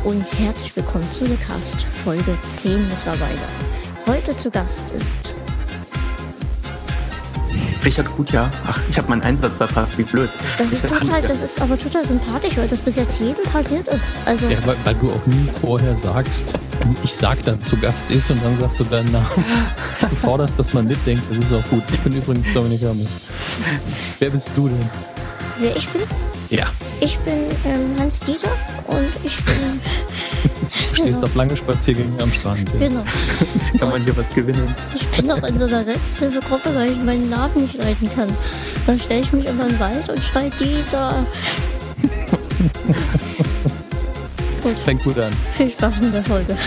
und herzlich willkommen zu The Cast, Folge 10 mittlerweile. Heute zu Gast ist Richard Gutjahr. Ach, ich habe meinen Einsatz verpasst, wie blöd. Das ist aber total sympathisch, weil das bis jetzt jedem passiert ist. Also ja, weil du auch nie vorher sagst, ich sag dann zu Gast ist und dann sagst du deinen Namen. Du forderst, dass man mitdenkt, das ist auch gut. Ich bin übrigens Dominik Hermes. Wer bist du denn? Wer ich bin? Ja. Ich bin Hans-Dieter und ich bin... Du stehst auf lange Spaziergänge am Strand. Ja. Genau. Kann man hier was gewinnen? Ich bin auch in so einer Selbsthilfegruppe, weil ich meinen Namen nicht leiten kann. Dann stelle ich mich immer in den Wald und schreie Dieter. Gut. Fängt gut an. Viel Spaß mit der Folge.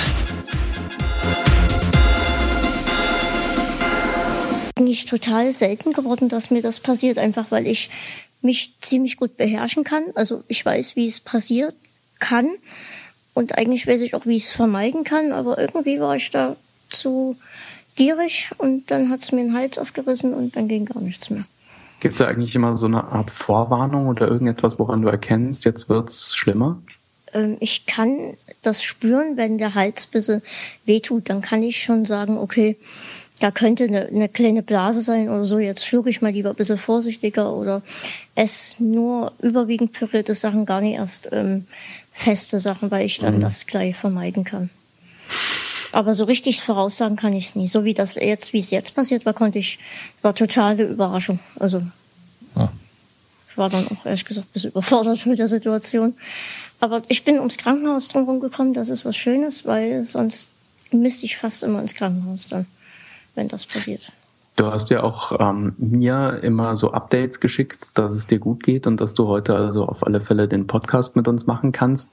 Eigentlich total selten geworden, dass mir das passiert, einfach weil ich mich ziemlich gut beherrschen kann. Also ich weiß, wie es passieren kann und eigentlich weiß ich auch, wie ich es vermeiden kann, aber irgendwie war ich da zu gierig und dann hat es mir den Hals aufgerissen und dann ging gar nichts mehr. Gibt es da eigentlich immer so eine Art Vorwarnung oder irgendetwas, woran du erkennst, jetzt wird's schlimmer? Ich kann das spüren, wenn der Hals ein bisschen wehtut, dann kann ich schon sagen, okay, da könnte eine kleine Blase sein oder so, jetzt schlucke ich mal lieber ein bisschen vorsichtiger oder esse nur überwiegend pürierte Sachen, gar nicht erst feste Sachen, weil ich dann das gleich vermeiden kann. Aber so richtig voraussagen kann ich es nie. So wie es jetzt passiert war, war totale Überraschung. Also ich war dann auch ehrlich gesagt ein bisschen überfordert mit der Situation. Aber ich bin ums Krankenhaus drumherum gekommen, das ist was Schönes, weil sonst müsste ich fast immer ins Krankenhaus dann, wenn das passiert. Du hast ja auch mir immer so Updates geschickt, dass es dir gut geht und dass du heute also auf alle Fälle den Podcast mit uns machen kannst.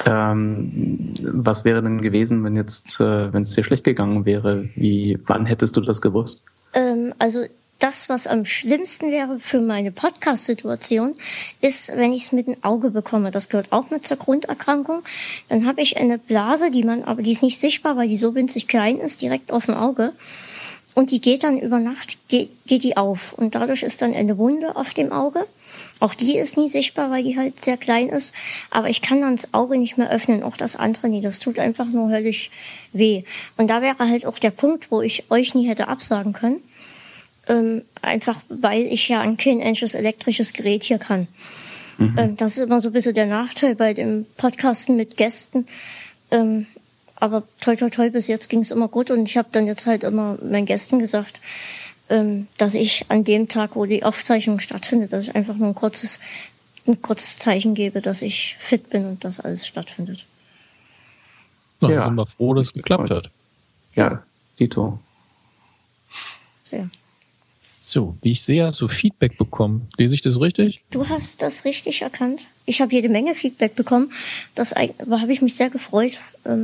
Was wäre denn gewesen, wenn es dir schlecht gegangen wäre? Wann hättest du das gewusst? Also das, was am schlimmsten wäre für meine Podcast-Situation, ist, wenn ich es mit dem Auge bekomme. Das gehört auch mit zur Grunderkrankung. Dann habe ich eine Blase, die ist nicht sichtbar, weil die so winzig klein ist, direkt auf dem Auge. Und die geht dann über Nacht, geht die auf. Und dadurch ist dann eine Wunde auf dem Auge. Auch die ist nie sichtbar, weil die halt sehr klein ist. Aber ich kann dann das Auge nicht mehr öffnen. Auch das andere nie. Das tut einfach nur höllisch weh. Und da wäre halt auch der Punkt, wo ich euch nie hätte absagen können. Einfach, weil ich ja ein kein einziges elektrisches Gerät hier kann. Das ist immer so ein bisschen der Nachteil bei dem Podcasten mit Gästen. Aber toi, toi, toi, bis jetzt ging es immer gut. Und ich habe dann jetzt halt immer meinen Gästen gesagt, dass ich an dem Tag, wo die Aufzeichnung stattfindet, dass ich einfach nur ein kurzes Zeichen gebe, dass ich fit bin und dass alles stattfindet. Na, ja. Sind wir froh, dass es geklappt hat. Ja, Dito. Sehr. So, wie ich sehe, hast du Feedback bekommen. Lese ich das richtig? Du hast das richtig erkannt. Ich habe jede Menge Feedback bekommen. Das habe ich mich sehr gefreut.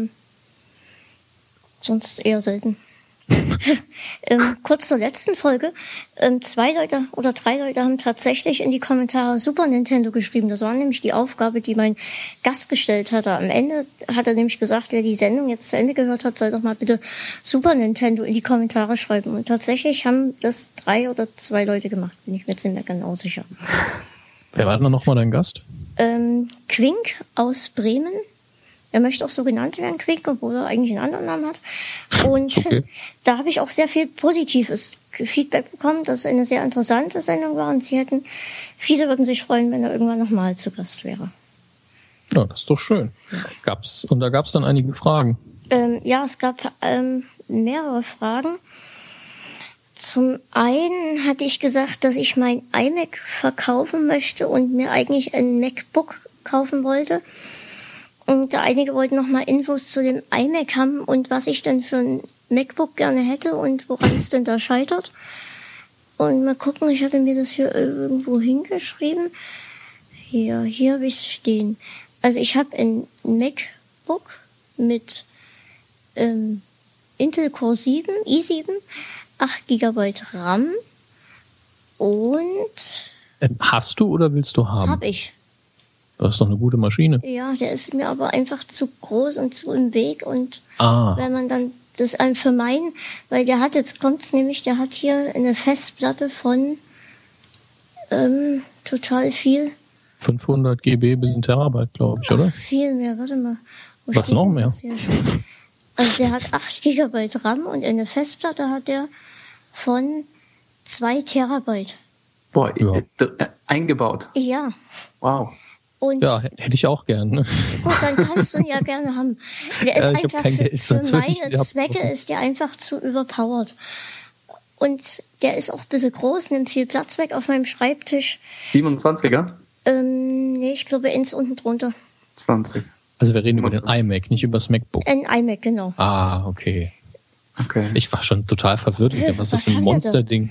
Sonst eher selten. Kurz zur letzten Folge. 2 Leute oder 3 Leute haben tatsächlich in die Kommentare Super Nintendo geschrieben. Das war nämlich die Aufgabe, die mein Gast gestellt hatte. Am Ende hat er nämlich gesagt, wer die Sendung jetzt zu Ende gehört hat, soll doch mal bitte Super Nintendo in die Kommentare schreiben. Und tatsächlich haben das 3 oder 2 Leute gemacht. Bin ich mir jetzt nicht mehr genau sicher. Wer war denn nochmal dein Gast? Quink aus Bremen. Er möchte auch so genannt werden, Quick, obwohl er eigentlich einen anderen Namen hat. Und okay. Da habe ich auch sehr viel positives Feedback bekommen, dass es eine sehr interessante Sendung war und viele würden sich freuen, wenn er irgendwann nochmal zu Gast wäre. Ja, das ist doch schön. Da gab es dann einige Fragen. Ja, es gab mehrere Fragen. Zum einen hatte ich gesagt, dass ich mein iMac verkaufen möchte und mir eigentlich ein MacBook kaufen wollte. Und einige wollten noch mal Infos zu dem iMac haben und was ich denn für ein MacBook gerne hätte und woran es denn da scheitert. Und mal gucken, ich hatte mir das hier irgendwo hingeschrieben. Hier habe ich es stehen. Also ich habe ein MacBook mit Intel Core i7, 8 GB RAM und... Hast du oder willst du haben? Hab ich. Das ist doch eine gute Maschine. Ja, der ist mir aber einfach zu groß und zu im Weg. Und wenn man dann das für meinen, weil der hat hier eine Festplatte von total viel. 500 GB bis ein Terabyte, glaube ich, oder? Viel mehr, warte mal. Was noch mehr? Also der hat 8 GB RAM und eine Festplatte hat der von 2 Terabyte. Boah, eingebaut. Ja. Wow. Und ja, hätte ich auch gern. Ne? Gut, dann kannst du ihn ja gerne haben. Der ist einfach für meine Zwecke ist der einfach zu überpowered. Und der ist auch ein bisschen groß, nimmt viel Platz weg auf meinem Schreibtisch. 27er? Nee, ich glaube eins unten drunter. 20. Also wir reden über den iMac, nicht über das MacBook. Ein iMac, genau. Ah, okay. Okay. Ich war schon total verwirrt. Was ist ein Monsterding?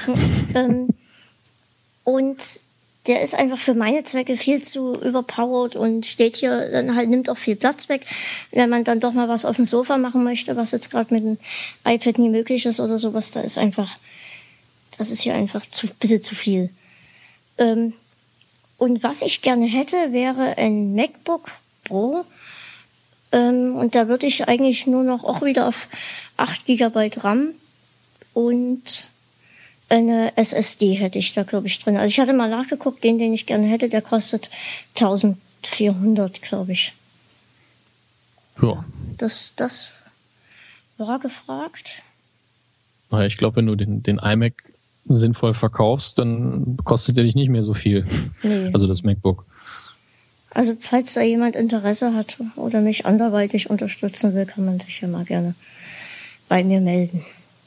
Und der ist einfach für meine Zwecke viel zu überpowered und steht hier, dann halt nimmt auch viel Platz weg. Wenn man dann doch mal was auf dem Sofa machen möchte, was jetzt gerade mit dem iPad nie möglich ist oder sowas, das ist hier einfach ein bisschen zu viel. Und was ich gerne hätte, wäre ein MacBook Pro. Und da würde ich eigentlich nur noch auch wieder auf 8 GB RAM und eine SSD hätte ich da, glaube ich, drin. Also ich hatte mal nachgeguckt, den ich gerne hätte, der kostet 1400, glaube ich. Ja. Das war gefragt. Naja, ich glaube, wenn du den iMac sinnvoll verkaufst, dann kostet der dich nicht mehr so viel. Nee. Also das MacBook. Also falls da jemand Interesse hat oder mich anderweitig unterstützen will, kann man sich ja mal gerne bei mir melden.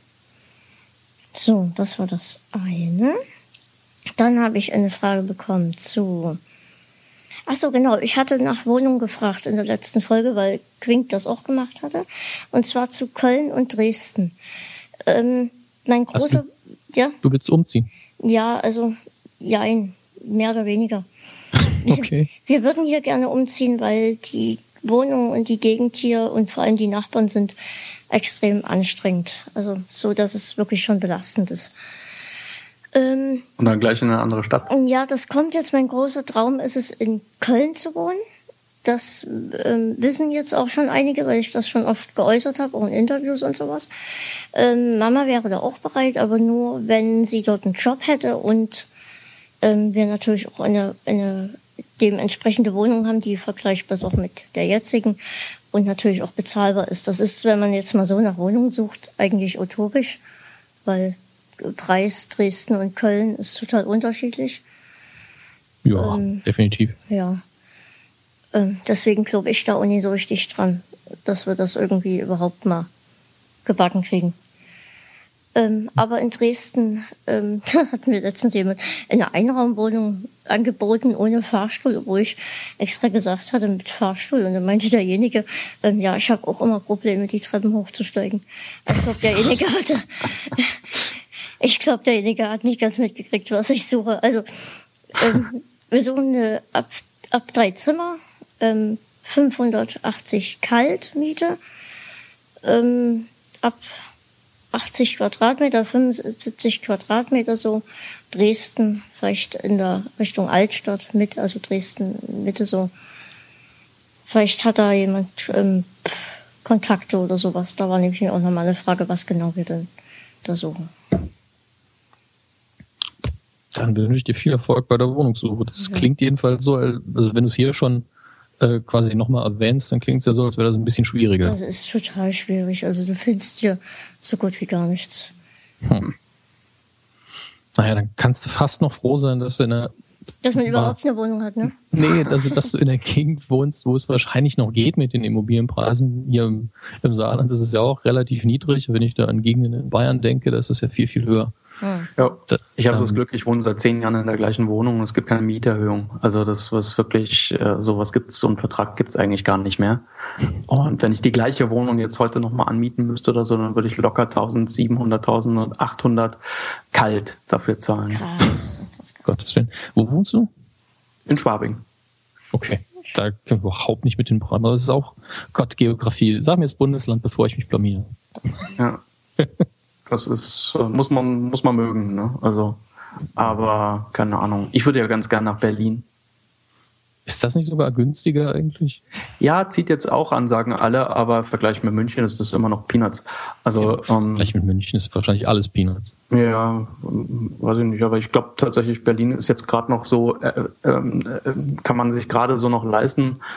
So, das war das eine. Dann habe ich eine Frage bekommen zu... Ach so, genau. Ich hatte nach Wohnung gefragt in der letzten Folge, weil Quink das auch gemacht hatte. Und zwar zu Köln und Dresden. Mein großer... Ja? Du willst umziehen? Ja, also jein, mehr oder weniger. Okay. Wir würden hier gerne umziehen, weil die Wohnung und die Gegend hier und vor allem die Nachbarn sind extrem anstrengend. Also so, dass es wirklich schon belastend ist. Und dann gleich in eine andere Stadt? Ja, das kommt jetzt. Mein großer Traum ist es, in Köln zu wohnen. Das wissen jetzt auch schon einige, weil ich das schon oft geäußert habe, auch in Interviews und sowas. Mama wäre da auch bereit, aber nur, wenn sie dort einen Job hätte und wir natürlich auch eine dementsprechende Wohnung haben, die vergleichbar ist auch mit der jetzigen und natürlich auch bezahlbar ist. Das ist, wenn man jetzt mal so nach Wohnungen sucht, eigentlich utopisch, weil Preis Dresden und Köln ist total unterschiedlich. Ja, definitiv. Ja. Deswegen glaube ich da auch nicht so richtig dran, dass wir das irgendwie überhaupt mal gebacken kriegen. Aber in Dresden hat mir letztens jemand eine Einraumwohnung angeboten ohne Fahrstuhl, obwohl ich extra gesagt hatte mit Fahrstuhl. Und dann meinte derjenige, ja, ich habe auch immer Probleme, die Treppen hochzusteigen. Ich glaube, derjenige hat nicht ganz mitgekriegt, was ich suche. Also wir suchen eine ab 3 Zimmer, 580 Kaltmiete, ab 80 Quadratmeter, 75 Quadratmeter so. Dresden, vielleicht in der Richtung Altstadt mit, also Dresden Mitte so. Vielleicht hat da jemand Kontakte oder sowas. Da war nämlich auch nochmal eine Frage, was genau wir denn da suchen. Dann wünsche ich dir viel Erfolg bei der Wohnungssuche. Das klingt jedenfalls so, also wenn du es hier schon quasi nochmal erwähnst, dann klingt es ja so, als wäre das ein bisschen schwieriger. Das ist total schwierig. Also du findest hier so gut wie gar nichts. Naja, dann kannst du fast noch froh sein, dass du dass man überhaupt eine Wohnung hat, ne? Nee, dass du in der Gegend wohnst, wo es wahrscheinlich noch geht mit den Immobilienpreisen. Hier im Saarland ist es ja auch relativ niedrig. Wenn ich da an Gegenden in Bayern denke, das ist ja viel, viel höher. Ja, ich habe das Glück, ich wohne seit 10 Jahren in der gleichen Wohnung und es gibt keine Mieterhöhung. Also das, was wirklich, sowas gibt's, so einen Vertrag gibt's eigentlich gar nicht mehr. Und wenn ich die gleiche Wohnung jetzt heute nochmal anmieten müsste oder so, dann würde ich locker 1.700, 1.800 kalt dafür zahlen. Krass. Gottes Willen. Wo wohnst du? In Schwabing. Okay. Da können wir überhaupt nicht mit den Preisen. Das ist auch Gott, Geografie. Sag mir das Bundesland, bevor ich mich blamiere. Ja. Das ist, muss man mögen, ne? Also, aber keine Ahnung. Ich würde ja ganz gern nach Berlin. Ist das nicht sogar günstiger eigentlich? Ja, zieht jetzt auch an, sagen alle, aber im Vergleich mit München ist das immer noch Peanuts. Also, Im Vergleich mit München ist wahrscheinlich alles Peanuts. Ja, weiß ich nicht, aber ich glaube tatsächlich, Berlin ist jetzt gerade noch so, kann man sich gerade so noch leisten.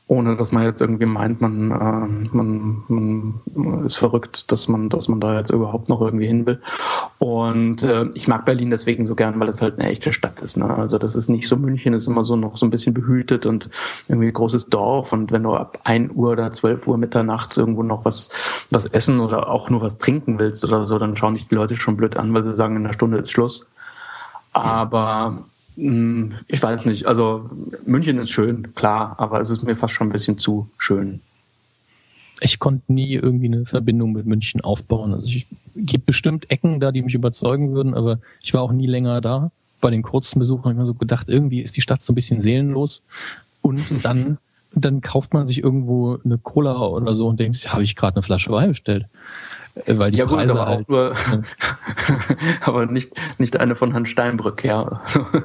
ohne dass man jetzt irgendwie meint, man ist verrückt, dass man da jetzt überhaupt noch irgendwie hin will. Und ich mag Berlin deswegen so gern, weil es halt eine echte Stadt ist. Ne? Also das ist nicht so, München ist immer so noch so ein bisschen behütet und irgendwie ein großes Dorf. Und wenn du ab 1 Uhr oder 12 Uhr mitternachts irgendwo noch was essen oder auch nur was trinken willst oder so, dann schauen dich die Leute schon blöd an, weil sie sagen, in einer Stunde ist Schluss. Aber ich weiß nicht, also München ist schön, klar, aber es ist mir fast schon ein bisschen zu schön. Ich konnte nie irgendwie eine Verbindung mit München aufbauen. Also es gibt bestimmt Ecken da, die mich überzeugen würden, aber ich war auch nie länger da. Bei den kurzen Besuchen habe ich mir so gedacht, irgendwie ist die Stadt so ein bisschen seelenlos. Und dann kauft man sich irgendwo eine Cola oder so und denkt sich, habe ich gerade eine Flasche Wein bestellt? Weil die Preise gut, aber halt... Nur, aber nicht eine von Herrn Steinbrück, ja.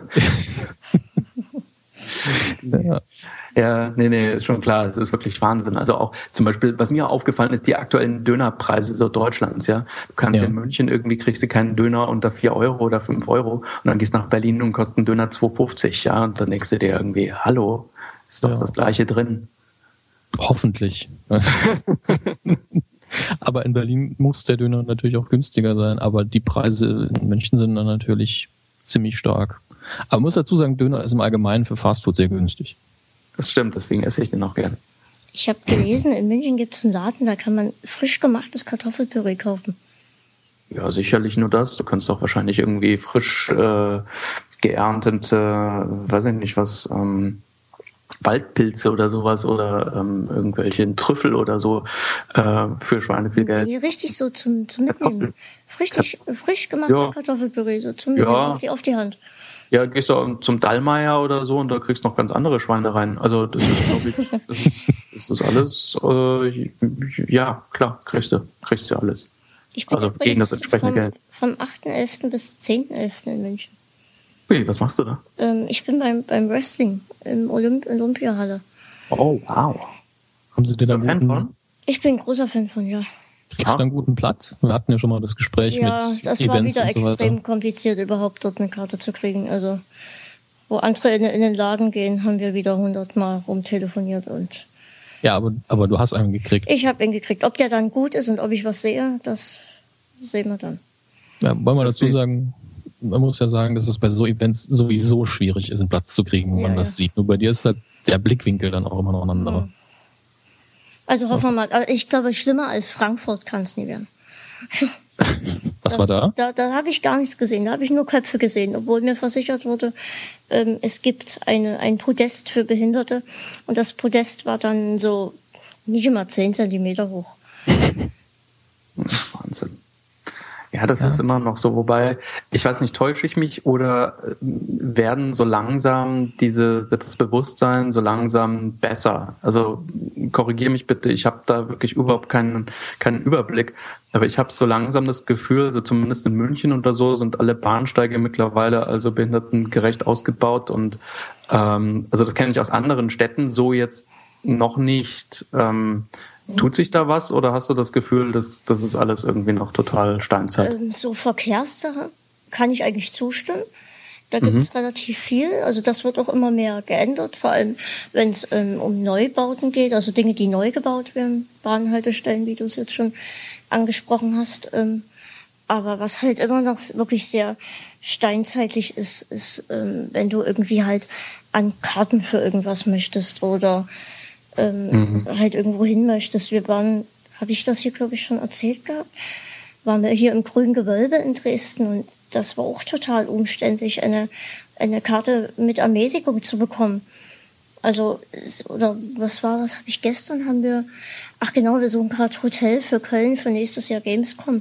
Ja, nee, ist schon klar, es ist wirklich Wahnsinn. Also auch zum Beispiel, was mir aufgefallen ist, die aktuellen Dönerpreise so Deutschlands, ja. Du kannst ja in München irgendwie, kriegst du keinen Döner unter 4 Euro oder 5 Euro und dann gehst du nach Berlin und kostet ein Döner 2,50, ja. Und dann denkst du dir irgendwie, hallo, ist doch das Gleiche drin. Hoffentlich. Aber in Berlin muss der Döner natürlich auch günstiger sein, aber die Preise in München sind dann natürlich ziemlich stark. Aber man muss dazu sagen, Döner ist im Allgemeinen für Fastfood sehr günstig. Das stimmt, deswegen esse ich den auch gern. Ich habe gelesen, in München gibt es einen Laden, da kann man frisch gemachtes Kartoffelpüree kaufen. Ja, sicherlich nur das. Du kannst auch wahrscheinlich irgendwie frisch geerntete, weiß ich nicht was, Waldpilze oder sowas oder irgendwelche Trüffel oder so für Schweine viel Geld. Nee, richtig so zum Mitnehmen. Frisch gemachte Kartoffelpüree, so zum Mitnehmen auf die Hand. Ja, gehst du zum Dallmayr oder so und da kriegst du noch ganz andere Schweine rein. Also das ist, glaube ich, das ist alles, ja, klar, kriegst du alles. Ich bin also gegen das entsprechende Geld. Vom 8.11. bis 10.11. in München. Ui, was machst du da? Ich bin beim Wrestling im Olympiahalle. Oh, wow. Haben Sie da einen Fan von? Ich bin ein großer Fan von, ja. Kriegst du einen guten Platz? Wir hatten ja schon mal das Gespräch mit Events. Ja, das war wieder extrem kompliziert, überhaupt dort eine Karte zu kriegen. Also, wo andere in den Laden gehen, haben wir wieder 100-mal rumtelefoniert und... Ja, aber du hast einen gekriegt. Ich habe ihn gekriegt. Ob der dann gut ist und ob ich was sehe, das sehen wir dann. Ja, wollen wir dazu sagen, man muss ja sagen, dass es bei so Events sowieso schwierig ist, einen Platz zu kriegen, wenn man das sieht. Nur bei dir ist halt der Blickwinkel dann auch immer noch ein anderer. Ja. Also hoffen wir mal. Ich glaube, schlimmer als Frankfurt kann es nie werden. Was war da? Da habe ich gar nichts gesehen. Da habe ich nur Köpfe gesehen, obwohl mir versichert wurde, es gibt ein Podest für Behinderte. Und das Podest war dann so nicht immer 10 Zentimeter hoch. Wahnsinn. Ja, das ist immer noch so, wobei, ich weiß nicht, täusche ich mich oder werden so langsam wird das Bewusstsein so langsam besser? Also korrigiere mich bitte, ich habe da wirklich überhaupt keinen Überblick, aber ich habe so langsam das Gefühl, also zumindest in München oder so sind alle Bahnsteige mittlerweile also behindertengerecht ausgebaut und also das kenne ich aus anderen Städten so jetzt noch nicht. Tut sich da was oder hast du das Gefühl, dass das ist alles irgendwie noch total Steinzeit? So Verkehrssachen kann ich eigentlich zustimmen. Da gibt es relativ viel. Also das wird auch immer mehr geändert, vor allem wenn es um Neubauten geht, also Dinge, die neu gebaut werden, Bahnhaltestellen, wie du es jetzt schon angesprochen hast. Aber was halt immer noch wirklich sehr steinzeitlich ist, wenn du irgendwie halt an Karten für irgendwas möchtest oder halt irgendwo hin möchtest. Wir waren, habe ich das hier, glaube ich, schon erzählt gehabt, waren wir hier im Grünen Gewölbe in Dresden und das war auch total umständlich, eine Karte mit Ermäßigung zu bekommen. Also, oder was habe ich gestern, wir suchen gerade Hotel für Köln für nächstes Jahr Gamescom.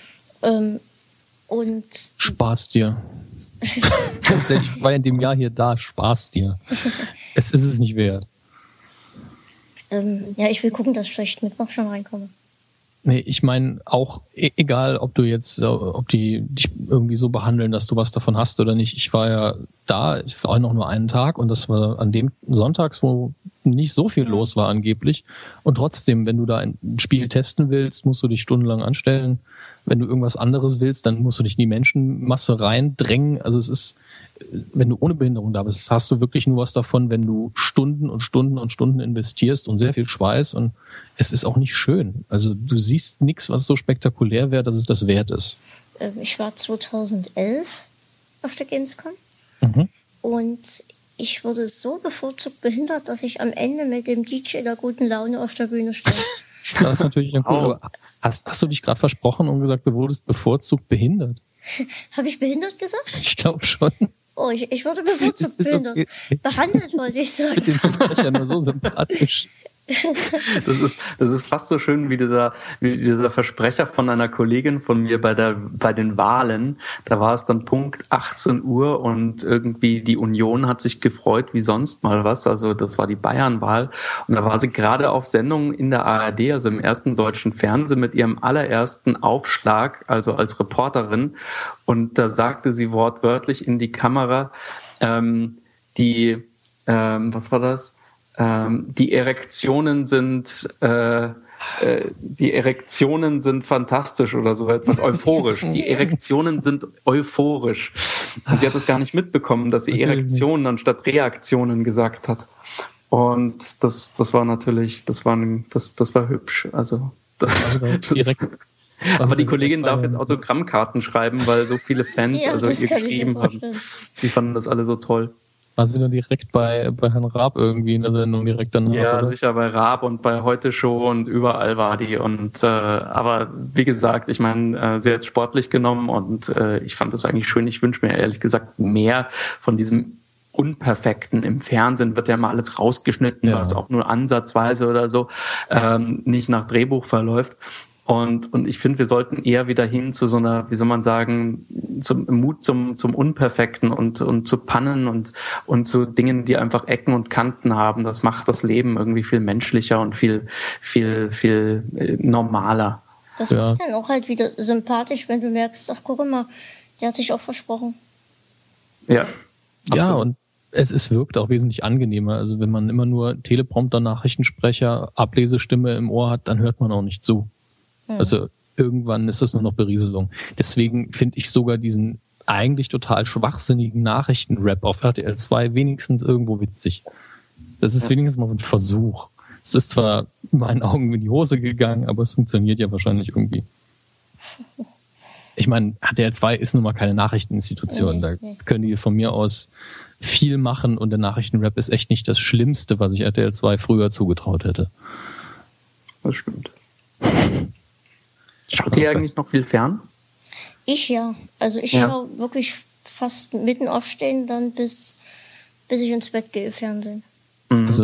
Und Spaß dir. Ich war in dem Jahr hier da, Spaß dir. Es ist es nicht wert. Ich will gucken, dass ich vielleicht Mittwoch schon reinkomme. Nee, ich meine auch, egal ob du jetzt, ob die dich irgendwie so behandeln, dass du was davon hast oder nicht. Ich war ja da, ich war auch noch nur einen Tag und das war an dem Sonntags, wo nicht so viel los war angeblich. Und trotzdem, wenn du da ein Spiel testen willst, musst du dich stundenlang anstellen. Wenn du irgendwas anderes willst, dann musst du dich in die Menschenmasse reindrängen. Also es ist, wenn du ohne Behinderung da bist, hast du wirklich nur was davon, wenn du Stunden und Stunden und Stunden investierst und sehr viel Schweiß, und es ist auch nicht schön. Also du siehst nichts, was so spektakulär wäre, dass es das wert ist. Ich war 2011 auf der Gamescom und ich wurde so bevorzugt behindert, dass ich am Ende mit dem DJ der guten Laune auf der Bühne stehe. Das ist natürlich cool. Aber hast du dich gerade versprochen und gesagt, du wurdest bevorzugt behindert? Habe ich behindert gesagt? Ich glaube schon. Oh, ich wurde bevorzugt behindert. Okay. Behandelt, wollte ich sagen. Ich finde den Sprecher nur so sympathisch. Das ist fast so schön wie dieser Versprecher von einer Kollegin von mir bei den Wahlen. Da war es dann Punkt 18 Uhr und irgendwie die Union hat sich gefreut wie sonst mal was. Also das war die Bayernwahl. Und da war sie gerade auf Sendung in der ARD, also im ersten deutschen Fernsehen, mit ihrem allerersten Aufschlag, also als Reporterin. Und da sagte sie wortwörtlich in die Kamera, was war das? Die Erektionen sind fantastisch oder so etwas, euphorisch. Die Erektionen sind euphorisch. Und sie hat es gar nicht mitbekommen, dass sie Erektionen anstatt Reaktionen gesagt hat. Und das war natürlich, das war hübsch. Aber die Kollegin darf jetzt Autogrammkarten schreiben, weil so viele Fans ihr geschrieben haben. Die fanden das alle so toll. War sie dann direkt bei Herrn Raab irgendwie in der Sendung direkt danach? Ja, oder? Sicher bei Raab und bei Heute Show und überall war die. Und aber wie gesagt, ich meine, sie hat es sportlich genommen und ich fand das eigentlich schön. Ich wünsche mir ehrlich gesagt mehr von diesem Unperfekten. Im Fernsehen wird ja immer alles rausgeschnitten, was auch nur ansatzweise oder so nicht nach Drehbuch verläuft. Und ich finde, wir sollten eher wieder hin zu so einer, wie soll man sagen, zum Mut zum Unperfekten und zu Pannen und zu Dingen, die einfach Ecken und Kanten haben. Das macht das Leben irgendwie viel menschlicher und viel normaler. Das macht dann auch halt wieder sympathisch, wenn du merkst, ach guck mal, der hat sich auch versprochen. Ja. Absolut. Ja, und es wirkt auch wesentlich angenehmer. Also wenn man immer nur Teleprompter, Nachrichtensprecher, Ablesestimme im Ohr hat, dann hört man auch nicht zu. Also irgendwann ist das nur noch Berieselung. Deswegen finde ich sogar diesen eigentlich total schwachsinnigen Nachrichtenrap auf RTL 2 wenigstens irgendwo witzig. Das ist wenigstens mal ein Versuch. Es ist zwar in meinen Augen in die Hose gegangen, aber es funktioniert ja wahrscheinlich irgendwie. Ich meine, RTL 2 ist nun mal keine Nachrichteninstitution. Da können die von mir aus viel machen und der Nachrichtenrap ist echt nicht das Schlimmste, was ich RTL 2 früher zugetraut hätte. Das stimmt. Schaut ihr eigentlich noch viel fern? Ich ja. Also ich schaue wirklich fast mitten aufstehen, dann bis ich ins Bett gehe, Fernsehen. Also,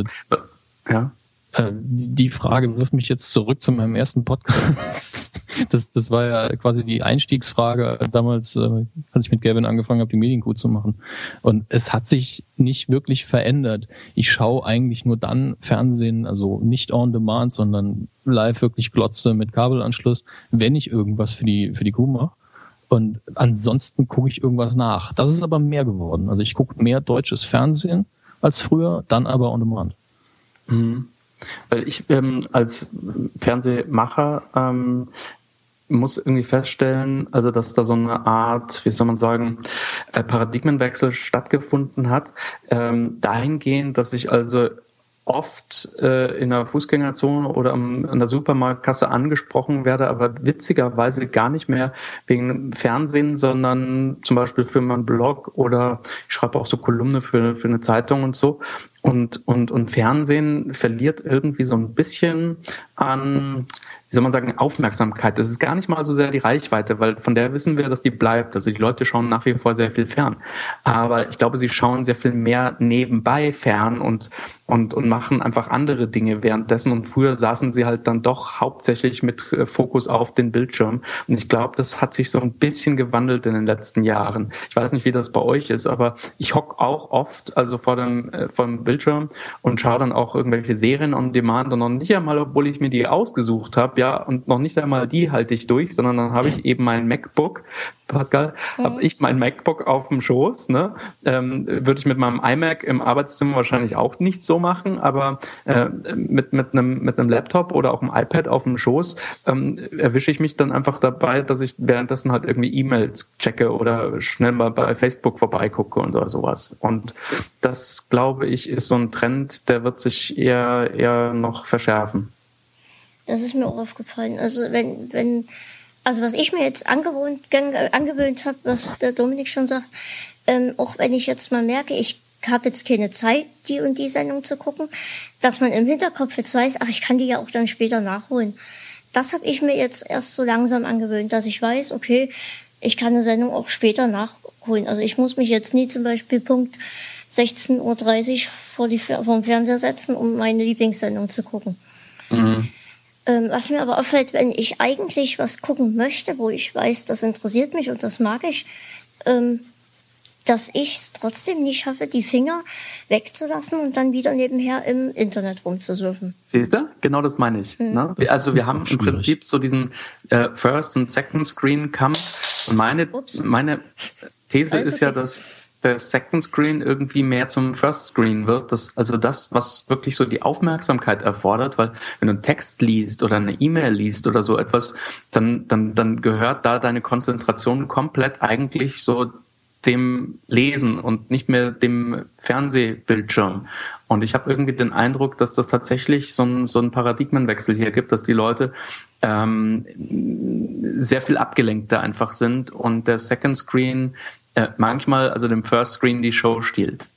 die Frage wirft mich jetzt zurück zu meinem ersten Podcast. Das war ja quasi die Einstiegsfrage damals, als ich mit Gavin angefangen habe, die Medienkuh zu machen. Und es hat sich nicht wirklich verändert. Ich schaue eigentlich nur dann Fernsehen, also nicht on demand, sondern live wirklich Glotze mit Kabelanschluss, wenn ich irgendwas für die Kuh mache. Und ansonsten gucke ich irgendwas nach. Das ist aber mehr geworden. Also ich gucke mehr deutsches Fernsehen als früher, dann aber on demand. Mhm. Weil ich als Fernsehmacher muss irgendwie feststellen, also dass da so eine Art, wie soll man sagen, Paradigmenwechsel stattgefunden hat, dahingehend, dass ich also oft in der Fußgängerzone oder an der Supermarktkasse angesprochen werde, aber witzigerweise gar nicht mehr wegen Fernsehen, sondern zum Beispiel für meinen Blog oder ich schreibe auch so Kolumne für eine Zeitung und so. Und Fernsehen verliert irgendwie so ein bisschen an, wie soll man sagen, Aufmerksamkeit. Das ist gar nicht mal so sehr die Reichweite, weil von der wissen wir, dass die bleibt. Also die Leute schauen nach wie vor sehr viel fern. Aber ich glaube, sie schauen sehr viel mehr nebenbei fern und machen einfach andere Dinge währenddessen. Und früher saßen sie halt dann doch hauptsächlich mit Fokus auf den Bildschirm. Und ich glaube, das hat sich so ein bisschen gewandelt in den letzten Jahren. Ich weiß nicht, wie das bei euch ist, aber ich hocke auch oft also vor dem Bildschirm und schaue dann auch irgendwelche Serien on demand und noch nicht einmal, obwohl ich mir die ausgesucht habe, habe, ja, und noch nicht einmal die halte ich durch, sondern dann habe ich eben mein MacBook, Pascal, habe ich mein MacBook auf dem Schoß, ne? Würde ich mit meinem iMac im Arbeitszimmer wahrscheinlich auch nicht so machen, aber mit einem Laptop oder auch einem iPad auf dem Schoß erwische ich mich dann einfach dabei, dass ich währenddessen halt irgendwie E-Mails checke oder schnell mal bei Facebook vorbeigucke und sowas. Und das, glaube ich, ist so ein Trend, der wird sich eher noch verschärfen. Das ist mir auch aufgefallen. Also also was ich mir jetzt angewöhnt habe, was der Dominik schon sagt, auch wenn ich jetzt mal merke, ich habe jetzt keine Zeit, die und die Sendung zu gucken, dass man im Hinterkopf jetzt weiß, ach, ich kann die ja auch dann später nachholen. Das habe ich mir jetzt erst so langsam angewöhnt, dass ich weiß, okay, ich kann eine Sendung auch später nachholen. Also ich muss mich jetzt nie zum Beispiel Punkt 16.30 Uhr vor den Fernseher setzen, um meine Lieblingssendung zu gucken. Mhm. Was mir aber auffällt, wenn ich eigentlich was gucken möchte, wo ich weiß, das interessiert mich und das mag ich, dass ich es trotzdem nicht schaffe, die Finger wegzulassen und dann wieder nebenher im Internet rumzusurfen. Siehst du? Genau das meine ich. Ne? Also wir haben im Prinzip so diesen First- und Second-Screen-Kampf. Und meine These ist ja, dass der Second Screen irgendwie mehr zum First Screen wird. Also das, was wirklich so die Aufmerksamkeit erfordert, weil wenn du einen Text liest oder eine E-Mail liest oder so etwas, dann gehört da deine Konzentration komplett eigentlich so dem Lesen und nicht mehr dem Fernsehbildschirm. Und ich habe irgendwie den Eindruck, dass das tatsächlich so ein Paradigmenwechsel hier gibt, dass die Leute sehr viel abgelenkter einfach sind und der Second Screen manchmal, also dem First Screen, die Show stiehlt.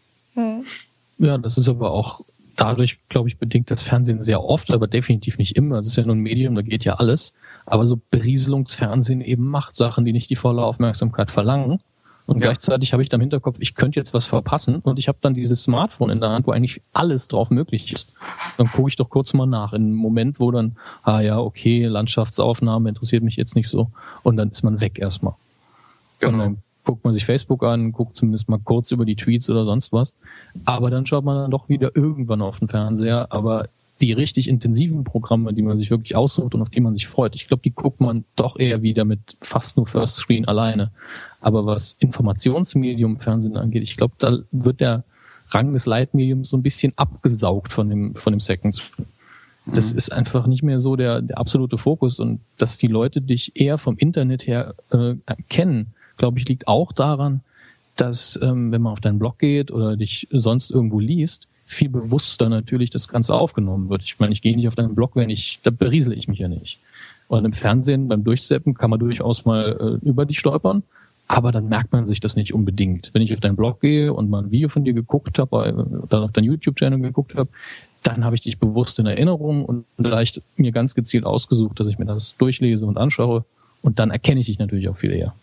Ja, das ist aber auch dadurch, glaube ich, bedingt, das Fernsehen sehr oft, aber definitiv nicht immer. Es ist ja nur ein Medium, da geht ja alles. Aber so Berieselungsfernsehen eben macht Sachen, die nicht die volle Aufmerksamkeit verlangen. Und gleichzeitig habe ich dann im Hinterkopf, ich könnte jetzt was verpassen und ich habe dann dieses Smartphone in der Hand, wo eigentlich alles drauf möglich ist. Dann gucke ich doch kurz mal nach. In einem Moment, wo dann, okay, Landschaftsaufnahme interessiert mich jetzt nicht so. Und dann ist man weg erstmal. Genau. Und dann guckt man sich Facebook an, guckt zumindest mal kurz über die Tweets oder sonst was. Aber dann schaut man dann doch wieder irgendwann auf den Fernseher. Aber die richtig intensiven Programme, die man sich wirklich aussucht und auf die man sich freut, ich glaube, die guckt man doch eher wieder mit fast nur First Screen alleine. Aber was Informationsmedium Fernsehen angeht, ich glaube, da wird der Rang des Leitmediums so ein bisschen abgesaugt von dem Second Screen. Das ist einfach nicht mehr so der absolute Fokus. Und dass die Leute dich eher vom Internet her kennen, glaube ich, liegt auch daran, dass, wenn man auf deinen Blog geht oder dich sonst irgendwo liest, viel bewusster natürlich das Ganze aufgenommen wird. Ich meine, ich gehe nicht auf deinen Blog, da beriesele ich mich ja nicht. Und im Fernsehen, beim Durchseppen, kann man durchaus mal über dich stolpern, aber dann merkt man sich das nicht unbedingt. Wenn ich auf deinen Blog gehe und mal ein Video von dir geguckt habe, dann auf deinen YouTube-Channel geguckt habe, dann habe ich dich bewusst in Erinnerung und vielleicht mir ganz gezielt ausgesucht, dass ich mir das durchlese und anschaue und dann erkenne ich dich natürlich auch viel eher.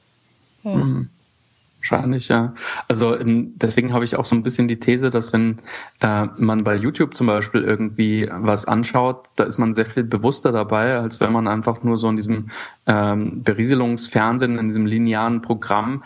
Wahrscheinlich, ja. Also deswegen habe ich auch so ein bisschen die These, dass wenn man bei YouTube zum Beispiel irgendwie was anschaut, da ist man sehr viel bewusster dabei, als wenn man einfach nur so in diesem Berieselungsfernsehen, in diesem linearen Programm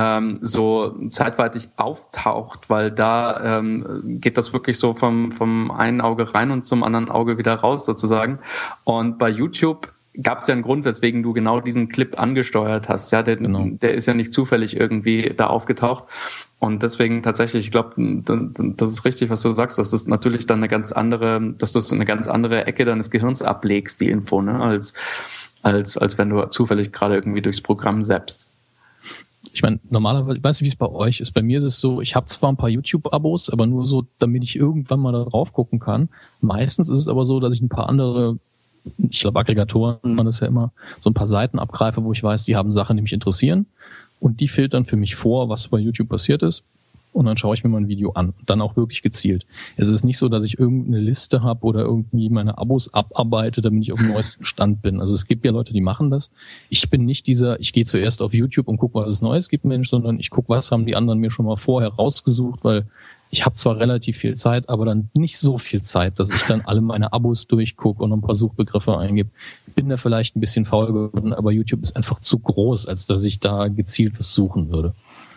so zeitweitig auftaucht, weil da geht das wirklich so vom einen Auge rein und zum anderen Auge wieder raus sozusagen. Und bei YouTube gab es ja einen Grund, weswegen du genau diesen Clip angesteuert hast. Ja, der ist ja nicht zufällig irgendwie da aufgetaucht. Und deswegen tatsächlich, ich glaube, das ist richtig, was du sagst, dass das natürlich dann dass du es in eine ganz andere Ecke deines Gehirns ablegst, die Info, ne, als wenn du zufällig gerade irgendwie durchs Programm zappst. Ich meine, normalerweise, ich weiß nicht, wie es bei euch ist. Bei mir ist es so, ich habe zwar ein paar YouTube-Abos, aber nur so, damit ich irgendwann mal da drauf gucken kann. Meistens ist es aber so, dass ich ein paar andere, ich glaube, Aggregatoren, man das ja immer, so ein paar Seiten abgreife, wo ich weiß, die haben Sachen, die mich interessieren. Und die filtern für mich vor, was bei YouTube passiert ist. Und dann schaue ich mir mal ein Video an. Dann auch wirklich gezielt. Es ist nicht so, dass ich irgendeine Liste habe oder irgendwie meine Abos abarbeite, damit ich auf dem neuesten Stand bin. Also es gibt ja Leute, die machen das. Ich bin nicht ich gehe zuerst auf YouTube und gucke, was es Neues gibt, Mensch, sondern ich gucke, was haben die anderen mir schon mal vorher rausgesucht, weil ich habe zwar relativ viel Zeit, aber dann nicht so viel Zeit, dass ich dann alle meine Abos durchgucke und ein paar Suchbegriffe eingebe. Ich bin da vielleicht ein bisschen faul geworden, aber YouTube ist einfach zu groß, als dass ich da gezielt was suchen würde.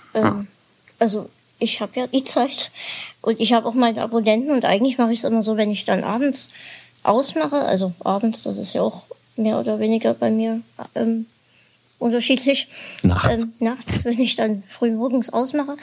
Also ich habe ja die Zeit und ich habe auch meine Abonnenten und eigentlich mache ich es immer so, wenn ich dann abends ausmache, also abends, das ist ja auch mehr oder weniger bei mir unterschiedlich. Nachts, wenn ich dann früh morgens ausmache,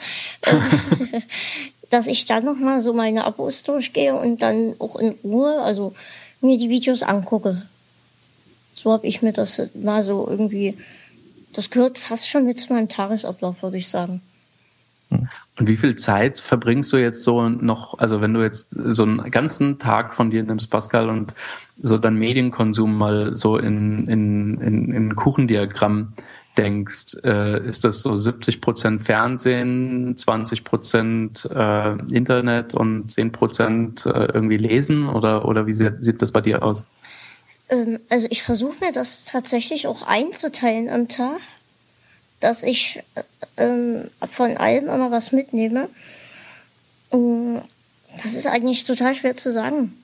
dass ich dann nochmal so meine Abos durchgehe und dann auch in Ruhe, also mir die Videos angucke. So habe ich mir das mal so irgendwie, das gehört fast schon mit zu meinem Tagesablauf, würde ich sagen. Und wie viel Zeit verbringst du jetzt so noch, also wenn du jetzt so einen ganzen Tag von dir nimmst, Pascal, und so dein Medienkonsum mal so in Kuchendiagramm denkst, ist das so 70% Fernsehen, 20% Internet und 10% irgendwie Lesen oder wie sieht das bei dir aus? Also ich versuche mir das tatsächlich auch einzuteilen am Tag, dass ich von allem immer was mitnehme. Das ist eigentlich total schwer zu sagen.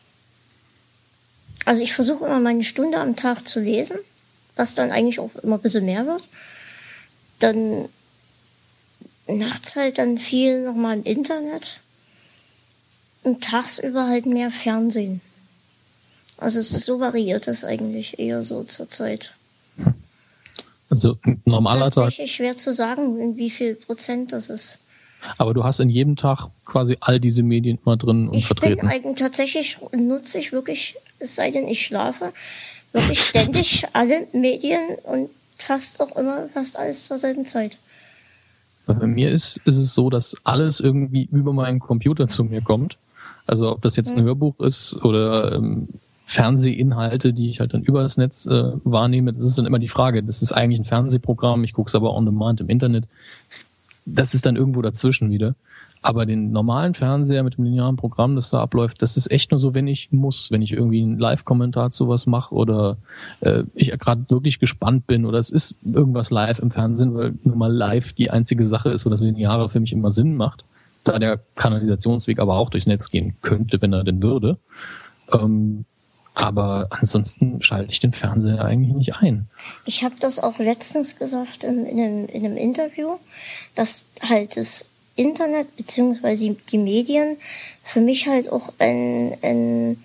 Also ich versuche immer meine Stunde am Tag zu lesen, was dann eigentlich auch immer ein bisschen mehr wird. Dann nachts halt dann viel nochmal im Internet und tagsüber halt mehr Fernsehen. Also es ist so variiert das eigentlich eher so zur Zeit. Also ein normaler Tag. Es ist tatsächlich schwer zu sagen, in wie viel Prozent das ist. Aber du hast in jedem Tag quasi all diese Medien mal drin und vertreten. Tatsächlich nutze ich wirklich, es sei denn ich schlafe, wirklich ständig alle Medien und fast alles zur selben Zeit. Bei mir ist es so, dass alles irgendwie über meinen Computer zu mir kommt. Also ob das jetzt ein Hörbuch ist oder Fernsehinhalte, die ich halt dann über das Netz wahrnehme, das ist dann immer die Frage. Das ist eigentlich ein Fernsehprogramm, ich gucke es aber on demand im Internet. Das ist dann irgendwo dazwischen wieder. Aber den normalen Fernseher mit dem linearen Programm, das da abläuft, das ist echt nur so, wenn ich irgendwie einen Live-Kommentar zu was mache oder ich gerade wirklich gespannt bin oder es ist irgendwas live im Fernsehen, weil nur mal live die einzige Sache ist, wo das Lineare für mich immer Sinn macht, da der Kanalisationsweg aber auch durchs Netz gehen könnte, wenn er denn würde. Aber ansonsten schalte ich den Fernseher eigentlich nicht ein. Ich habe das auch letztens gesagt in einem Interview, dass halt das Internet bzw. die Medien für mich halt auch ein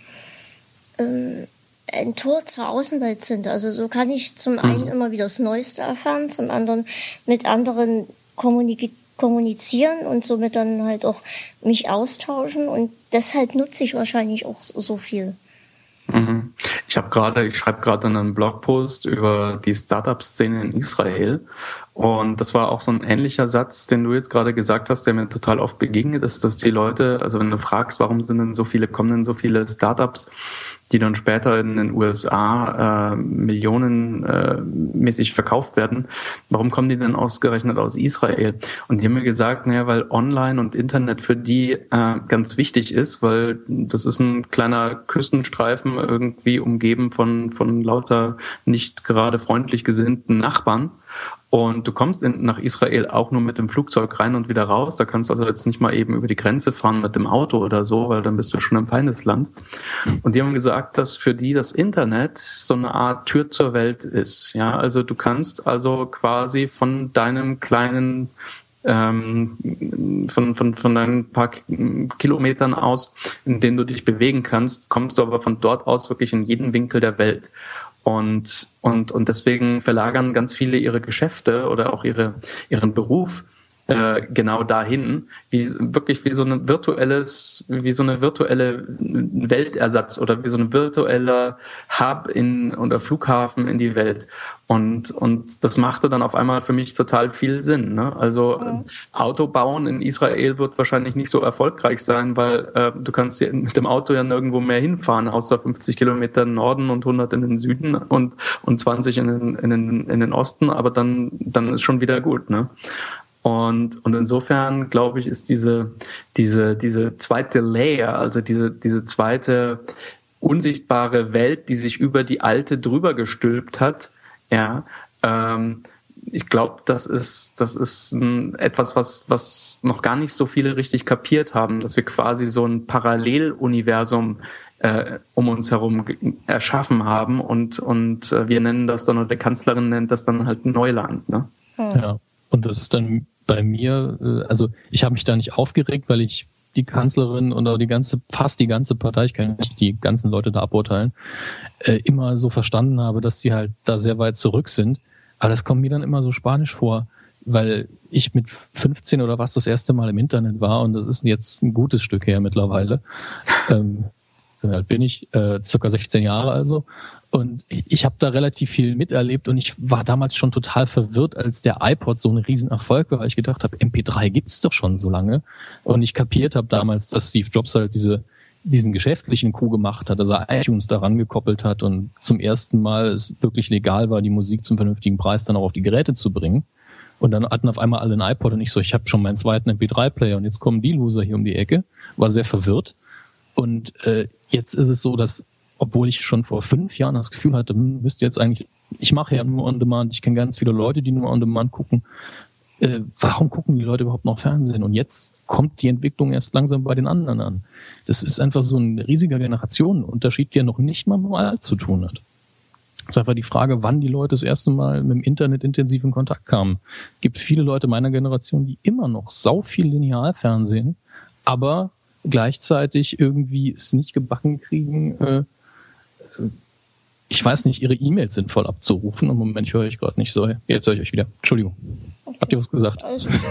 Tor zur Außenwelt sind. Also so kann ich zum einen immer wieder das Neueste erfahren, zum anderen mit anderen kommunizieren und somit dann halt auch mich austauschen und deshalb nutze ich wahrscheinlich auch so viel. Ich schreibe gerade einen Blogpost über die Startup-Szene in Israel und das war auch so ein ähnlicher Satz, den du jetzt gerade gesagt hast, der mir total oft begegnet ist, dass die Leute, also wenn du fragst, kommen denn so viele Startups, die dann später in den USA millionenmäßig verkauft werden, warum kommen die denn ausgerechnet aus Israel? Und die haben mir gesagt, weil Online und Internet für die ganz wichtig ist, weil das ist ein kleiner Küstenstreifen irgendwie umgeben von lauter nicht gerade freundlich gesinnten Nachbarn. Und du kommst nach Israel auch nur mit dem Flugzeug rein und wieder raus. Da kannst du also jetzt nicht mal eben über die Grenze fahren mit dem Auto oder so, weil dann bist du schon im Feindesland. Und die haben gesagt, dass für die das Internet so eine Art Tür zur Welt ist. Ja, also du kannst also quasi von deinem kleinen von deinen paar Kilometern aus, in denen du dich bewegen kannst, kommst du aber von dort aus wirklich in jeden Winkel der Welt. Und deswegen verlagern ganz viele ihre Geschäfte oder auch ihren Beruf genau dahin, wie so eine virtuelle Weltersatz oder wie so ein virtueller Hub oder Flughafen in die Welt. Und das machte dann auf einmal für mich total viel Sinn. Ne? Also Autobauen in Israel wird wahrscheinlich nicht so erfolgreich sein, weil du kannst mit dem Auto ja nirgendwo mehr hinfahren, außer 50 Kilometer in den Norden und 100 in den Süden und 20 in den Osten, aber dann ist schon wieder gut. Ne? Und insofern, glaube ich, ist diese zweite Layer, also diese zweite unsichtbare Welt, die sich über die alte drüber gestülpt hat, ich glaube, das ist etwas, was noch gar nicht so viele richtig kapiert haben, dass wir quasi so ein Paralleluniversum um uns herum erschaffen haben und wir nennen das dann, oder die Kanzlerin nennt das dann halt Neuland, ne? Ja. Und das ist dann bei mir, also ich habe mich da nicht aufgeregt, weil ich die Kanzlerin oder fast die ganze Partei, ich kann nicht die ganzen Leute da aburteilen, immer so verstanden habe, dass sie halt da sehr weit zurück sind. Aber das kommt mir dann immer so spanisch vor, weil ich mit 15 oder was das erste Mal im Internet war und das ist jetzt ein gutes Stück her mittlerweile. Wie alt bin ich? Circa 16 Jahre also. Und ich habe da relativ viel miterlebt und ich war damals schon total verwirrt, als der iPod so ein Riesenerfolg war, weil ich gedacht habe, MP3 gibt's doch schon so lange. Und ich kapiert habe damals, dass Steve Jobs halt diesen geschäftlichen Coup gemacht hat, dass er iTunes daran gekoppelt hat und zum ersten Mal es wirklich legal war, die Musik zum vernünftigen Preis dann auch auf die Geräte zu bringen. Und dann hatten auf einmal alle ein iPod und ich so, ich habe schon meinen zweiten MP3-Player und jetzt kommen die Loser hier um die Ecke. War sehr verwirrt. Und jetzt ist es so, dass, obwohl ich schon vor 5 Jahren das Gefühl hatte, müsste jetzt eigentlich, ich mache ja nur On-Demand, ich kenne ganz viele Leute, die nur On-Demand gucken. Warum gucken die Leute überhaupt noch Fernsehen? Und jetzt kommt die Entwicklung erst langsam bei den anderen an. Das ist einfach so ein riesiger Generationenunterschied, der noch nicht mal alt zu tun hat. Das ist einfach die Frage, wann die Leute das erste Mal mit dem Internet intensiv in Kontakt kamen. Es gibt viele Leute meiner Generation, die immer noch sau viel Linealfernsehen, aber gleichzeitig irgendwie es nicht gebacken kriegen, ich weiß nicht, ihre E-Mails sinnvoll abzurufen. Im Moment, ich höre euch gerade nicht so. Jetzt höre ich euch wieder. Entschuldigung. Okay. Habt ihr was gesagt?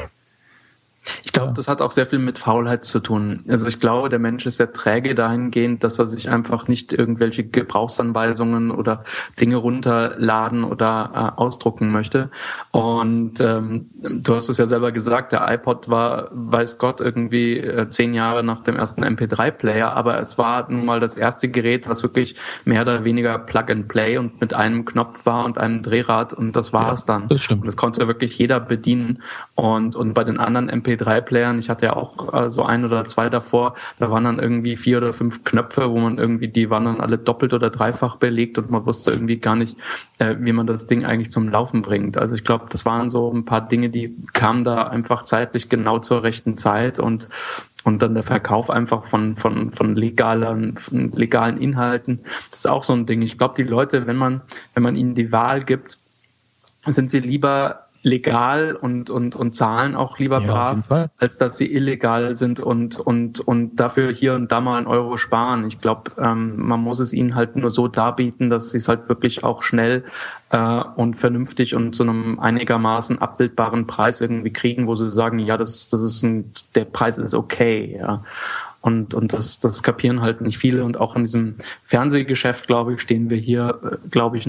Ich glaube, das hat auch sehr viel mit Faulheit zu tun. Also ich glaube, der Mensch ist sehr träge dahingehend, dass er sich einfach nicht irgendwelche Gebrauchsanweisungen oder Dinge runterladen oder ausdrucken möchte. Und du hast es ja selber gesagt, der iPod war, weiß Gott, irgendwie 10 Jahre nach dem ersten MP3-Player, aber es war nun mal das erste Gerät, was wirklich mehr oder weniger Plug-and-Play und mit einem Knopf war und einem Drehrad und das war es dann. Das stimmt. Und das konnte wirklich jeder bedienen. Und bei den anderen MP3-Playern, ich hatte ja auch so 1 oder 2 davor, da waren dann irgendwie 4 oder 5 Knöpfe, wo man irgendwie, die waren dann alle doppelt oder dreifach belegt und man wusste irgendwie gar nicht, wie man das Ding eigentlich zum Laufen bringt. Also ich glaube, das waren so ein paar Dinge, die kamen da einfach zeitlich genau zur rechten Zeit und dann der Verkauf einfach von legalen Inhalten. Das ist auch so ein Ding. Ich glaube, die Leute, wenn man ihnen die Wahl gibt, sind sie lieber legal und zahlen auch lieber brav, als dass sie illegal sind und dafür hier und da mal einen Euro sparen. Ich glaube, man muss es ihnen halt nur so darbieten, dass sie es halt wirklich auch schnell und vernünftig und zu einem einigermaßen abbildbaren Preis irgendwie kriegen, wo sie sagen, ja, das ist der Preis ist okay, ja. Und das kapieren halt nicht viele. Und auch in diesem Fernsehgeschäft, glaube ich, stehen wir hier,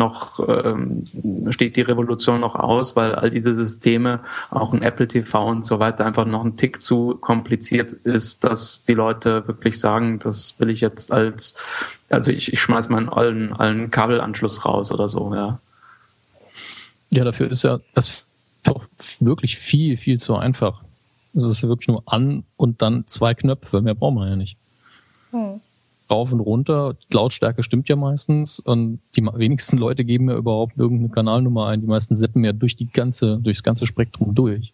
steht die Revolution noch aus, weil all diese Systeme, auch ein Apple TV und so weiter, einfach noch ein Tick zu kompliziert ist, dass die Leute wirklich sagen, das will ich jetzt ich schmeiß meinen allen Kabelanschluss raus oder so, ja. Ja, dafür ist ja das auch wirklich viel, viel zu einfach. Es ist ja wirklich nur an und dann 2 Knöpfe. Mehr braucht man ja nicht. Rauf und runter. Lautstärke stimmt ja meistens. Und die wenigsten Leute geben ja überhaupt irgendeine Kanalnummer ein. Die meisten zappen ja durchs ganze Spektrum durch.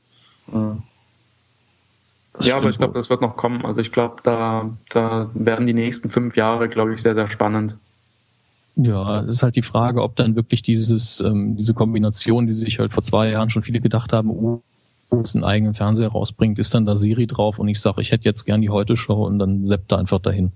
Ja, aber ich glaube, das wird noch kommen. Also ich glaube, da werden die nächsten 5 Jahre, glaube ich, sehr, sehr spannend. Ja, es ist halt die Frage, ob dann wirklich diese Kombination, die sich halt vor 2 Jahren schon viele gedacht haben, einen eigenen Fernseher rausbringt, ist dann da Siri drauf und ich sage, ich hätte jetzt gern die Heute-Show und dann zappt er einfach dahin.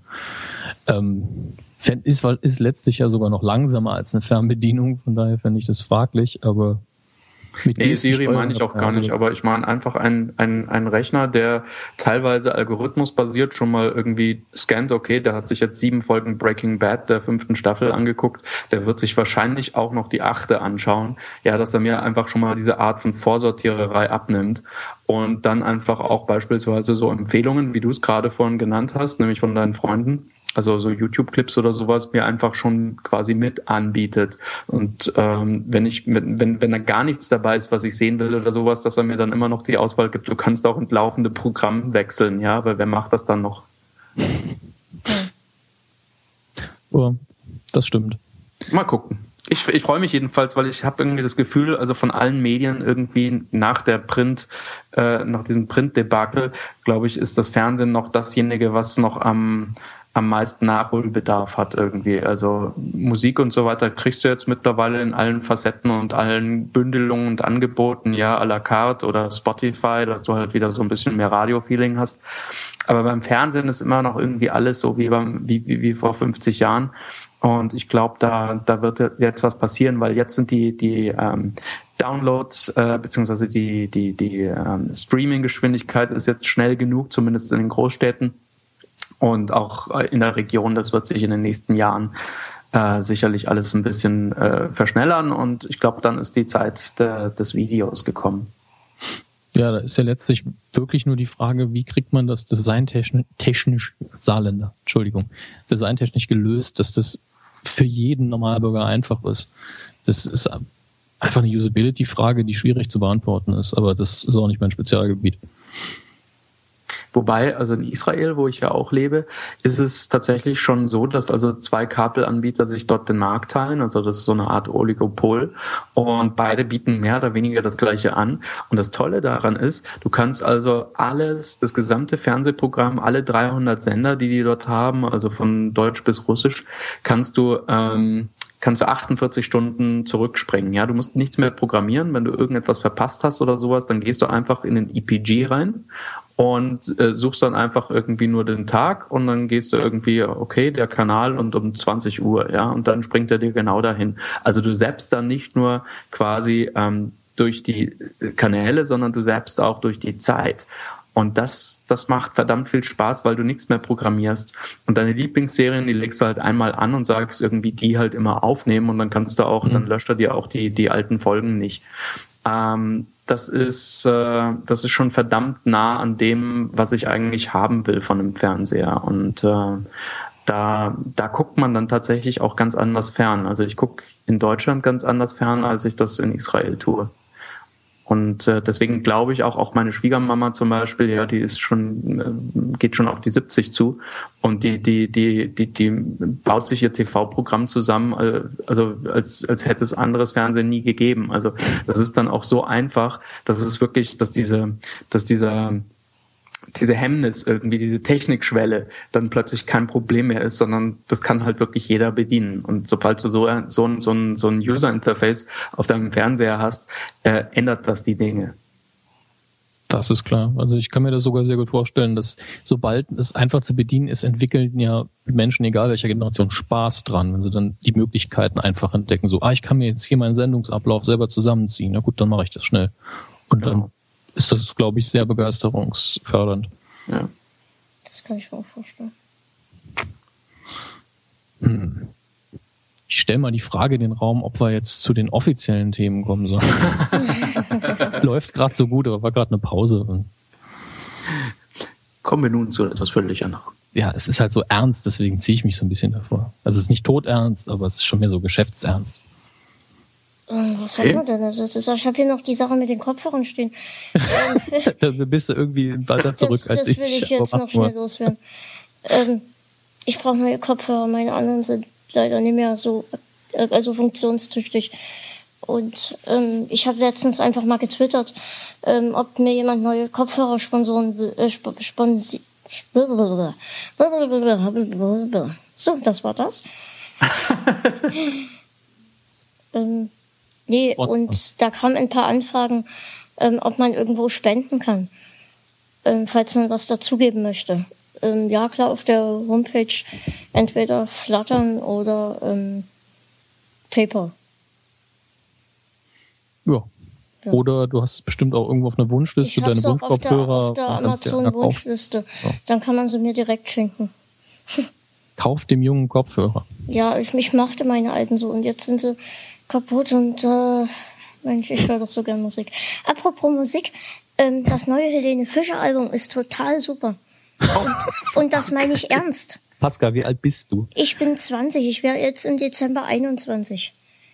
Ist letztlich ja sogar noch langsamer als eine Fernbedienung, von daher fände ich das fraglich, aber Nee, Siri meine ich auch gar nicht, aber ich meine einfach ein Rechner, der teilweise algorithmusbasiert schon mal irgendwie scannt, okay, der hat sich jetzt 7 Folgen Breaking Bad der 5. Staffel angeguckt, der wird sich wahrscheinlich auch noch die 8. anschauen, ja, dass er mir einfach schon mal diese Art von Vorsortiererei abnimmt und dann einfach auch beispielsweise so Empfehlungen, wie du es gerade vorhin genannt hast, nämlich von deinen Freunden, also so YouTube-Clips oder sowas, mir einfach schon quasi mit anbietet. Und wenn da gar nichts dabei ist, was ich sehen will oder sowas, dass er mir dann immer noch die Auswahl gibt, du kannst auch ins laufende Programm wechseln, ja, weil wer macht das dann noch? Ja, das stimmt. Mal gucken. Ich freue mich jedenfalls, weil ich habe irgendwie das Gefühl, also von allen Medien irgendwie nach diesem Print-Debakel, glaube ich, ist das Fernsehen noch dasjenige, was noch am am meisten Nachholbedarf hat irgendwie. Also Musik und so weiter kriegst du jetzt mittlerweile in allen Facetten und allen Bündelungen und Angeboten, ja, à la carte oder Spotify, dass du halt wieder so ein bisschen mehr Radio-Feeling hast. Aber beim Fernsehen ist immer noch irgendwie alles so wie vor 50 Jahren. Und ich glaube, da wird jetzt was passieren, weil jetzt sind die Downloads beziehungsweise die Streaming-Geschwindigkeit ist jetzt schnell genug, zumindest in den Großstädten und auch in der Region. Das wird sich in den nächsten Jahren sicherlich alles ein bisschen verschnellern und ich glaube, dann ist die Zeit des Videos gekommen. Ja, da ist ja letztlich wirklich nur die Frage, wie kriegt man das designtechnisch gelöst, dass das für jeden Normalbürger einfach ist. Das ist einfach eine Usability-Frage, die schwierig zu beantworten ist, aber das ist auch nicht mein Spezialgebiet. Wobei, also in Israel, wo ich ja auch lebe, ist es tatsächlich schon so, dass also 2 Kabelanbieter sich dort den Markt teilen. Also das ist so eine Art Oligopol. Und beide bieten mehr oder weniger das Gleiche an. Und das Tolle daran ist, du kannst also das gesamte Fernsehprogramm, alle 300 Sender, die dort haben, also von Deutsch bis Russisch, kannst du 48 Stunden zurückspringen. Ja, du musst nichts mehr programmieren. Wenn du irgendetwas verpasst hast oder sowas, dann gehst du einfach in den EPG rein und suchst dann einfach irgendwie nur den Tag und dann gehst du irgendwie, okay, der Kanal und um 20 Uhr, ja, und dann springt er dir genau dahin. Also du zappst dann nicht nur quasi durch die Kanäle, sondern du zappst auch durch die Zeit. Und das macht verdammt viel Spaß, weil du nichts mehr programmierst. Und deine Lieblingsserien, die legst du halt einmal an und sagst irgendwie die halt immer aufnehmen und dann kannst du auch, dann löscht er dir auch die alten Folgen nicht. Das ist schon verdammt nah an dem, was ich eigentlich haben will von einem Fernseher. Und da guckt man dann tatsächlich auch ganz anders fern. Also ich gucke in Deutschland ganz anders fern, als ich das in Israel tue. Und deswegen glaube ich auch meine Schwiegermama zum Beispiel, ja, die ist geht schon auf die 70 zu und die baut sich ihr TV-Programm zusammen, also als hätte es anderes Fernsehen nie gegeben. Also das ist dann auch so einfach, dass es wirklich, dass diese Hemmnis irgendwie, diese Technikschwelle dann plötzlich kein Problem mehr ist, sondern das kann halt wirklich jeder bedienen. Und sobald du so ein User-Interface auf deinem Fernseher hast, ändert das die Dinge. Das ist klar. Also ich kann mir das sogar sehr gut vorstellen, dass sobald es einfach zu bedienen ist, entwickeln ja Menschen, egal welcher Generation, Spaß dran, wenn sie dann die Möglichkeiten einfach entdecken. So, ich kann mir jetzt hier meinen Sendungsablauf selber zusammenziehen. Na gut, dann mache ich das schnell. Und dann ist das, glaube ich, sehr begeisterungsfördernd. Ja. Das kann ich mir auch vorstellen. Ich stelle mal die Frage in den Raum, ob wir jetzt zu den offiziellen Themen kommen sollen. Läuft gerade so gut, aber war gerade eine Pause. Kommen wir nun zu etwas völlig anderem. Ja, es ist halt so ernst, deswegen ziehe ich mich so ein bisschen davor. Also es ist nicht todernst, aber es ist schon mehr so geschäftsernst. Was haben wir denn? Also, ich habe hier noch die Sache mit den Kopfhörern stehen. Da bist du irgendwie weiter zurück als ich. Das will ich jetzt noch schnell loswerden. Ich brauche neue Kopfhörer, meine anderen sind leider nicht mehr so funktionstüchtig. Und ich hatte letztens einfach mal getwittert, ob mir jemand neue Kopfhörer sponsoren will. So, das war das. Nee, und da kamen ein paar Anfragen, ob man irgendwo spenden kann, falls man was dazugeben möchte. Ja, klar, auf der Homepage entweder Flattern oder PayPal. Ja. Oder du hast bestimmt auch irgendwo auf einer Wunschliste deine Wunschkopfhörer. Auf der Amazon-Wunschliste. Ja. Dann kann man sie mir direkt schenken. Kauf dem Jungen Kopfhörer. Ja, ich mochte meine alten so und jetzt sind sie kaputt und Mensch, ich höre doch so gern Musik. Apropos Musik, das neue Helene Fischer Album ist total super. Und das meine ich ernst. Pascal, wie alt bist du? Ich bin 20, ich werde jetzt im Dezember 21.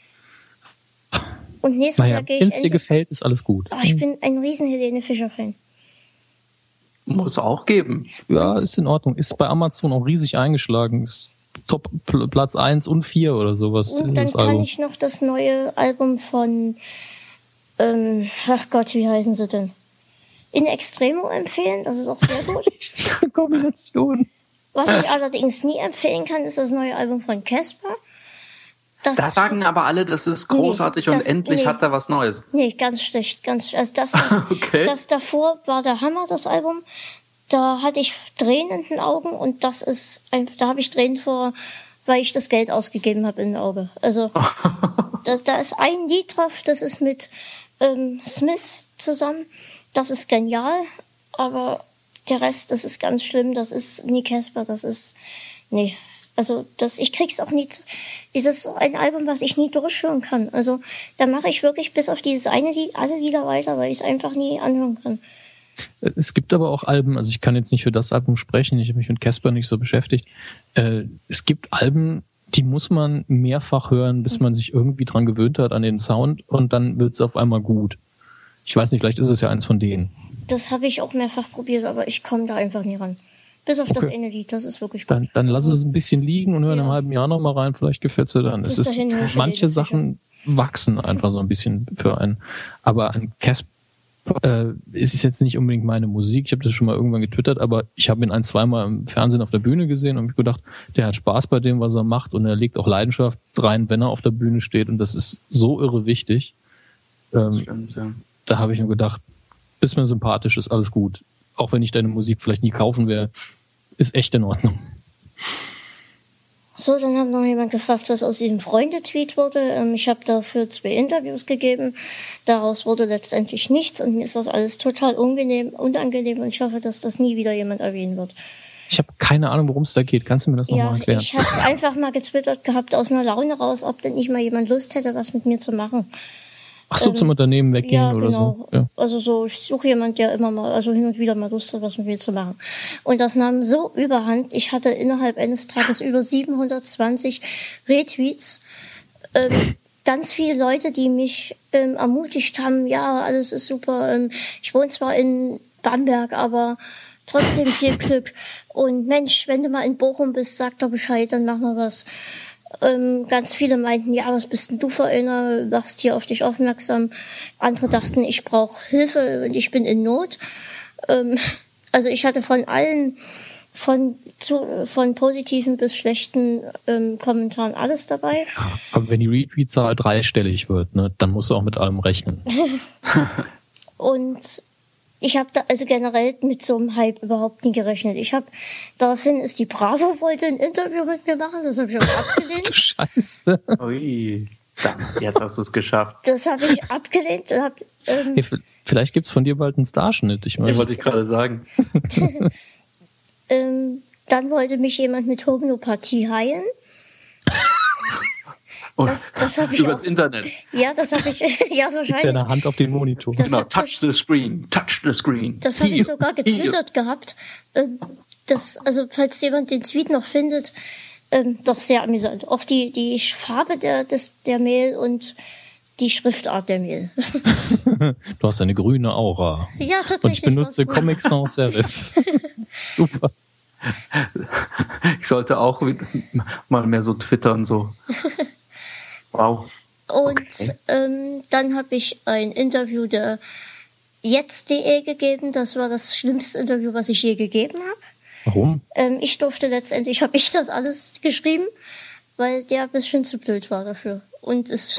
Und nächstes Jahr gehe ich... Wenn es dir gefällt, ist alles gut. Ich bin ein riesen Helene Fischer Fan. Muss auch geben. Ja, ist in Ordnung. Ist bei Amazon auch riesig eingeschlagen. Ist Top Platz 1 und 4 oder sowas. Und dann kann ich noch das neue Album von, ach Gott, wie heißen sie denn? In Extremo empfehlen, das ist auch sehr gut. Das ist eine Kombination. Was ich allerdings nie empfehlen kann, ist das neue Album von Casper. Da sagen aber alle, das ist großartig und endlich hat er was Neues. Nee, ganz schlecht. Also okay. Das davor war der Hammer, das Album. Da hatte ich Tränen in den Augen und da habe ich Tränen vor, weil ich das Geld ausgegeben habe in den Augen. Also da ist ein Lied drauf, das ist mit Smith zusammen. Das ist genial, aber der Rest, das ist ganz schlimm. Das ist nie Casper, nee. Also ich krieg's auch nie. Dieses ein Album, was ich nie durchhören kann. Also da mache ich wirklich bis auf dieses eine Lied alle Lieder weiter, weil ich es einfach nie anhören kann. Es gibt aber auch Alben, also ich kann jetzt nicht für das Album sprechen, ich habe mich mit Casper nicht so beschäftigt. Es gibt Alben, die muss man mehrfach hören, bis man sich irgendwie dran gewöhnt hat an den Sound und dann wird's auf einmal gut. Ich weiß nicht, vielleicht ist es ja eins von denen. Das habe ich auch mehrfach probiert, aber ich komme da einfach nie ran. Bis auf das eine Lied, das ist wirklich gut. Dann lass es ein bisschen liegen und hör in einem halben Jahr noch mal rein, vielleicht gefällt's dir dann. Manche Sachen wachsen einfach so ein bisschen für einen. Aber ein Casper ist jetzt nicht unbedingt meine Musik. Ich habe das schon mal irgendwann getwittert, aber ich habe ihn 1-2 Mal im Fernsehen auf der Bühne gesehen und mich gedacht, der hat Spaß bei dem, was er macht und er legt auch Leidenschaft rein, wenn er auf der Bühne steht und das ist so irre wichtig. Stimmt, ja. Da habe ich mir gedacht, bist mir sympathisch, ist alles gut. Auch wenn ich deine Musik vielleicht nie kaufen werde, ist echt in Ordnung. So, dann hat noch jemand gefragt, was aus diesem Freunde-Tweet wurde. Ich habe dafür 2 Interviews gegeben. Daraus wurde letztendlich nichts und mir ist das alles total unangenehm und ich hoffe, dass das nie wieder jemand erwähnen wird. Ich habe keine Ahnung, worum es da geht. Kannst du mir das nochmal erklären? Ich habe einfach mal getwittert gehabt aus einer Laune raus, ob denn nicht mal jemand Lust hätte, was mit mir zu machen. Ach so, zum Unternehmen weggehen ja, oder genau. so? Ja. Also so, ich suche jemand, der immer mal, also hin und wieder mal Lust hat, was mit mir zu machen. Und das nahm so überhand. Ich hatte innerhalb eines Tages über 720 Retweets. Ganz viele Leute, die mich ermutigt haben, ja, alles ist super. Ich wohne zwar in Bamberg, aber trotzdem viel Glück. Und Mensch, wenn du mal in Bochum bist, sag doch Bescheid, dann machen wir was. Ganz viele meinten, ja, was bist denn du für einer, machst hier auf dich aufmerksam. Andere dachten, ich brauche Hilfe und ich bin in Not. Also ich hatte von allen, von positiven bis schlechten Kommentaren alles dabei. Ja, aber wenn die Retweet-Zahl dreistellig wird, ne, dann musst du auch mit allem rechnen. Und ich habe da also generell mit so einem Hype überhaupt nie gerechnet. Daraufhin ist die Bravo wollte ein Interview mit mir machen, das habe ich auch abgelehnt. Du Scheiße. Ui, jetzt hast du es geschafft. Das habe ich abgelehnt. Hey, vielleicht gibt's von dir bald einen Starschnitt. Ich wollte ich gerade sagen. Dann wollte mich jemand mit Homöopathie heilen. Das habe ich übers Internet. Ja, das habe ich, ja, wahrscheinlich. Mit deiner Hand auf den Monitor. Genau, touch the screen. Das habe ich sogar getwittert gehabt. Also, falls jemand den Tweet noch findet, doch sehr amüsant. Auch die Farbe der Mail und die Schriftart der Mail. Du hast eine grüne Aura. Ja, tatsächlich. Und ich benutze Comic Sans Serif. Super. Ich sollte auch mal mehr so twittern, so. Wow. Und okay. Dann habe ich ein Interview der jetzt.de gegeben. Das war das schlimmste Interview, was ich je gegeben habe. Warum? Ich durfte letztendlich, habe ich das alles geschrieben, weil der ein bisschen zu blöd war dafür. Und es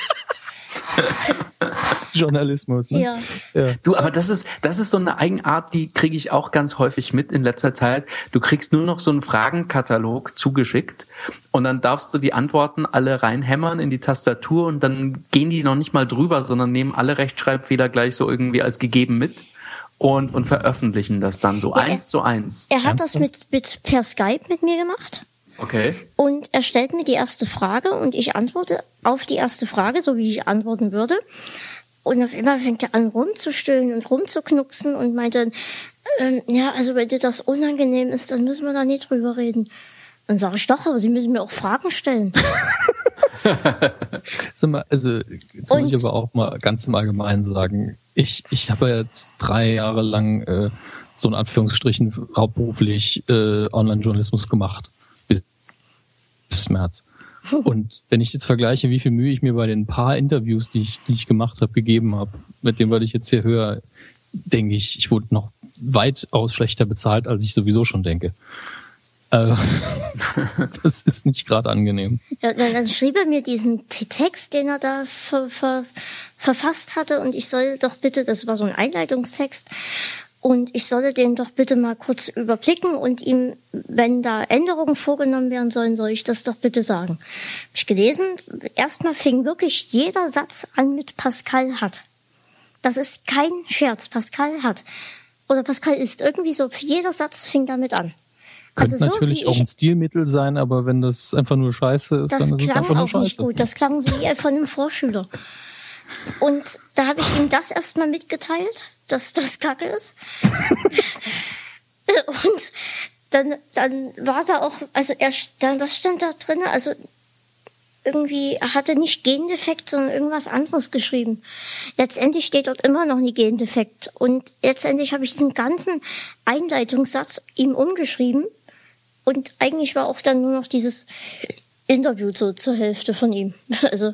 Journalismus, ne? Ja. Du, aber das ist so eine Eigenart, die kriege ich auch ganz häufig mit in letzter Zeit. Du kriegst nur noch so einen Fragenkatalog zugeschickt und dann darfst du die Antworten alle reinhämmern in die Tastatur und dann gehen die noch nicht mal drüber, sondern nehmen alle Rechtschreibfehler gleich so irgendwie als gegeben mit und veröffentlichen das dann so 1:1. Er hat das mit per Skype mit mir gemacht. Okay. Und er stellt mir die erste Frage und ich antworte auf die erste Frage, so wie ich antworten würde. Und auf einmal fängt er an rumzustöhnen und rumzuknucksen und meinte, ja, also wenn dir das unangenehm ist, dann müssen wir da nicht drüber reden. Dann sage ich doch, aber Sie müssen mir auch Fragen stellen. Sag mal, also jetzt muss ich aber auch mal ganz im Allgemeinen sagen, ich habe ja jetzt 3 Jahre lang so in Anführungsstrichen hauptberuflich Online-Journalismus gemacht. Bis März. Und wenn ich jetzt vergleiche, wie viel Mühe ich mir bei den paar Interviews, die ich gemacht habe, gegeben habe, mit dem, was ich jetzt hier höre, denke ich, ich wurde noch weitaus schlechter bezahlt, als ich sowieso schon denke. Das ist nicht gerade angenehm. Ja, dann schrieb er mir diesen Text, den er da verfasst hatte, und ich soll doch bitte, das war so ein Einleitungstext, und ich solle den doch bitte mal kurz überblicken und ihm, wenn da Änderungen vorgenommen werden sollen, soll ich das doch bitte sagen. Hab ich gelesen, erstmal fing wirklich jeder Satz an mit Pascal hat. Das ist kein Scherz, Pascal hat. Oder Pascal ist irgendwie so, jeder Satz fing damit an. Könnte also so natürlich auch ein Stilmittel sein, aber wenn das einfach nur Scheiße ist, dann ist es einfach nur Scheiße. Das klang auch nicht gut, das klang so wie von einem Vorschüler. Und da habe ich ihm das erstmal mitgeteilt, dass das Kacke ist. Und dann war da auch, also was stand da drin? Also irgendwie, er hatte nicht Gendefekt, sondern irgendwas anderes geschrieben. Letztendlich steht dort immer noch nie Gendefekt. Und letztendlich habe ich diesen ganzen Einleitungssatz ihm umgeschrieben. Und eigentlich war auch dann nur noch dieses Interview so zur Hälfte von ihm. Also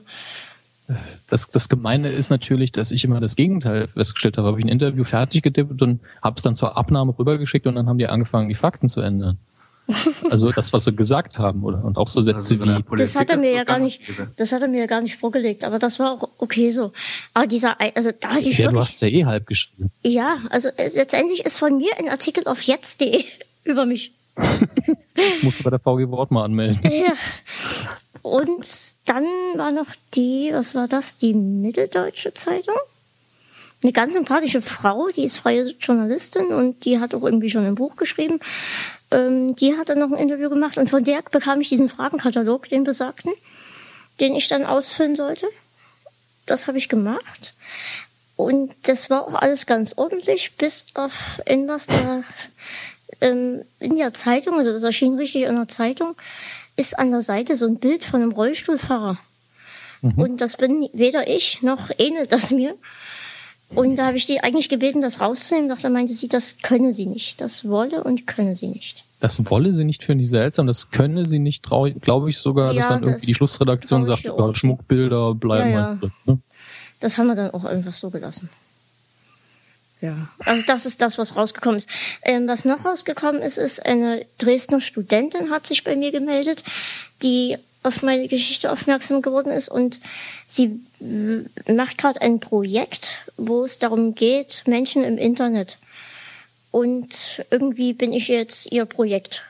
das Gemeine ist natürlich, dass ich immer das Gegenteil festgestellt habe. Habe ich ein Interview fertig getippt und habe es dann zur Abnahme rübergeschickt und dann haben die angefangen, die Fakten zu ändern. Also das, was sie gesagt haben, oder? Und auch so Sätze wie... Das hat er mir ja gar nicht vorgelegt, aber das war auch okay so. Aber du hast ja eh halb geschrieben. Ja, also letztendlich ist von mir ein Artikel auf jetzt.de über mich. Musst du bei der VG Wort mal anmelden. Ja. Und dann war noch die Mitteldeutsche Zeitung. Eine ganz sympathische Frau, die ist freie Journalistin und die hat auch irgendwie schon ein Buch geschrieben. Die hat dann noch ein Interview gemacht und von der bekam ich diesen Fragenkatalog, den besagten, den ich dann ausfüllen sollte. Das habe ich gemacht. Und das war auch alles ganz ordentlich, bis auf etwas da in der Zeitung, also das erschien richtig in der Zeitung, ist an der Seite so ein Bild von einem Rollstuhlfahrer. Mhm. Und das bin weder ich, noch ähnelt das mir. Und da habe ich die eigentlich gebeten, das rauszunehmen. Doch da meinte sie, das könne sie nicht. Das wolle und könne sie nicht. Das wolle sie nicht, finde ich seltsam. Das könne sie nicht, glaube ich sogar, dass dann irgendwie die Schlussredaktion sagt, Schmuckbilder bleiben halt drin. Ne? Das haben wir dann auch einfach so gelassen. Ja, also das ist das, was rausgekommen ist. Was noch rausgekommen ist eine Dresdner Studentin hat sich bei mir gemeldet, die auf meine Geschichte aufmerksam geworden ist und sie macht gerade ein Projekt, wo es darum geht, Menschen im Internet. Und irgendwie bin ich jetzt ihr Projekt.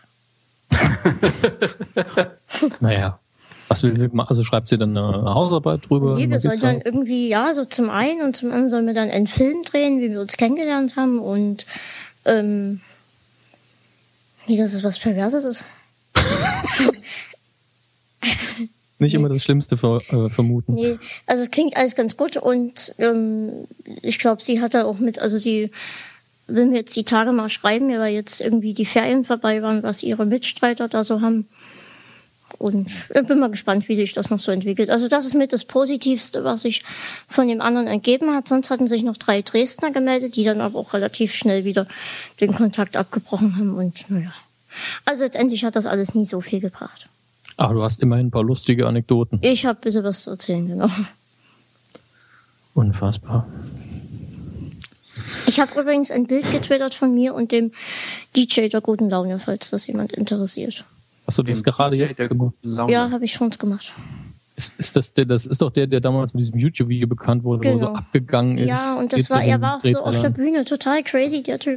Naja. Was will sie machen? Also schreibt sie dann eine Hausarbeit drüber? Nee, wir sollen dann irgendwie, so zum einen und zum anderen sollen wir dann einen Film drehen, wie wir uns kennengelernt haben und wie das ist was Perverses ist. Nicht immer das Schlimmste vermuten. Nee, also klingt alles ganz gut und ich glaube, sie hat da auch sie will mir jetzt die Tage mal schreiben, weil jetzt irgendwie die Ferien vorbei waren, was ihre Mitstreiter da so haben. Und ich bin mal gespannt, wie sich das noch so entwickelt. Also das ist mit das Positivste, was sich von dem anderen ergeben hat. Sonst hatten sich noch 3 Dresdner gemeldet, die dann aber auch relativ schnell wieder den Kontakt abgebrochen haben. Und naja, also letztendlich hat das alles nie so viel gebracht. Aber du hast immerhin ein paar lustige Anekdoten. Ich habe ein bisschen was zu erzählen, genau. Unfassbar. Ich habe übrigens ein Bild getwittert von mir und dem DJ der guten Laune, falls das jemand interessiert. Hast du das gerade jetzt gemacht? Ja, habe ich schon gemacht. Ist das ist doch der damals mit diesem YouTube-Video bekannt wurde, genau. Wo er so abgegangen ist. Ja, und er war auch so auf der Bühne, total crazy, der Typ.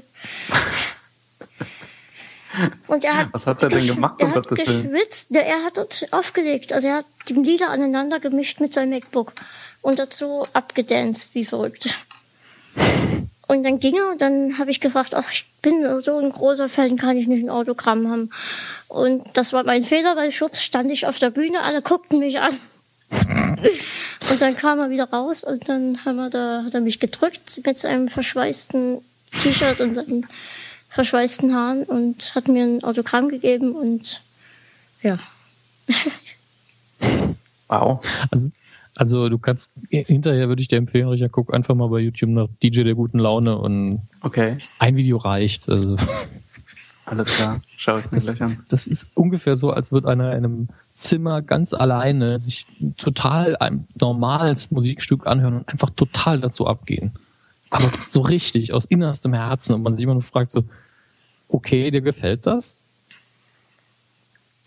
Und was hat er denn gemacht? Er hat geschwitzt, er hat dort aufgelegt. Also er hat die Lieder aneinander gemischt mit seinem MacBook und dazu abgedanced, wie verrückt. Und dann ging er und dann habe ich gefragt, ich bin so ein großer Fan, kann ich nicht ein Autogramm haben? Und das war mein Fehler, weil schwupps stand ich auf der Bühne, alle guckten mich an. Und dann kam er wieder raus und dann hat er mich gedrückt mit seinem verschweißten T-Shirt und seinen verschweißten Haaren und hat mir ein Autogramm gegeben und ja. Wow. Also du kannst, hinterher würde ich dir empfehlen, Richard, guck einfach mal bei YouTube nach DJ der guten Laune und ein Video reicht. Also. Alles klar, schau ich mir gleich an. Das ist ungefähr so, als würde einer in einem Zimmer ganz alleine sich total ein normales Musikstück anhören und einfach total dazu abgehen. Aber so richtig, aus innerstem Herzen. Und man sich immer nur fragt so, okay, dir gefällt das?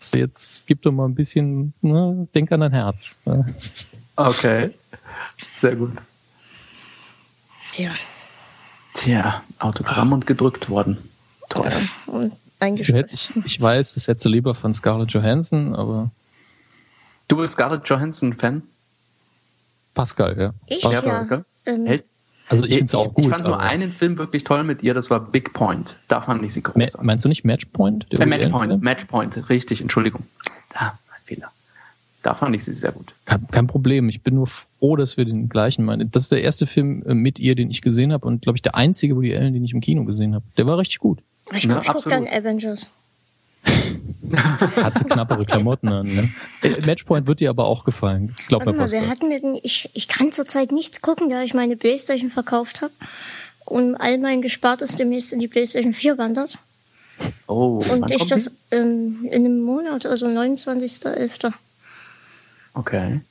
Jetzt gib doch mal ein bisschen, ne, denk an dein Herz. Okay, sehr gut. Ja. Tja, Autogramm und gedrückt worden. Toll. Ja, und eingeschlossen. Ich weiß, das hättest du lieber von Scarlett Johansson, aber... Du bist Scarlett Johansson-Fan? Pascal, ja. Ich, Pascal? Echt? Also ich finde es auch gut. Ich fand nur einen Film wirklich toll mit ihr, das war Big Point. Da fand ich sie großartig. Meinst du nicht Matchpoint? Matchpoint, richtig, Entschuldigung. Da, mein Fehler. Da fand ich sie sehr gut. Kein Problem, ich bin nur froh, dass wir den gleichen meinen. Das ist der erste Film mit ihr, den ich gesehen habe und, glaube ich, der einzige Woody Allen, den ich im Kino gesehen habe. Der war richtig gut. Ich gucke gerne Avengers. Hat sie knappere Klamotten an, ne? Matchpoint wird dir aber auch gefallen. Glaub mir, Pascal. Ich kann zurzeit nichts gucken, da ich meine Playstation verkauft habe und all mein Gespartes demnächst in die Playstation 4 wandert. Oh, und ich das in einem Monat, also 29.11. Okay.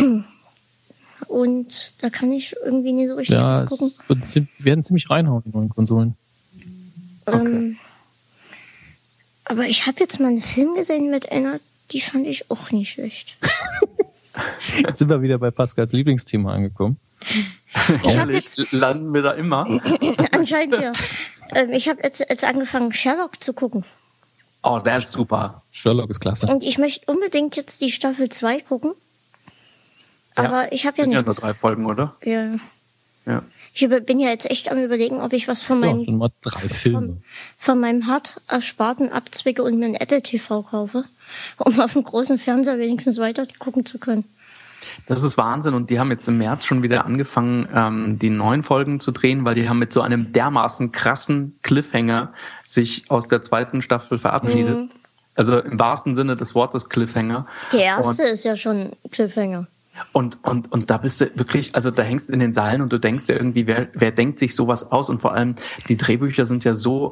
Und da kann ich irgendwie nicht so richtig was gucken. Ja, werden ziemlich reinhauen, die neuen Konsolen. Okay. Aber ich habe jetzt mal einen Film gesehen mit Anna, die fand ich auch nicht schlecht. Jetzt sind wir wieder bei Pascals Lieblingsthema angekommen. Landen wir da immer? Anscheinend ja. Ich habe jetzt angefangen, Sherlock zu gucken. Oh, der ist super. Sherlock ist klasse. Und ich möchte unbedingt jetzt die Staffel 2 gucken. Aber ich habe ja nichts. Sind ja nur 3 Folgen, oder? Ja. Ja. Ich bin ja jetzt echt am Überlegen, ob ich was von meinem, mal 3 Filme. Von meinem hart Ersparten abzwicke und mir ein Apple TV kaufe, um auf dem großen Fernseher wenigstens weiter gucken zu können. Das ist Wahnsinn und die haben jetzt im März schon wieder angefangen, die 9 Folgen zu drehen, weil die haben mit so einem dermaßen krassen Cliffhanger sich aus der 2. Staffel verabschiedet. Mhm. Also im wahrsten Sinne des Wortes Cliffhanger. Der erste ist ja schon Cliffhanger. Und da bist du wirklich, also da hängst du in den Seilen und du denkst ja irgendwie, wer denkt sich sowas aus? Und vor allem, die Drehbücher sind ja so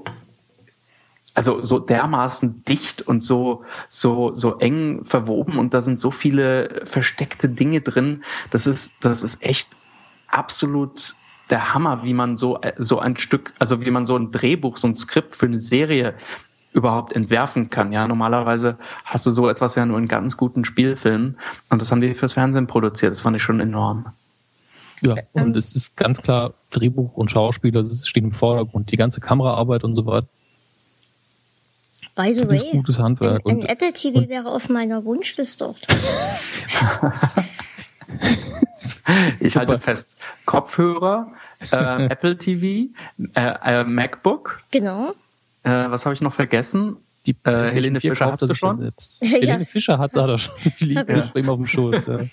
dermaßen dicht und so eng verwoben und da sind so viele versteckte Dinge drin. Das ist echt absolut der Hammer, wie man so ein Stück, also wie man so ein Drehbuch, so ein Skript für eine Serie überhaupt entwerfen kann. Ja, normalerweise hast du so etwas ja nur in ganz guten Spielfilmen und das haben die fürs Fernsehen produziert. Das fand ich schon enorm. Ja, und es ist ganz klar, Drehbuch und Schauspieler, das steht im Vordergrund. Die ganze Kameraarbeit und so weiter. By the way, gutes Handwerk. Ein Apple TV wäre auf meiner Wunschliste auch drin. Ich halte fest, Kopfhörer, Apple TV, MacBook. Genau. Was habe ich noch vergessen? Die Helene Fischer hast du schon? Helene Fischer hat da schon. Die liegt jetzt bei ihm auf dem Schoß. Ja.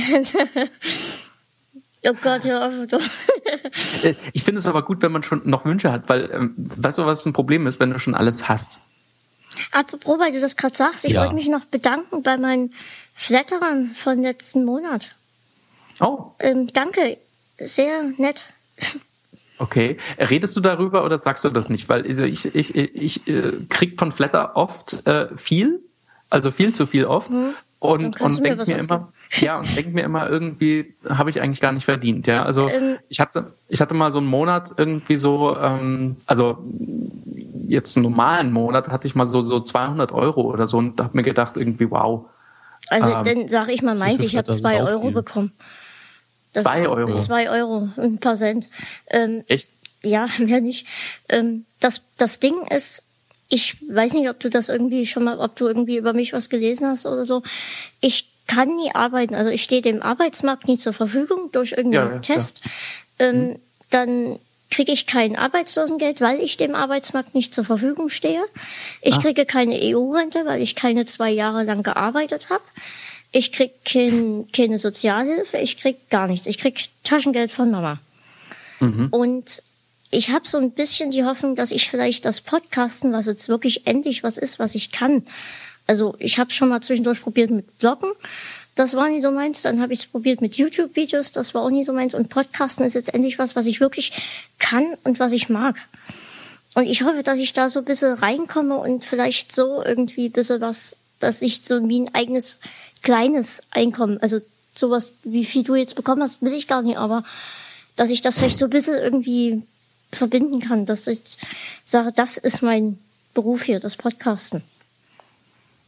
Oh Gott, hör auf. Ich finde es aber gut, wenn man schon noch Wünsche hat, weil, weißt du, was ein Problem ist, wenn du schon alles hast? Apropos, weil du das gerade sagst, ich wollte mich noch bedanken bei meinen Flatterern von letzten Monat. Oh. Danke, sehr nett. Okay. Redest du darüber oder sagst du das nicht? Weil ich krieg von Flatter oft viel zu viel oft und denke mir immer, denk mir immer, irgendwie habe ich eigentlich gar nicht verdient. Ja, also ich hatte mal so einen Monat irgendwie so, also jetzt einen normalen Monat hatte ich mal so 200 € oder so und habe mir gedacht irgendwie wow. Also dann sage ich mal meins, ich habe 2 € bekommen. 2 €? 2 € und ein paar Cent. Echt? Ja, mehr nicht. Das Ding ist, ich weiß nicht, ob du irgendwie über mich was gelesen hast oder so. Ich kann nie arbeiten, also ich stehe dem Arbeitsmarkt nie zur Verfügung durch irgendeinen Test. Dann kriege ich kein Arbeitslosengeld, weil ich dem Arbeitsmarkt nicht zur Verfügung stehe. Ich kriege keine EU-Rente, weil ich keine 2 Jahre lang gearbeitet habe. Ich krieg keine Sozialhilfe, ich krieg gar nichts. Ich krieg Taschengeld von Mama. Und ich habe so ein bisschen die Hoffnung, dass ich vielleicht das Podcasten, was jetzt wirklich endlich was ist, was ich kann. Also ich habe schon mal zwischendurch probiert mit Bloggen, das war nie so meins. Dann habe ich es probiert mit YouTube-Videos, das war auch nie so meins. Und Podcasten ist jetzt endlich was ich wirklich kann und was ich mag. Und ich hoffe, dass ich da so ein bisschen reinkomme und vielleicht so irgendwie ein bisschen was, dass ich so wie ein eigenes kleines Einkommen, also sowas, wie viel du jetzt bekommen hast, will ich gar nicht, aber dass ich das vielleicht so ein bisschen irgendwie verbinden kann, dass ich sage, das ist mein Beruf hier, das Podcasten.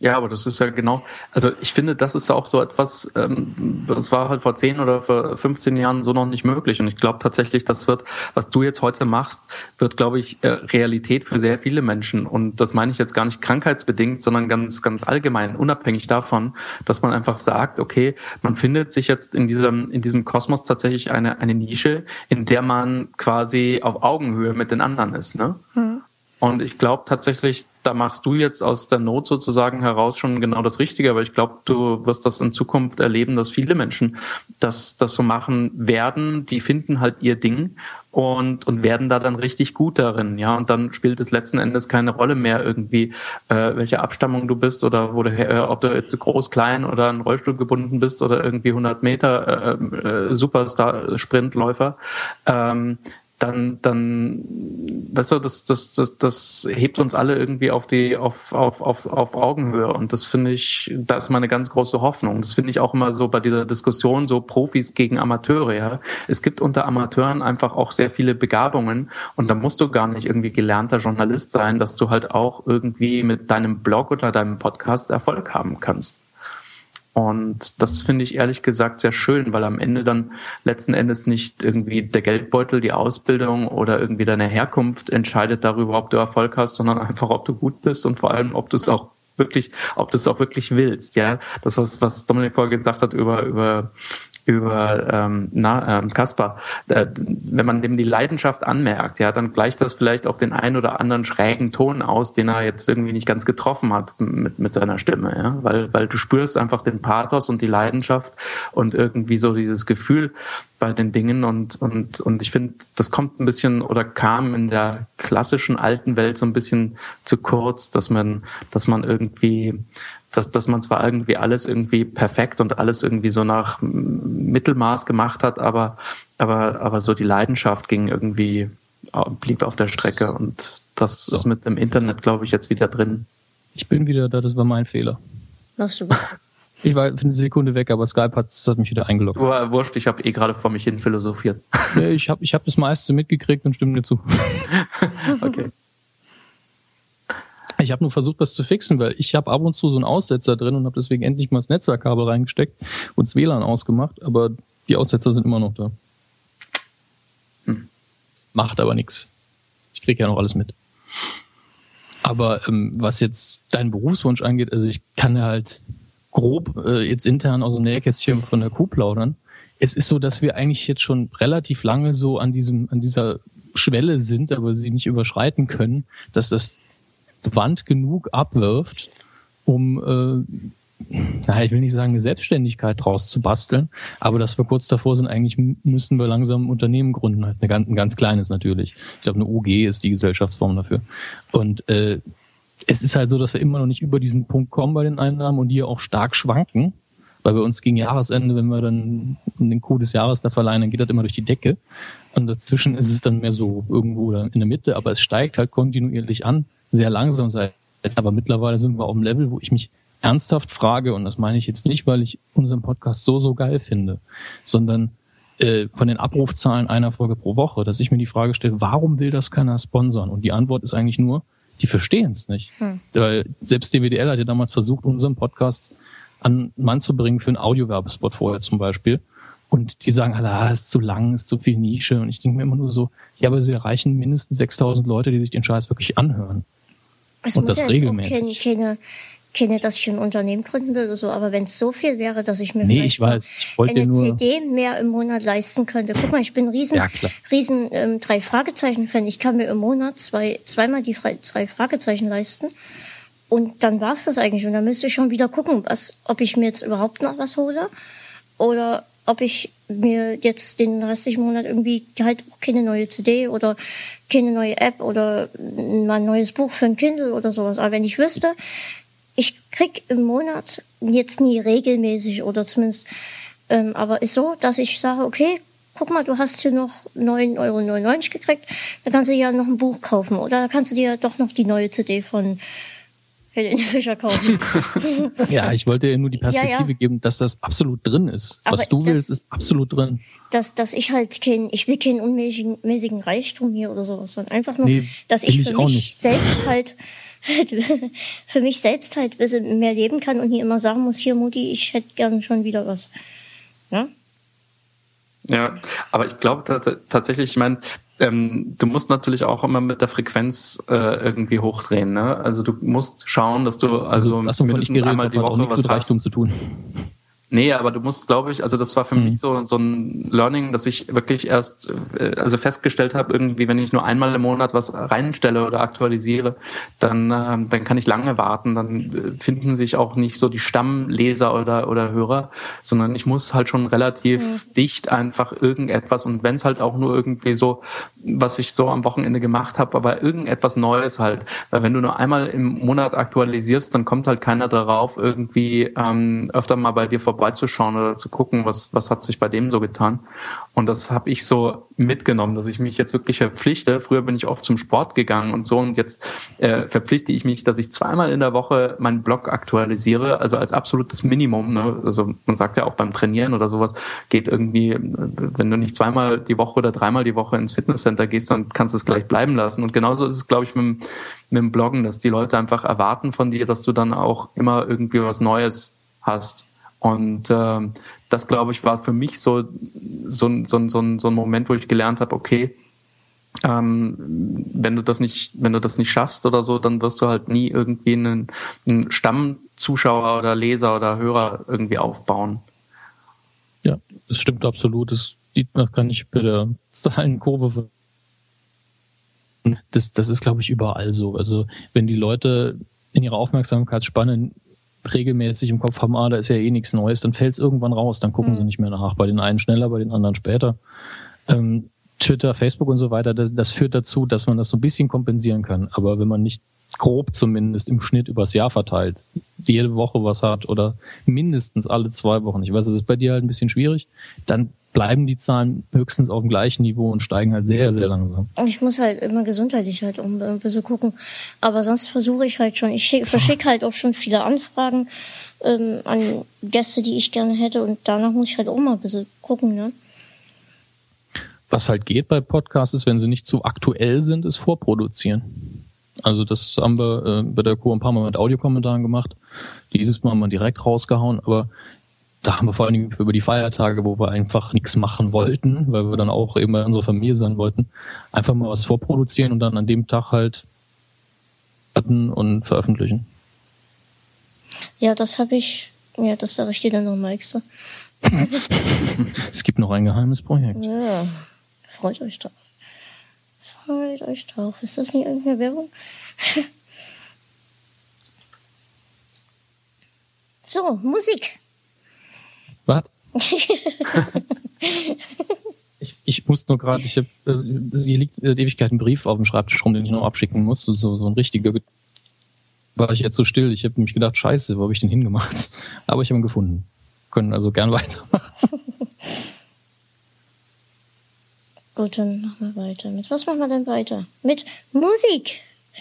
Ja, aber das ist ja genau, also ich finde, das ist auch so etwas, das war halt vor 10 oder vor 15 Jahren so noch nicht möglich. Und ich glaube tatsächlich, das wird, was du jetzt heute machst, wird, glaube ich, Realität für sehr viele Menschen. Und das meine ich jetzt gar nicht krankheitsbedingt, sondern ganz, ganz allgemein, unabhängig davon, dass man einfach sagt, okay, man findet sich jetzt in diesem Kosmos tatsächlich eine Nische, in der man quasi auf Augenhöhe mit den anderen ist, ne? Mhm. Und ich glaube tatsächlich, da machst du jetzt aus der Not sozusagen heraus schon genau das Richtige, aber ich glaube, du wirst das in Zukunft erleben, dass viele Menschen das so machen werden, die finden halt ihr Ding und werden da dann richtig gut darin, ja, und dann spielt es letzten Endes keine Rolle mehr irgendwie, welche Abstammung du bist oder ob du jetzt groß, klein oder in Rollstuhl gebunden bist oder irgendwie 100 Meter Superstar-Sprintläufer, dann, weißt du, das hebt uns alle irgendwie auf Augenhöhe. Und das finde ich, das ist meine ganz große Hoffnung. Das finde ich auch immer so bei dieser Diskussion, so Profis gegen Amateure, ja. Es gibt unter Amateuren einfach auch sehr viele Begabungen. Und da musst du gar nicht irgendwie gelernter Journalist sein, dass du halt auch irgendwie mit deinem Blog oder deinem Podcast Erfolg haben kannst. Und das finde ich ehrlich gesagt sehr schön, weil am Ende dann letzten Endes nicht irgendwie der Geldbeutel, die Ausbildung oder irgendwie deine Herkunft entscheidet darüber, ob du Erfolg hast, sondern einfach, ob du gut bist und vor allem, ob du es auch wirklich willst. Ja, das was Dominik vorher gesagt hat über Kaspar, wenn man dem die Leidenschaft anmerkt, ja, dann gleicht das vielleicht auch den einen oder anderen schrägen Ton aus, den er jetzt irgendwie nicht ganz getroffen hat mit seiner Stimme, ja, weil du spürst einfach den Pathos und die Leidenschaft und irgendwie so dieses Gefühl bei den Dingen und ich finde, das kommt ein bisschen oder kam in der klassischen alten Welt so ein bisschen zu kurz, dass man irgendwie dass man zwar irgendwie alles irgendwie perfekt und alles irgendwie so nach Mittelmaß gemacht hat, aber so die Leidenschaft blieb auf der Strecke und das ist mit dem Internet, glaube ich, jetzt wieder drin. Ich bin wieder da, das war mein Fehler. Machst du gut. Ich war für eine Sekunde weg, aber Skype hat mich wieder eingeloggt. Wurscht, ich habe gerade vor mich hin philosophiert. Nee, ich hab das meiste mitgekriegt und stimme dir zu. Okay. Ich habe nur versucht, das zu fixen, weil ich habe ab und zu so einen Aussetzer drin und habe deswegen endlich mal das Netzwerkkabel reingesteckt und das WLAN ausgemacht, aber die Aussetzer sind immer noch da. Macht aber nichts. Ich kriege ja noch alles mit. Aber was jetzt deinen Berufswunsch angeht, also ich kann ja halt grob jetzt intern aus dem Nähkästchen von der Kuh plaudern. Es ist so, dass wir eigentlich jetzt schon relativ lange so an dieser Schwelle sind, aber sie nicht überschreiten können, dass das Wand genug abwirft, um, ich will nicht sagen, eine Selbstständigkeit draus zu basteln, aber dass wir kurz davor sind, eigentlich müssen wir langsam ein Unternehmen gründen, halt ein ganz kleines natürlich. Ich glaube, eine UG ist die Gesellschaftsform dafür. Und es ist halt so, dass wir immer noch nicht über diesen Punkt kommen bei den Einnahmen und die ja auch stark schwanken, weil bei uns gegen Jahresende, wenn wir dann den Coup des Jahres da verleihen, dann geht das immer durch die Decke. Und dazwischen ist es dann mehr so irgendwo in der Mitte, aber es steigt halt kontinuierlich an. Sehr langsam sein. Aber mittlerweile sind wir auf einem Level, wo ich mich ernsthaft frage, und das meine ich jetzt nicht, weil ich unseren Podcast so geil finde, sondern von den Abrufzahlen einer Folge pro Woche, dass ich mir die Frage stelle, warum will das keiner sponsern? Und die Antwort ist eigentlich nur, die verstehen es nicht. Weil selbst DWDL hat ja damals versucht, unseren Podcast an den Mann zu bringen für einen Audiowerbespot vorher zum Beispiel. Und die sagen alle, ist zu lang, ist zu viel Nische. Und ich denke mir immer nur so, ja, aber sie erreichen mindestens 6.000 Leute, die sich den Scheiß wirklich anhören. Es und muss das ja regelmäßig. Keine, dass ich ein Unternehmen gründen will oder so, aber wenn es so viel wäre, dass ich mir ich wollte eine nur CD mehr im Monat leisten könnte. Guck mal, ich bin riesen 3 Fragezeichen-Fan. Ich kann mir im Monat zweimal die 3 Fragezeichen leisten. Und dann war es das eigentlich. Und dann müsste ich schon wieder gucken, ob ich mir jetzt überhaupt noch was hole oder ob ich mir jetzt den restlichen Monat irgendwie halt auch keine neue CD oder keine neue App oder mal ein neues Buch für ein Kindle oder sowas. Aber wenn ich wüsste, ich krieg im Monat jetzt nie regelmäßig oder zumindest, aber ist so, dass ich sage, okay, guck mal, du hast hier noch 9,99 € gekriegt, dann kannst du ja noch ein Buch kaufen oder kannst du dir doch noch die neue CD von Helene Fischer kaufen. Ja, ich wollte dir nur die Perspektive geben, dass das absolut drin ist. Aber was du willst, ist absolut drin. Dass ich halt ich will keinen unmäßigen Reichtum hier oder sowas, sondern einfach nur, dass ich für mich selbst halt für mich selbst halt ein bisschen mehr leben kann und nie immer sagen muss, hier Mutti, ich hätte gern schon wieder was. Ja? Ja, aber ich glaube tatsächlich, ich meine, du musst natürlich auch immer mit der Frequenz irgendwie hochdrehen, ne? Also du musst schauen, dass du mindestens einmal die Woche was hast. Zu tun. Nee, aber du musst, glaube ich, also das war für mich so ein Learning, dass ich wirklich erst festgestellt habe, irgendwie, wenn ich nur einmal im Monat was reinstelle oder aktualisiere, dann kann ich lange warten, dann finden sich auch nicht so die Stammleser oder Hörer, sondern ich muss halt schon relativ dicht einfach irgendetwas, und wenn es halt auch nur irgendwie so, was ich so am Wochenende gemacht habe, aber irgendetwas Neues halt, weil wenn du nur einmal im Monat aktualisierst, dann kommt halt keiner darauf, irgendwie öfter mal bei dir vorbeizuschauen oder zu gucken, was hat sich bei dem so getan. Und das habe ich so mitgenommen, dass ich mich jetzt wirklich verpflichte. Früher bin ich oft zum Sport gegangen und so, und jetzt verpflichte ich mich, dass ich zweimal in der Woche meinen Blog aktualisiere, also als absolutes Minimum. Ne? Also man sagt ja auch beim Trainieren oder sowas, geht irgendwie, wenn du nicht zweimal die Woche oder dreimal die Woche ins Fitnesscenter gehst, dann kannst du es gleich bleiben lassen. Und genauso ist es, glaube ich, mit dem Bloggen, dass die Leute einfach erwarten von dir, dass du dann auch immer irgendwie was Neues hast. Und das, glaube ich, war für mich so ein Moment, wo ich gelernt habe, okay, wenn du das nicht schaffst oder so, dann wirst du halt nie irgendwie einen Stammzuschauer oder Leser oder Hörer irgendwie aufbauen. Ja, das stimmt absolut. Das kann ich bei der Zahlenkurve. Das ist, glaube ich, überall so. Also wenn die Leute in ihrer Aufmerksamkeitsspanne regelmäßig im Kopf haben, da ist ja eh nichts Neues, dann fällt es irgendwann raus, dann gucken sie nicht mehr nach. Bei den einen schneller, bei den anderen später. Twitter, Facebook und so weiter, das führt dazu, dass man das so ein bisschen kompensieren kann. Aber wenn man nicht grob zumindest im Schnitt übers Jahr verteilt, jede Woche was hat oder mindestens alle 2 Wochen, ich weiß, das ist bei dir halt ein bisschen schwierig, dann bleiben die Zahlen höchstens auf dem gleichen Niveau und steigen halt sehr, sehr langsam. Ich muss halt immer gesundheitlich halt ein bisschen gucken. Aber sonst versuche ich halt schon, verschicke halt auch schon viele Anfragen an Gäste, die ich gerne hätte, und danach muss ich halt auch mal ein bisschen gucken, ne? Was halt geht bei Podcasts ist, wenn sie nicht zu aktuell sind, ist vorproduzieren. Also das haben wir bei der Kur ein paar Mal mit Audiokommentaren gemacht. Dieses Mal haben wir direkt rausgehauen, aber da haben wir vor allen Dingen über die Feiertage, wo wir einfach nichts machen wollten, weil wir dann auch eben bei unserer Familie sein wollten, einfach mal was vorproduzieren und dann an dem Tag halt hatten und veröffentlichen. Ja, das sage ich dir dann nochmal extra. Es gibt noch ein geheimes Projekt. Ja, freut euch drauf. Freut euch drauf. Ist das nicht irgendeine Werbung? So, Musik. Was? Ich muss nur gerade, hier liegt in Ewigkeit ein Brief auf dem Schreibtisch rum, den ich noch abschicken muss. So ein richtiger. War ich jetzt so still. Ich habe nämlich gedacht, scheiße, wo habe ich den hingemacht? Aber ich habe ihn gefunden. Können also gern weitermachen. Gut, dann machen wir weiter. Mit was machen wir denn weiter? Mit Musik.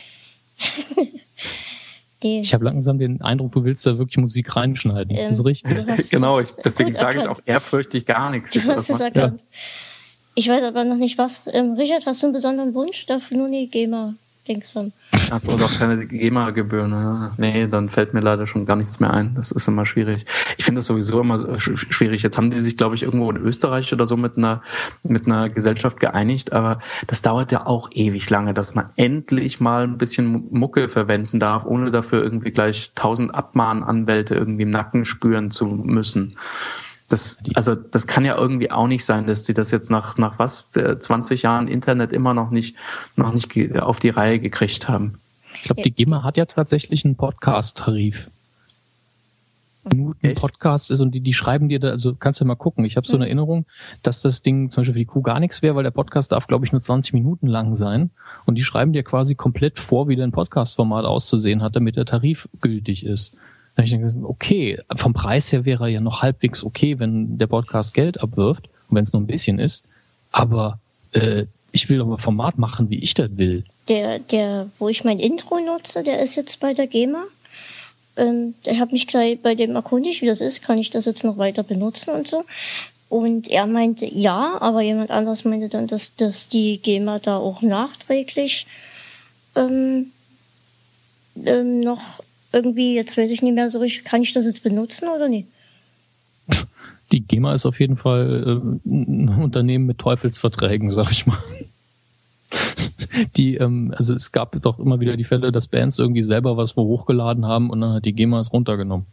Ich habe langsam den Eindruck, du willst da wirklich Musik reinschneiden. Ist das richtig? Genau, deswegen sage ich auch ehrfürchtig gar nichts. Du hast es erkannt. Ja. Ich weiß aber noch nicht, was. Richard, hast du einen besonderen Wunsch? Darf nur die GEMA-Dings haben? Achso, doch keine GEMA-Gebühren. Ne? Nee, dann fällt mir leider schon gar nichts mehr ein. Das ist immer schwierig. Ich finde das sowieso immer schwierig. Jetzt haben die sich, glaube ich, irgendwo in Österreich oder so mit einer Gesellschaft geeinigt, aber das dauert ja auch ewig lange, dass man endlich mal ein bisschen Mucke verwenden darf, ohne dafür irgendwie gleich 1000 Abmahnanwälte irgendwie im Nacken spüren zu müssen. Das kann ja irgendwie auch nicht sein, dass die das jetzt nach 20 Jahren Internet immer noch nicht auf die Reihe gekriegt haben. Ich glaube, die GEMA hat ja tatsächlich einen Podcast-Tarif. Minuten Podcast ist und die schreiben dir da, also kannst du mal gucken. Ich habe so eine Erinnerung, dass das Ding zum Beispiel für die Kuh gar nichts wäre, weil der Podcast darf, glaube ich, nur 20 Minuten lang sein. Und die schreiben dir quasi komplett vor, wie dein Podcast-Format auszusehen hat, damit der Tarif gültig ist. Ich denke, okay, vom Preis her wäre er ja noch halbwegs okay, wenn der Podcast Geld abwirft, wenn es nur ein bisschen ist. Aber ich will doch mal Format machen, wie ich das will. Der, wo ich mein Intro nutze, der ist jetzt bei der GEMA. Ich habe mich gleich bei dem erkundigt, wie das ist. Kann ich das jetzt noch weiter benutzen und so? Und er meinte ja, aber jemand anderes meinte dann, dass die GEMA da auch nachträglich noch irgendwie, jetzt weiß ich nicht mehr so richtig, kann ich das jetzt benutzen oder nicht? Die GEMA ist auf jeden Fall ein Unternehmen mit Teufelsverträgen, sag ich mal. Also es gab doch immer wieder die Fälle, dass Bands irgendwie selber was wo hochgeladen haben und dann hat die GEMA es runtergenommen.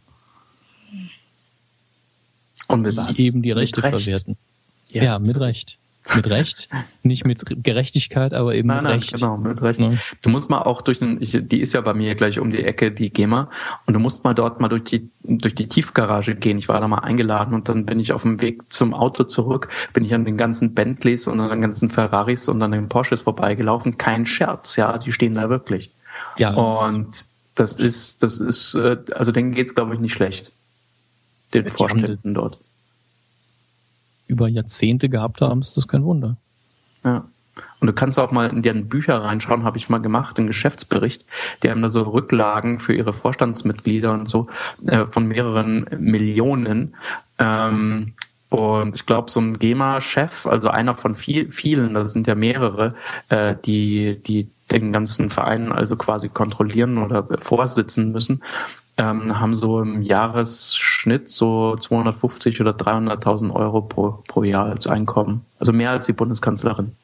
Und mit was? Eben die Rechte verwerten. Ja, mit Recht. Mit Recht, nicht mit Gerechtigkeit, aber eben mit Recht. Genau, mit Recht. Ja. Du musst mal auch die ist ja bei mir gleich um die Ecke, die GEMA, und du musst mal dort mal durch die Tiefgarage gehen. Ich war da mal eingeladen und dann bin ich auf dem Weg zum Auto zurück, bin ich an den ganzen Bentleys und an den ganzen Ferraris und an den Porsches vorbeigelaufen. Kein Scherz, ja, die stehen da wirklich. Ja. Und das ist, also denen geht's, glaube ich, nicht schlecht. Den Vorständen dort. Über Jahrzehnte gehabt haben, ist das kein Wunder. Ja. Und du kannst auch mal in deren Bücher reinschauen, habe ich mal gemacht, den Geschäftsbericht. Die haben da so Rücklagen für ihre Vorstandsmitglieder und so von mehreren Millionen. Und ich glaube, so ein GEMA-Chef, also einer von vielen, das sind ja mehrere, die den ganzen Verein also quasi kontrollieren oder vorsitzen müssen, haben so im Jahresschnitt so 250 oder 300.000 Euro pro Jahr als Einkommen. Also mehr als die Bundeskanzlerin.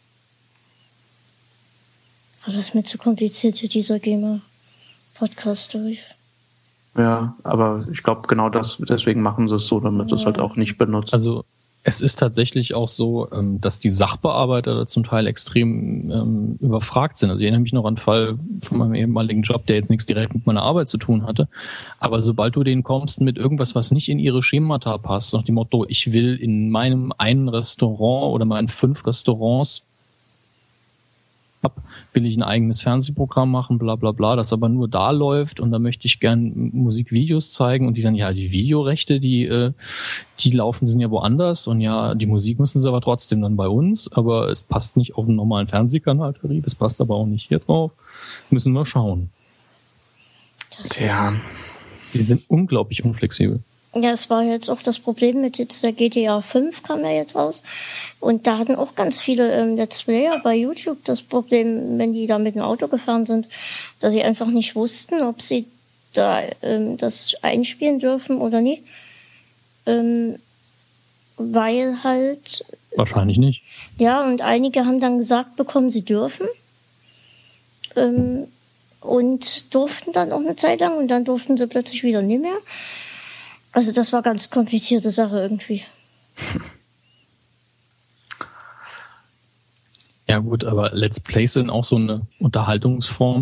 Das ist mir zu kompliziert für dieser GEMA-Podcast durch. Ja, aber ich glaube genau deswegen machen sie es so, damit es halt auch nicht benutzt. Also es ist tatsächlich auch so, dass die Sachbearbeiter da zum Teil extrem überfragt sind. Also ich erinnere mich noch an einen Fall von meinem ehemaligen Job, der jetzt nichts direkt mit meiner Arbeit zu tun hatte. Aber sobald du denen kommst mit irgendwas, was nicht in ihre Schemata passt, nach dem Motto, ich will in meinem einen Restaurant oder meinen 5 Restaurants will ich ein eigenes Fernsehprogramm machen, bla bla bla, das aber nur da läuft und da möchte ich gern Musikvideos zeigen und die dann, ja, die Videorechte, die laufen, sind ja woanders und ja, die Musik müssen sie aber trotzdem dann bei uns, aber es passt nicht auf einen normalen Fernsehkanaltarif, es passt aber auch nicht hier drauf, müssen wir schauen. Tja. Die sind unglaublich unflexibel. Ja, es war jetzt auch das Problem mit jetzt der GTA 5 kam ja jetzt raus. Und da hatten auch ganz viele Let's Player bei YouTube das Problem, wenn die da mit dem Auto gefahren sind, dass sie einfach nicht wussten, ob sie da das einspielen dürfen oder nicht. Weil halt... Wahrscheinlich nicht. Ja, und einige haben dann gesagt bekommen, sie dürfen. Und durften dann auch eine Zeit lang und dann durften sie plötzlich wieder nicht mehr. Also das war ganz komplizierte Sache irgendwie. Ja gut, aber Let's Plays sind auch so eine Unterhaltungsform.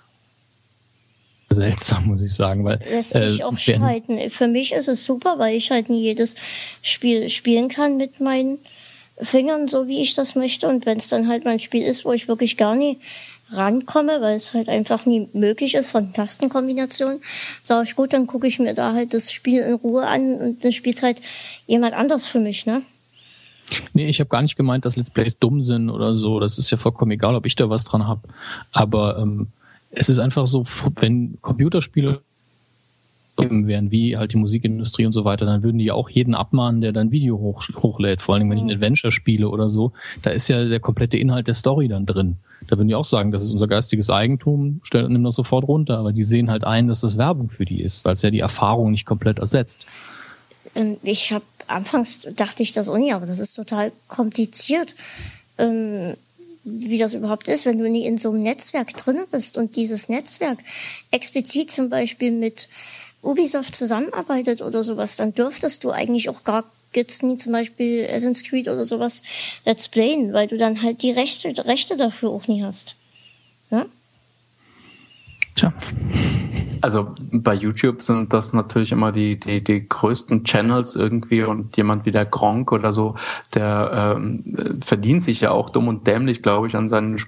Seltsam, muss ich sagen. Weil lässt sich auch streiten. Für mich ist es super, weil ich halt nie jedes Spiel spielen kann mit meinen Fingern, so wie ich das möchte. Und wenn es dann halt mal ein Spiel ist, wo ich wirklich gar nie rankomme, weil es halt einfach nie möglich ist von Tastenkombinationen, sage ich, gut, dann gucke ich mir da halt das Spiel in Ruhe an und dann spielt halt jemand anders für mich, ne? Nee, ich habe gar nicht gemeint, dass Let's Plays dumm sind oder so. Das ist ja vollkommen egal, ob ich da was dran habe. Aber es ist einfach so, wenn Computerspiele wären, wie halt die Musikindustrie und so weiter, dann würden die ja auch jeden abmahnen, der dann Video hochlädt. Vor allem, wenn ich ein Adventure spiele oder so, da ist ja der komplette Inhalt der Story dann drin. Da würden die auch sagen, das ist unser geistiges Eigentum, nimm das sofort runter. Aber die sehen halt ein, dass das Werbung für die ist, weil es ja die Erfahrung nicht komplett ersetzt. Ich habe anfangs dachte ich das auch nicht, aber das ist total kompliziert, wie das überhaupt ist, wenn du nie in so einem Netzwerk drin bist und dieses Netzwerk explizit zum Beispiel mit Ubisoft zusammenarbeitet oder sowas, dann dürftest du eigentlich auch gar jetzt nie zum Beispiel Assassin's Creed oder sowas Let's Playen, weil du dann halt die Rechte dafür auch nie hast. Ja? Tja. Also bei YouTube sind das natürlich immer die größten Channels irgendwie und jemand wie der Gronkh oder so, der verdient sich ja auch dumm und dämlich, glaube ich, an seinen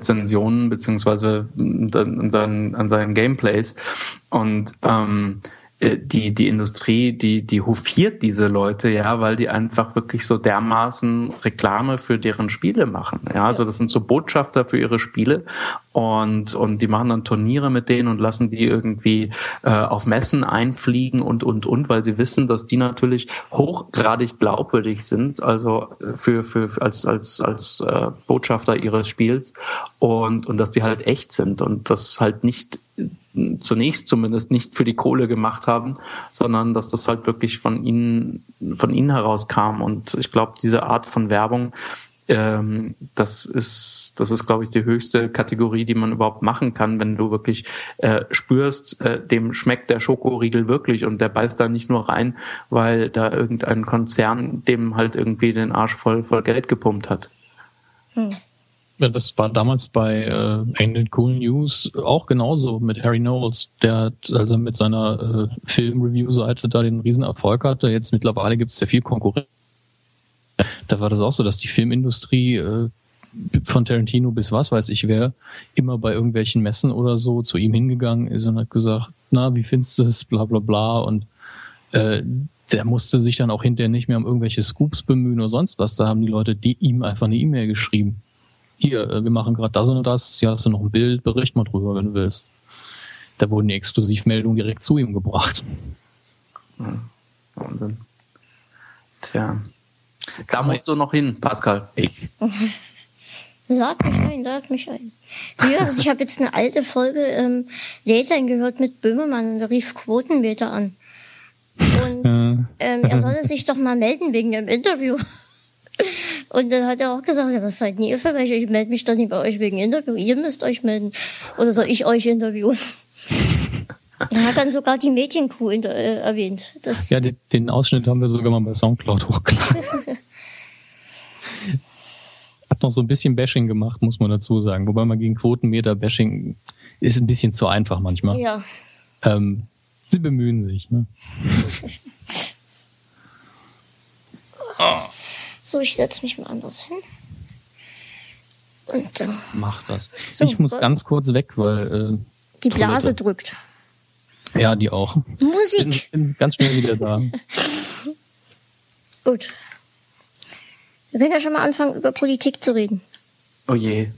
Spielrezensionen beziehungsweise an seinen Gameplays. Und die Industrie, die hofiert diese Leute, ja, weil die einfach wirklich so dermaßen Reklame für deren Spiele machen. Ja, also das sind so Botschafter für ihre Spiele und die machen dann Turniere mit denen und lassen die irgendwie auf Messen einfliegen und, weil sie wissen, dass die natürlich hochgradig glaubwürdig sind, also als Botschafter ihres Spiels und dass die halt echt sind und das halt nicht zunächst zumindest nicht für die Kohle gemacht haben, sondern dass das halt wirklich von ihnen herauskam. Und ich glaube, diese Art von Werbung, das ist, glaube ich, die höchste Kategorie, die man überhaupt machen kann, wenn du wirklich spürst, dem schmeckt der Schokoriegel wirklich und der beißt da nicht nur rein, weil da irgendein Konzern dem halt irgendwie den Arsch voll Geld gepumpt hat. Ja, das war damals bei Ain't Cool News auch genauso mit Harry Knowles, der hat also mit seiner Film-Review-Seite da den Riesenerfolg hatte. Jetzt mittlerweile gibt es ja viel Konkurrenz. Da war das auch so, dass die Filmindustrie von Tarantino bis was weiß ich wer immer bei irgendwelchen Messen oder so zu ihm hingegangen ist und hat gesagt, na, wie findest du es, bla bla bla und der musste sich dann auch hinterher nicht mehr um irgendwelche Scoops bemühen oder sonst was. Da haben die Leute ihm einfach eine E-Mail geschrieben. Hier, wir machen gerade das und das, hier hast du noch ein Bild, bericht mal drüber, wenn du willst. Da wurden die Exklusivmeldungen direkt zu ihm gebracht. Ja, Wahnsinn. Tja, da musst du noch hin, Pascal. Lad mich ein. Ja, also ich habe jetzt eine alte Folge Dateline gehört mit Böhmermann und da rief Quotenmeter an. Und er solle sich doch mal melden wegen dem Interview. Und dann hat er auch gesagt, ja, was seid ihr für welche? Ich melde mich doch nicht bei euch wegen Interview. Ihr müsst euch melden. Oder soll ich euch interviewen? Er hat dann sogar die Mädchenkuh erwähnt. Das ja, den Ausschnitt haben wir sogar mal bei Soundcloud hochgeladen. Hat noch so ein bisschen Bashing gemacht, muss man dazu sagen. Wobei man gegen Quotenmeter Bashing ist ein bisschen zu einfach manchmal. Ja. Sie bemühen sich, ne? So, ich setze mich mal anders hin. Und dann. Mach das. So, ich muss ganz kurz weg, weil die Blase drückt. Ja, die auch. Musik! Bin ganz schnell wieder da. Gut. Wir können ja schon mal anfangen, über Politik zu reden. Oh je.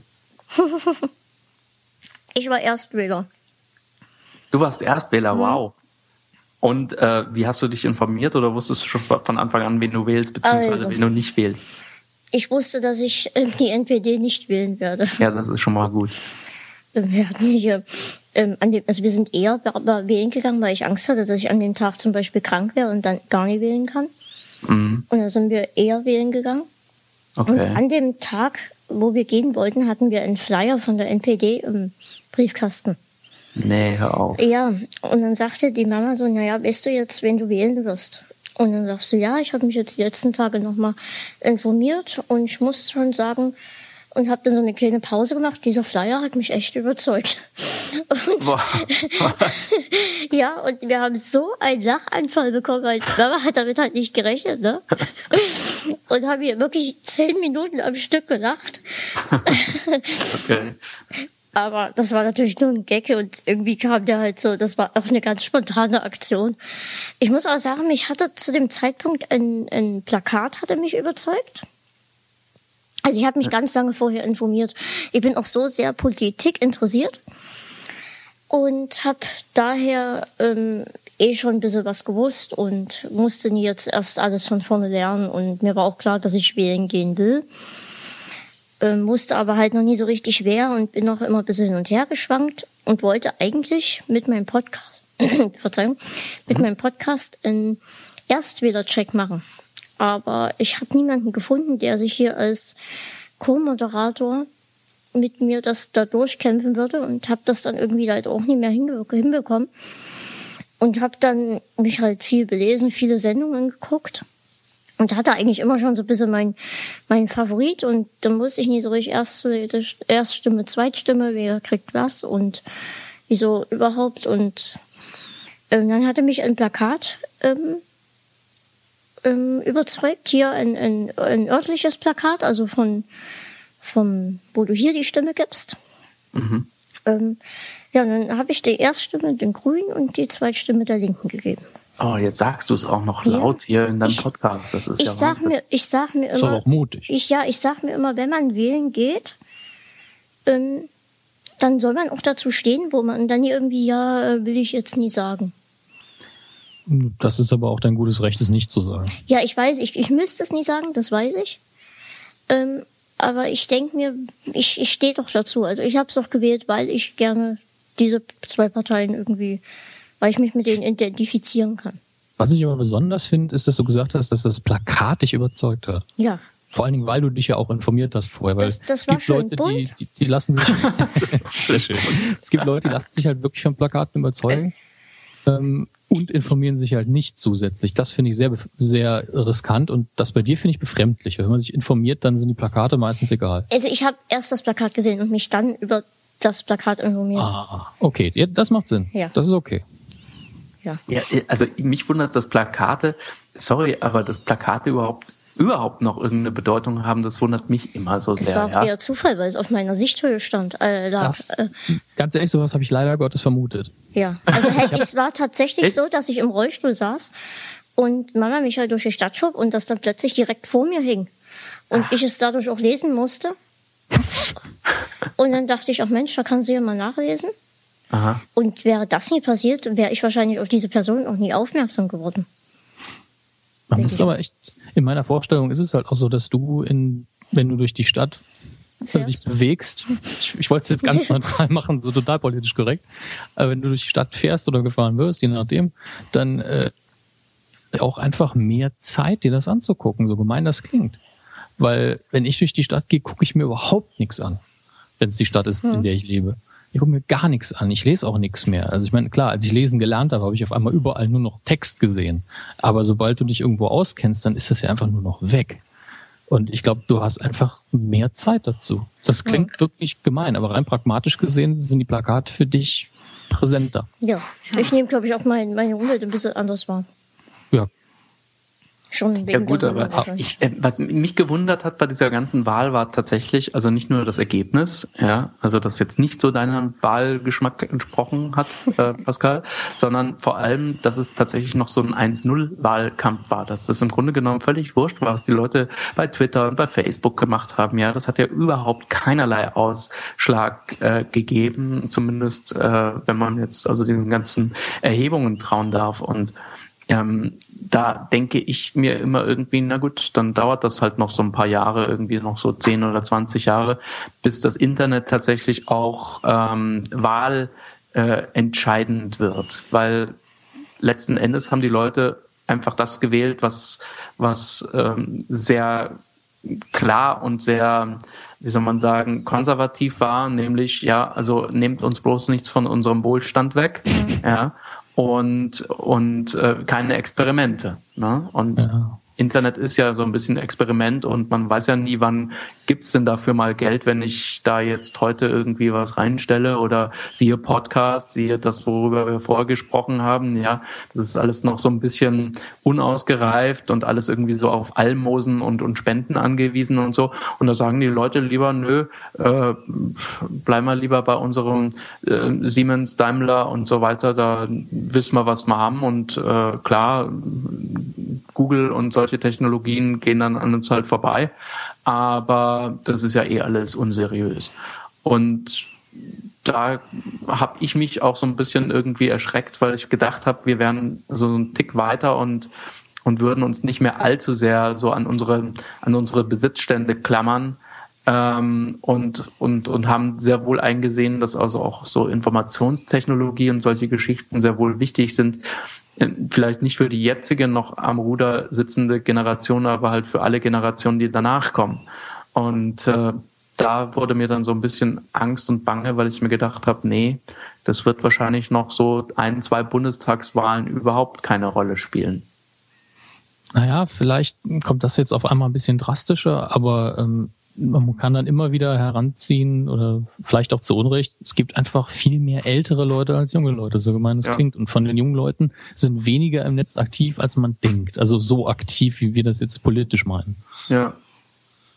Ich war Erstwähler. Du warst Erstwähler, wow. Und wie hast du dich informiert oder wusstest du schon von Anfang an, wen du wählst, beziehungsweise wen du nicht wählst? Ich wusste, dass ich die NPD nicht wählen werde. Ja, das ist schon mal gut. Wir hatten hier, wir sind eher wählen gegangen, weil ich Angst hatte, dass ich an dem Tag zum Beispiel krank wäre und dann gar nicht wählen kann. Mhm. Und dann sind wir eher wählen gegangen. Okay. Und an dem Tag, wo wir gehen wollten, hatten wir einen Flyer von der NPD im Briefkasten. Nee, hör auf. Ja, und dann sagte die Mama so, naja, weißt du jetzt, wen du wählen wirst? Und dann sagst du, ja, ich habe mich jetzt die letzten Tage nochmal informiert und ich muss schon sagen, und habe dann so eine kleine Pause gemacht. Dieser Flyer hat mich echt überzeugt. Und ja, und wir haben so einen Lachanfall bekommen, weil Mama hat damit halt nicht gerechnet, ne? Und haben hier wirklich 10 Minuten am Stück gelacht. Okay. Aber das war natürlich nur ein Gag und irgendwie kam der halt so, das war auch eine ganz spontane Aktion. Ich muss auch sagen, mich hatte zu dem Zeitpunkt ein Plakat hatte mich überzeugt. Also ich habe mich ganz lange vorher informiert. Ich bin auch so sehr Politik interessiert und habe daher schon ein bisschen was gewusst und musste nie jetzt erst alles von vorne lernen. Und mir war auch klar, dass ich wählen gehen will. Musste aber halt noch nie so richtig wer und bin noch immer ein bisschen hin und her geschwankt und wollte eigentlich mit meinem Podcast, meinem Podcast einen Erstwähler-Check machen. Aber ich habe niemanden gefunden, der sich hier als Co-Moderator mit mir das da durchkämpfen würde und habe das dann irgendwie halt auch nicht mehr hinbekommen. Und habe dann mich halt viel belesen, viele Sendungen geguckt und hatte eigentlich immer schon so ein bisschen mein Favorit. Und dann wusste ich nie so richtig Erststimme, Zweitstimme, wer kriegt was und wieso überhaupt. Und dann hatte mich ein Plakat überzeugt, hier ein örtliches Plakat, also vom wo du hier die Stimme gibst. Mhm. Ja, und dann habe ich die Erststimme den Grünen und die Zweitstimme der Linken gegeben. Oh, jetzt sagst du es auch noch laut hier in deinem Podcast. Das ist ich sag mir immer, ist aber auch mutig. Ich sag mir immer, wenn man wählen geht, dann soll man auch dazu stehen, wo man dann irgendwie, will ich jetzt nie sagen. Das ist aber auch dein gutes Recht, es nicht zu sagen. Ja, ich weiß, ich müsste es nie sagen, das weiß ich. Aber ich denke mir, ich stehe doch dazu. Also ich habe es doch gewählt, weil ich gerne diese zwei Parteien irgendwie, weil ich mich mit denen identifizieren kann. Was ich aber besonders finde, ist, dass du gesagt hast, dass das Plakat dich überzeugt hat. Ja. Vor allen Dingen, weil du dich ja auch informiert hast vorher. Weil das war schön Leute, bunt. die lassen sich... Es gibt Leute, die lassen sich halt wirklich von Plakaten überzeugen und informieren sich halt nicht zusätzlich. Das finde ich sehr, sehr riskant und das bei dir finde ich befremdlich. Wenn man sich informiert, dann sind die Plakate meistens egal. Also ich habe erst das Plakat gesehen und mich dann über das Plakat informiert. Okay, ja, das macht Sinn. Ja. Das ist okay. Ja, also mich wundert, dass Plakate, aber dass Plakate überhaupt noch irgendeine Bedeutung haben, das wundert mich immer so sehr. Es war eher Zufall, weil es auf meiner Sichthöhe stand. Ganz ehrlich, sowas habe ich leider Gottes vermutet. Ja, also es war tatsächlich so, dass ich im Rollstuhl saß und Mama mich halt durch die Stadt schob und das dann plötzlich direkt vor mir hing. Und ich es dadurch auch lesen musste. Und dann dachte ich, ach Mensch, da kann sie ja mal nachlesen. Aha. Und wäre das nie passiert, wäre ich wahrscheinlich auf diese Person auch nie aufmerksam geworden. Man muss aber echt, in meiner Vorstellung ist es halt auch so, dass du, wenn du durch die Stadt dich bewegst, ich wollte es jetzt ganz neutral machen, so total politisch korrekt, aber wenn du durch die Stadt fährst oder gefahren wirst, je nachdem, dann auch einfach mehr Zeit, dir das anzugucken, so gemein das klingt. Weil wenn ich durch die Stadt gehe, gucke ich mir überhaupt nichts an, wenn es die Stadt ist, in der ich lebe. Ich gucke mir gar nichts an. Ich lese auch nichts mehr. Also ich meine, klar, als ich lesen gelernt habe, habe ich auf einmal überall nur noch Text gesehen. Aber sobald du dich irgendwo auskennst, dann ist das ja einfach nur noch weg. Und ich glaube, du hast einfach mehr Zeit dazu. Das klingt wirklich gemein, aber rein pragmatisch gesehen sind die Plakate für dich präsenter. Ja, ich nehme, glaube ich, auch meine Umwelt ein bisschen anders wahr. Ja. Schon wegen ja gut, aber was mich gewundert hat bei dieser ganzen Wahl war tatsächlich, also nicht nur das Ergebnis, also das jetzt nicht so deinem Wahlgeschmack entsprochen hat, Pascal, sondern vor allem, dass es tatsächlich noch so ein 1-0-Wahlkampf war, dass das im Grunde genommen völlig wurscht war, was die Leute bei Twitter und bei Facebook gemacht haben. Ja, das hat ja überhaupt keinerlei Ausschlag gegeben, zumindest wenn man jetzt also diesen ganzen Erhebungen trauen darf. Und da denke ich mir immer irgendwie, na gut, dann dauert das halt noch so ein paar Jahre, irgendwie noch so 10 oder 20 Jahre, bis das Internet tatsächlich auch wahlentscheidend wird. Weil letzten Endes haben die Leute einfach das gewählt, was sehr klar und sehr, wie soll man sagen, konservativ war, nämlich, also nehmt uns bloß nichts von unserem Wohlstand weg, und keine Experimente. Ne? Und Internet ist ja so ein bisschen Experiment und man weiß ja nie, wann gibt's denn dafür mal Geld, wenn ich da jetzt heute irgendwie was reinstelle oder siehe Podcast, siehe das, worüber wir vorher gesprochen haben. Ja, das ist alles noch so ein bisschen unausgereift und alles irgendwie so auf Almosen und Spenden angewiesen und so. Und da sagen die Leute lieber, nö, bleib mal lieber bei unserem Siemens, Daimler und so weiter. Da wissen wir, was wir haben und klar, Google und solche Technologien gehen dann an uns halt vorbei, aber das ist ja alles unseriös. Und da habe ich mich auch so ein bisschen irgendwie erschreckt, weil ich gedacht habe, wir wären so einen Tick weiter und würden uns nicht mehr allzu sehr so an unsere Besitzstände klammern, und haben sehr wohl eingesehen, dass also auch so Informationstechnologie und solche Geschichten sehr wohl wichtig sind. Vielleicht nicht für die jetzige noch am Ruder sitzende Generation, aber halt für alle Generationen, die danach kommen. Und da wurde mir dann so ein bisschen Angst und Bange, weil ich mir gedacht habe, nee, das wird wahrscheinlich noch so 1-2 Bundestagswahlen überhaupt keine Rolle spielen. Naja, vielleicht kommt das jetzt auf einmal ein bisschen drastischer, aber man kann dann immer wieder heranziehen oder vielleicht auch zu Unrecht, es gibt einfach viel mehr ältere Leute als junge Leute, so gemein es klingt. Und von den jungen Leuten sind weniger im Netz aktiv, als man denkt. Also so aktiv, wie wir das jetzt politisch meinen. Ja.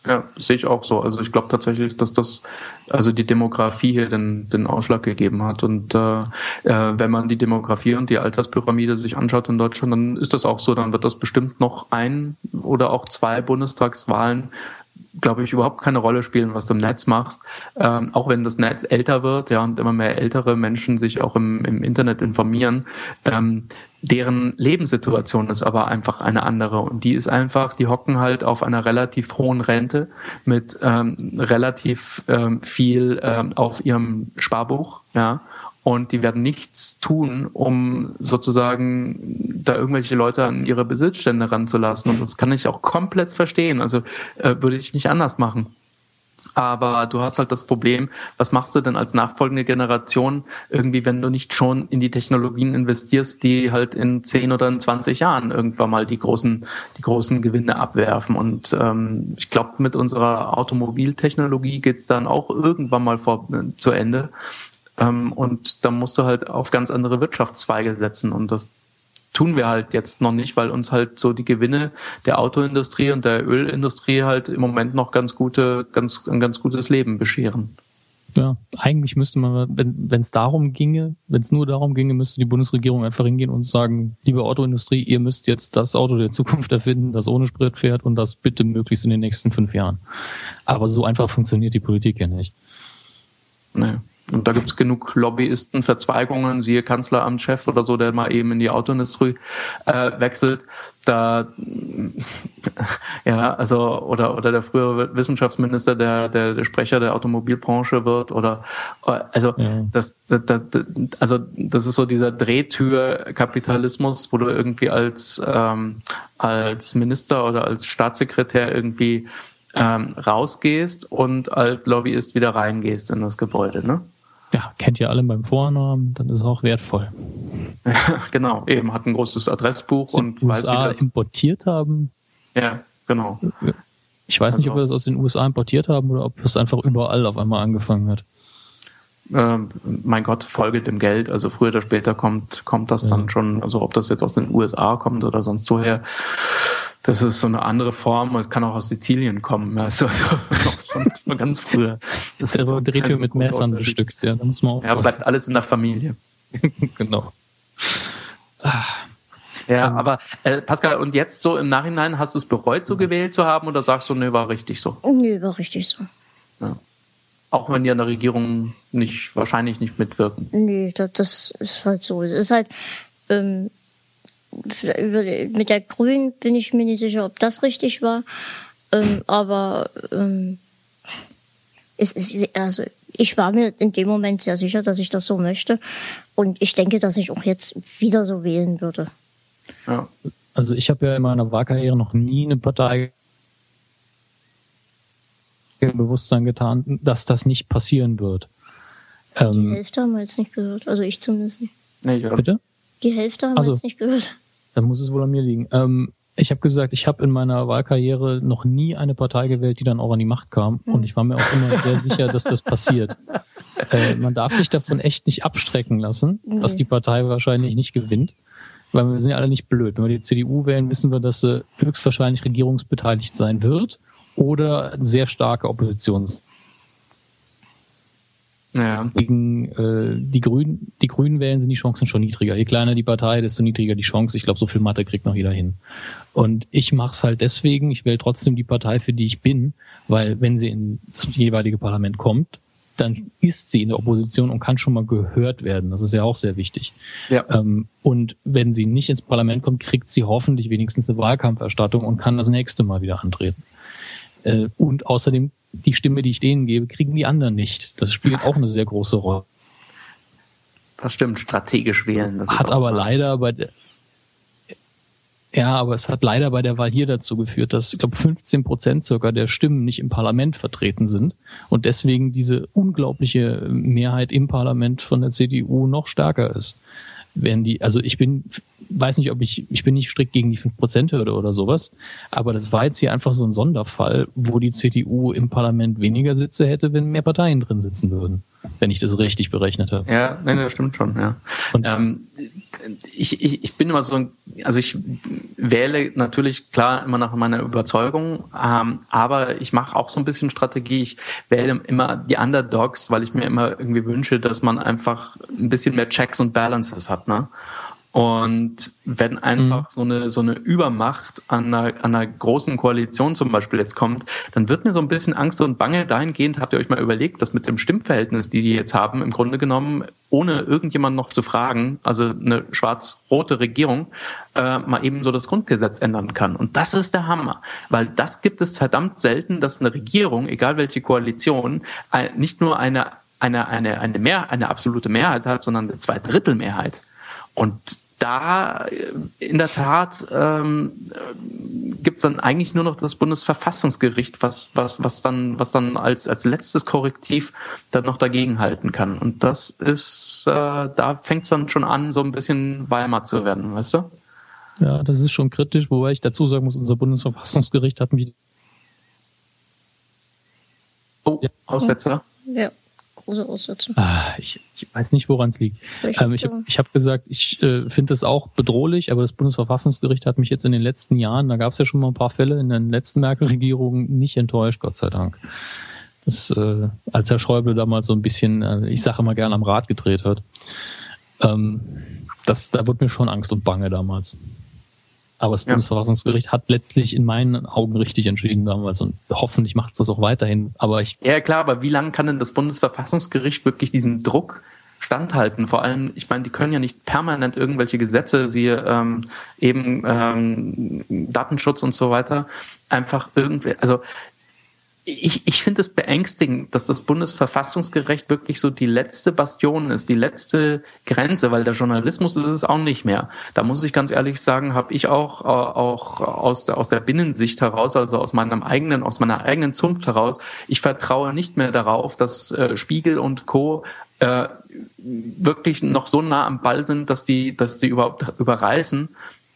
Ja, sehe ich auch so. Also ich glaube tatsächlich, dass die Demografie hier den Ausschlag gegeben hat. Und wenn man die Demografie und die Alterspyramide sich anschaut in Deutschland, dann ist das auch so. Dann wird das bestimmt noch 1 oder auch 2 Bundestagswahlen, glaube ich, überhaupt keine Rolle spielen, was du im Netz machst. Auch wenn das Netz älter wird, ja, und immer mehr ältere Menschen sich auch im Internet informieren, deren Lebenssituation ist aber einfach eine andere. Und die ist einfach, die hocken halt auf einer relativ hohen Rente mit relativ viel auf ihrem Sparbuch, ja. Und die werden nichts tun, um sozusagen da irgendwelche Leute an ihre Besitzstände ranzulassen. Und das kann ich auch komplett verstehen. Also würde ich nicht anders machen. Aber du hast halt das Problem, was machst du denn als nachfolgende Generation irgendwie, wenn du nicht schon in die Technologien investierst, die halt in 10 oder in 20 Jahren irgendwann mal die großen Gewinne abwerfen. Und ich glaube, mit unserer Automobiltechnologie geht's dann auch irgendwann mal zu Ende. Und da musst du halt auf ganz andere Wirtschaftszweige setzen. Und das tun wir halt jetzt noch nicht, weil uns halt so die Gewinne der Autoindustrie und der Ölindustrie halt im Moment noch ein ganz gutes Leben bescheren. Ja, eigentlich müsste man, wenn es nur darum ginge, müsste die Bundesregierung einfach hingehen und sagen, liebe Autoindustrie, ihr müsst jetzt das Auto der Zukunft erfinden, das ohne Sprit fährt und das bitte möglichst in den nächsten 5 Jahren. Aber so einfach funktioniert die Politik ja nicht. Nee. Und da gibt's genug Lobbyisten, Verzweigungen, siehe Kanzleramtschef oder so, der mal eben in die Autoindustrie wechselt. Da ja, also oder der frühere Wissenschaftsminister, der Sprecher der Automobilbranche wird oder also ja. Das ist so dieser Drehtür-Kapitalismus, wo du irgendwie als Minister oder als Staatssekretär irgendwie rausgehst und als Lobbyist wieder reingehst in das Gebäude, ne? Ja, kennt ihr alle beim Vornamen, dann ist es auch wertvoll. Genau, eben, hat ein großes Adressbuch und weiß, wie das importiert haben. Ja, genau. Ich weiß nicht, ob wir das aus den USA importiert haben oder ob es einfach überall auf einmal angefangen hat. Mein Gott, Folge dem Geld, also früher oder später kommt das dann schon, also ob das jetzt aus den USA kommt oder sonst woher. Das ist so eine andere Form, es kann auch aus Sizilien kommen, also noch ganz früher. Das ist so eine Drehtür mit Messern bestückt, ja, da muss man aufpassen. Ja, bleibt alles in der Familie. Genau. Ja, aber Pascal, und jetzt so im Nachhinein, hast du es bereut, so gewählt zu haben oder sagst du, nee, war richtig so? Nee, war richtig so. Ja. Auch wenn die an der Regierung wahrscheinlich nicht mitwirken. Nee, das ist halt so. Das ist halt, mit der Grünen bin ich mir nicht sicher, ob das richtig war. Aber also ich war mir in dem Moment sehr sicher, dass ich das so möchte. Und ich denke, dass ich auch jetzt wieder so wählen würde. Ja. Also ich habe ja in meiner Wahlkarriere noch nie eine Partei im Bewusstsein getan, dass das nicht passieren wird. Die Hälfte haben wir jetzt nicht gehört. Also ich zumindest nicht. Nee, ja. Bitte? Die Hälfte haben wir jetzt nicht gehört. Dann muss es wohl an mir liegen. Ich habe gesagt, ich habe in meiner Wahlkarriere noch nie eine Partei gewählt, die dann auch an die Macht kam. Und ich war mir auch immer sehr sicher, dass das passiert. Man darf sich davon echt nicht abstrecken lassen, dass die Partei wahrscheinlich nicht gewinnt. Weil wir sind ja alle nicht blöd. Wenn wir die CDU wählen, wissen wir, dass sie höchstwahrscheinlich regierungsbeteiligt sein wird oder sehr starke Opposition. Ja. Gegen die Grünen wählen, sind die Chancen schon niedriger. Je kleiner die Partei, desto niedriger die Chance. Ich glaube, so viel Mathe kriegt noch jeder hin. Und ich mache es halt deswegen, ich wähle trotzdem die Partei, für die ich bin, weil wenn sie ins jeweilige Parlament kommt, dann ist sie in der Opposition und kann schon mal gehört werden. Das ist ja auch sehr wichtig. Ja. Und wenn sie nicht ins Parlament kommt, kriegt sie hoffentlich wenigstens eine Wahlkampferstattung und kann das nächste Mal wieder antreten. Und außerdem, die Stimme, die ich denen gebe, kriegen die anderen nicht. Das spielt auch eine sehr große Rolle. Das stimmt, strategisch wählen. Das hat aber leider es hat leider bei der Wahl hier dazu geführt, dass, ich glaube, 15% circa der Stimmen nicht im Parlament vertreten sind und deswegen diese unglaubliche Mehrheit im Parlament von der CDU noch stärker ist. Ich bin nicht strikt gegen die 5%-Hürde oder sowas, aber das war jetzt hier einfach so ein Sonderfall, wo die CDU im Parlament weniger Sitze hätte, wenn mehr Parteien drin sitzen würden, wenn ich das richtig berechnet habe. Ja, nein, das stimmt schon, ja. Und ich bin immer so ein also ich wähle natürlich klar immer nach meiner Überzeugung, aber ich mache auch so ein bisschen Strategie. Ich wähle immer die Underdogs, weil ich mir immer irgendwie wünsche, dass man einfach ein bisschen mehr Checks und Balances hat, ne? Und wenn einfach so eine Übermacht an einer großen Koalition zum Beispiel jetzt kommt, dann wird mir so ein bisschen Angst und Bange dahingehend, habt ihr euch mal überlegt, dass mit dem Stimmverhältnis, die jetzt haben, im Grunde genommen, ohne irgendjemand noch zu fragen, also eine schwarz-rote Regierung, mal eben so das Grundgesetz ändern kann. Und das ist der Hammer, weil das gibt es verdammt selten, dass eine Regierung, egal welche Koalition, nicht nur eine absolute Mehrheit hat, sondern eine Zweidrittelmehrheit. Und da in der Tat gibt es dann eigentlich nur noch das Bundesverfassungsgericht, was dann als letztes Korrektiv dann noch dagegenhalten kann. Und das ist, da fängt es dann schon an, so ein bisschen Weimar zu werden, weißt du? Ja, das ist schon kritisch, wobei ich dazu sagen muss, unser Bundesverfassungsgericht hat mich... Oh, Aussetzer? Ja. Große Aussetzung. Ich weiß nicht, woran es liegt. Ich habe gesagt, ich finde das auch bedrohlich, aber das Bundesverfassungsgericht hat mich jetzt in den letzten Jahren, da gab es ja schon mal ein paar Fälle in den letzten Merkel-Regierungen, nicht enttäuscht, Gott sei Dank. Das, als Herr Schäuble damals so ein bisschen, ich sage immer gerne, am Rad gedreht hat. Da wurde mir schon Angst und Bange damals. Aber das Bundesverfassungsgericht hat letztlich in meinen Augen richtig entschieden damals und hoffentlich macht es das auch weiterhin. Ja klar, aber wie lange kann denn das Bundesverfassungsgericht wirklich diesem Druck standhalten? Vor allem, ich meine, die können ja nicht permanent irgendwelche Gesetze, siehe Datenschutz und so weiter, einfach irgendwie, also ich finde es beängstigend, dass das Bundesverfassungsgericht wirklich so die letzte Bastion ist, die letzte Grenze, weil der Journalismus ist es auch nicht mehr. Da muss ich ganz ehrlich sagen, habe ich auch aus der Binnensicht heraus, also aus meiner eigenen Zunft heraus, ich vertraue nicht mehr darauf, dass Spiegel und Co. Wirklich noch so nah am Ball sind, dass die überhaupt überreißen,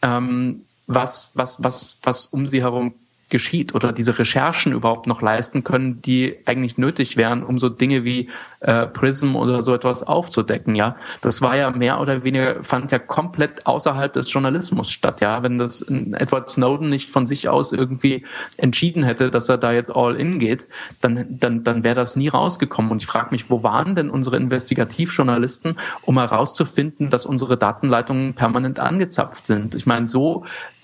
was um sie herum geschieht oder diese Recherchen überhaupt noch leisten können, die eigentlich nötig wären, um so Dinge wie PRISM oder so etwas aufzudecken, ja. Das war ja mehr oder weniger, fand ja komplett außerhalb des Journalismus statt, ja. Wenn das Edward Snowden nicht von sich aus irgendwie entschieden hätte, dass er da jetzt all in geht, dann wäre das nie rausgekommen. Und ich frage mich, wo waren denn unsere Investigativjournalisten, um herauszufinden, dass unsere Datenleitungen permanent angezapft sind? Ich meine, so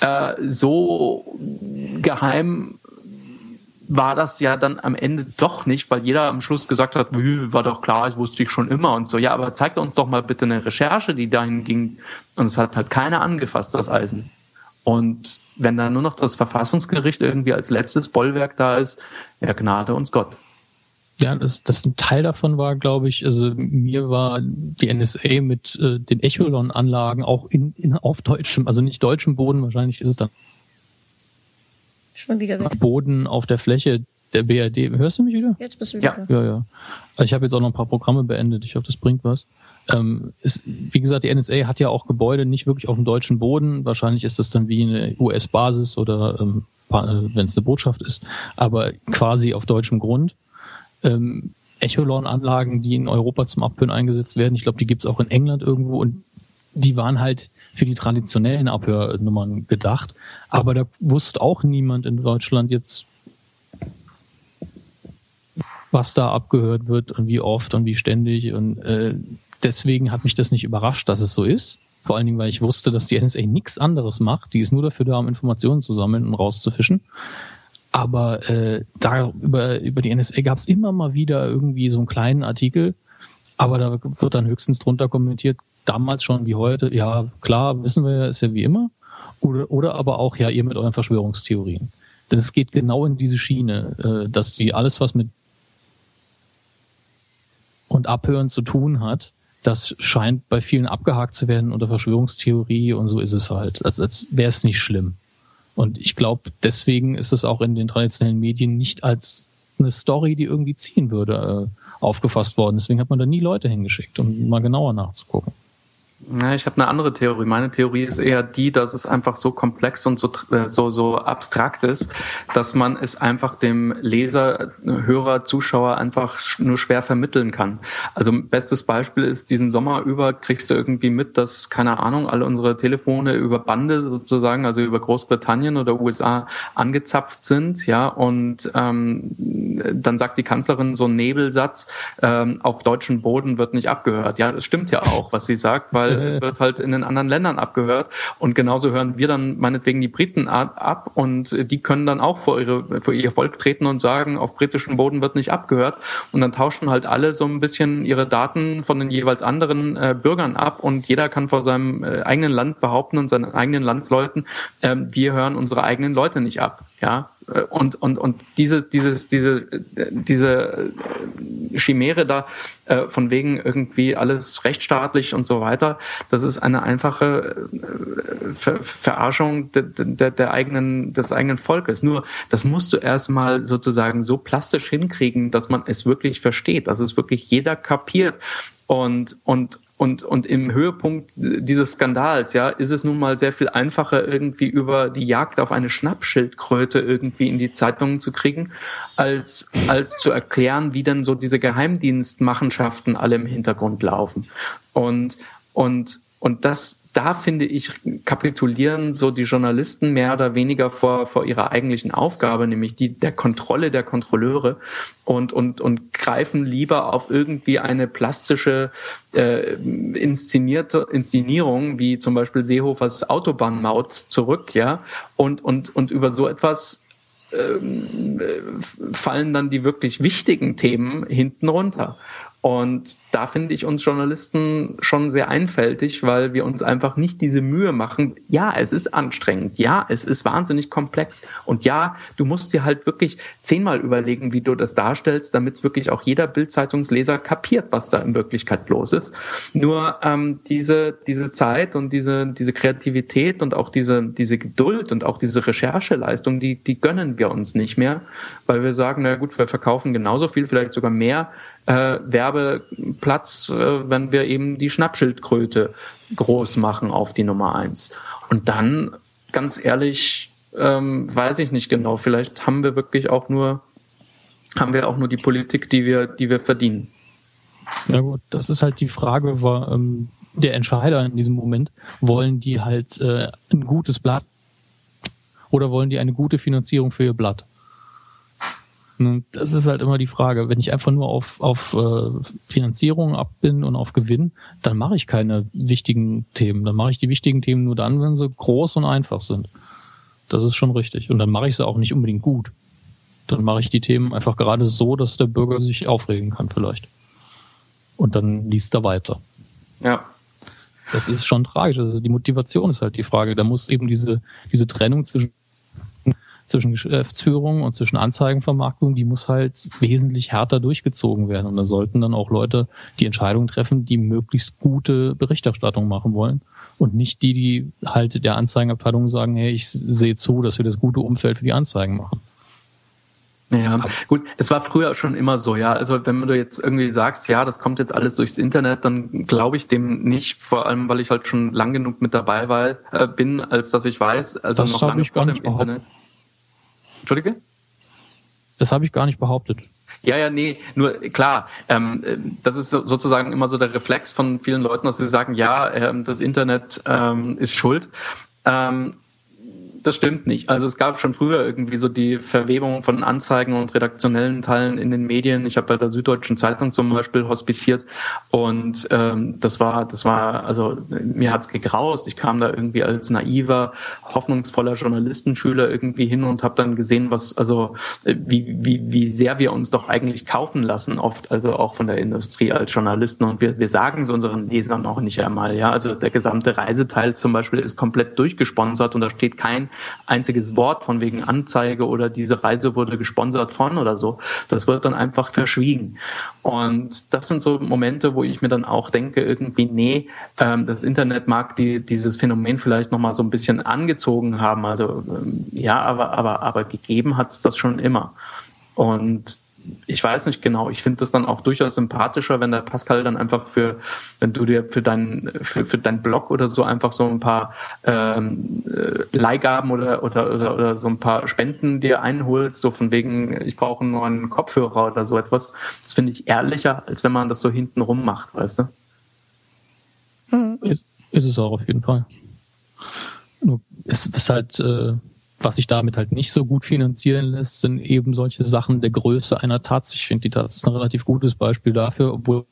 geheim war das ja dann am Ende doch nicht, weil jeder am Schluss gesagt hat, war doch klar, das wusste ich schon immer und so. Ja, aber zeigt uns doch mal bitte eine Recherche, die dahin ging. Und es hat halt keiner angefasst, das Eisen. Und wenn dann nur noch das Verfassungsgericht irgendwie als letztes Bollwerk da ist, ja, Gnade uns Gott. Ja, das ein Teil davon war, glaube ich, also mir war die NSA mit den Echolon-Anlagen auch auf deutschem, also nicht deutschem Boden, wahrscheinlich ist es dann schon wieder weg. Boden auf der Fläche der BRD. Hörst du mich wieder? Jetzt bist du wieder. Ja. Also ich habe jetzt auch noch ein paar Programme beendet. Ich hoffe, das bringt was. Wie gesagt, die NSA hat ja auch Gebäude nicht wirklich auf dem deutschen Boden. Wahrscheinlich ist das dann wie eine US-Basis oder wenn es eine Botschaft ist, aber quasi auf deutschem Grund. Echolon-Anlagen, die in Europa zum Abhören eingesetzt werden. Ich glaube, die gibt's auch in England irgendwo und die waren halt für die traditionellen Abhörnummern gedacht. Aber da wusste auch niemand in Deutschland jetzt, was da abgehört wird und wie oft und wie ständig. Und deswegen hat mich das nicht überrascht, dass es so ist. Vor allen Dingen, weil ich wusste, dass die NSA nichts anderes macht. Die ist nur dafür da, um Informationen zu sammeln und rauszufischen. Aber da über die NSA gab es immer mal wieder irgendwie so einen kleinen Artikel. Aber da wird dann höchstens drunter kommentiert, damals schon wie heute, ja klar, wissen wir, ist ja wie immer. Oder aber auch, ja, ihr mit euren Verschwörungstheorien. Denn es geht genau in diese Schiene, dass die alles, was mit und Abhören zu tun hat, das scheint bei vielen abgehakt zu werden unter Verschwörungstheorie und so ist es halt. Als wäre es nicht schlimm. Und ich glaube, deswegen ist es auch in den traditionellen Medien nicht als eine Story, die irgendwie ziehen würde, aufgefasst worden. Deswegen hat man da nie Leute hingeschickt, um mal genauer nachzugucken. Ja, ich habe eine andere Theorie. Meine Theorie ist eher die, dass es einfach so komplex und so abstrakt ist, dass man es einfach dem Leser, Hörer, Zuschauer einfach nur schwer vermitteln kann. Also bestes Beispiel ist, diesen Sommer über kriegst du irgendwie mit, dass, keine Ahnung, alle unsere Telefone über Bande sozusagen, also über Großbritannien oder USA angezapft sind, ja, und dann sagt die Kanzlerin so einen Nebelsatz, auf deutschem Boden wird nicht abgehört. Ja, das stimmt ja auch, was sie sagt, weil es wird halt in den anderen Ländern abgehört und genauso hören wir dann meinetwegen die Briten ab und die können dann auch vor ihr Volk treten und sagen, auf britischem Boden wird nicht abgehört und dann tauschen halt alle so ein bisschen ihre Daten von den jeweils anderen Bürgern ab und jeder kann vor seinem eigenen Land behaupten und seinen eigenen Landsleuten, wir hören unsere eigenen Leute nicht ab, ja. Und diese Chimäre da von wegen irgendwie alles rechtsstaatlich und so weiter, das ist eine einfache Verarschung des eigenen Volkes. Nur das musst du erstmal sozusagen so plastisch hinkriegen, dass man es wirklich versteht, dass es wirklich jeder kapiert und im Höhepunkt dieses Skandals, ja, ist es nun mal sehr viel einfacher, irgendwie über die Jagd auf eine Schnappschildkröte irgendwie in die Zeitungen zu kriegen, als zu erklären, wie denn so diese Geheimdienstmachenschaften alle im Hintergrund laufen. Und das, da finde ich, kapitulieren so die Journalisten mehr oder weniger vor ihrer eigentlichen Aufgabe, nämlich die der Kontrolle der Kontrolleure und greifen lieber auf irgendwie eine plastische Inszenierung, wie zum Beispiel Seehofers Autobahnmaut zurück, ja, und über so etwas fallen dann die wirklich wichtigen Themen hinten runter. Und da finde ich uns Journalisten schon sehr einfältig, weil wir uns einfach nicht diese Mühe machen. Ja, es ist anstrengend. Ja, es ist wahnsinnig komplex. Und ja, du musst dir halt wirklich 10-mal überlegen, wie du das darstellst, damit es wirklich auch jeder Bild-Zeitungsleser kapiert, was da in Wirklichkeit los ist. Nur diese Zeit und diese Kreativität und auch diese Geduld und auch diese Rechercheleistung, die gönnen wir uns nicht mehr, weil wir sagen, na gut, wir verkaufen genauso viel, vielleicht sogar mehr Werbeplatz, wenn wir eben die Schnappschildkröte groß machen auf die Nummer 1. Und dann, ganz ehrlich, weiß ich nicht genau, vielleicht haben wir auch nur die Politik, die wir verdienen. Ja gut, das ist halt die Frage, war der Entscheider in diesem Moment, wollen die halt ein gutes Blatt oder wollen die eine gute Finanzierung für ihr Blatt? Das ist halt immer die Frage. Wenn ich einfach nur auf Finanzierung ab bin und auf Gewinn, dann mache ich keine wichtigen Themen. Dann mache ich die wichtigen Themen nur dann, wenn sie groß und einfach sind. Das ist schon richtig. Und dann mache ich sie auch nicht unbedingt gut. Dann mache ich die Themen einfach gerade so, dass der Bürger sich aufregen kann vielleicht. Und dann liest er weiter. Ja. Das ist schon tragisch. Also die Motivation ist halt die Frage. Da muss eben diese Trennung zwischen Geschäftsführung und zwischen Anzeigenvermarktung, die muss halt wesentlich härter durchgezogen werden. Und da sollten dann auch Leute die Entscheidung treffen, die möglichst gute Berichterstattung machen wollen. Und nicht die halt der Anzeigenabteilung sagen, hey, ich sehe zu, dass wir das gute Umfeld für die Anzeigen machen. Ja, gut, es war früher schon immer so, ja. Also wenn du jetzt irgendwie sagst, ja, das kommt jetzt alles durchs Internet, dann glaube ich dem nicht, vor allem, weil ich halt schon lang genug mit dabei bin, als dass ich weiß, also das noch lange vor dem Internet. Entschuldige? Das habe ich gar nicht behauptet. Ja, nee, nur klar, das ist sozusagen immer so der Reflex von vielen Leuten, dass sie sagen, ja, das Internet ist schuld. Das stimmt nicht. Also es gab schon früher irgendwie so die Verwebung von Anzeigen und redaktionellen Teilen in den Medien. Ich habe bei der Süddeutschen Zeitung zum Beispiel hospitiert und das war, also mir hat's gegraust. Ich kam da irgendwie als naiver, hoffnungsvoller Journalistenschüler irgendwie hin und habe dann gesehen, wie sehr wir uns doch eigentlich kaufen lassen, oft, also auch von der Industrie als Journalisten. Und wir sagen es unseren Lesern auch nicht einmal. Ja, also der gesamte Reiseteil zum Beispiel ist komplett durchgesponsert und da steht kein einziges Wort von wegen Anzeige oder diese Reise wurde gesponsert von oder so. Das wird dann einfach verschwiegen. Und das sind so Momente, wo ich mir dann auch denke, irgendwie, nee, das Internet mag dieses Phänomen vielleicht nochmal so ein bisschen angezogen haben. Also ja, aber gegeben hat es das schon immer. Und ich weiß nicht genau, ich finde das dann auch durchaus sympathischer, wenn der Pascal dann einfach wenn du dir für dein Blog oder so einfach so ein paar Leihgaben oder so ein paar Spenden dir einholst, so von wegen, ich brauche einen neuen Kopfhörer oder so etwas. Das finde ich ehrlicher, als wenn man das so hintenrum macht, weißt du? Ist es auch auf jeden Fall. Nur es ist halt, was sich damit halt nicht so gut finanzieren lässt, sind eben solche Sachen der Größe einer Taz. Ich finde, die Taz ist ein relativ gutes Beispiel dafür, obwohl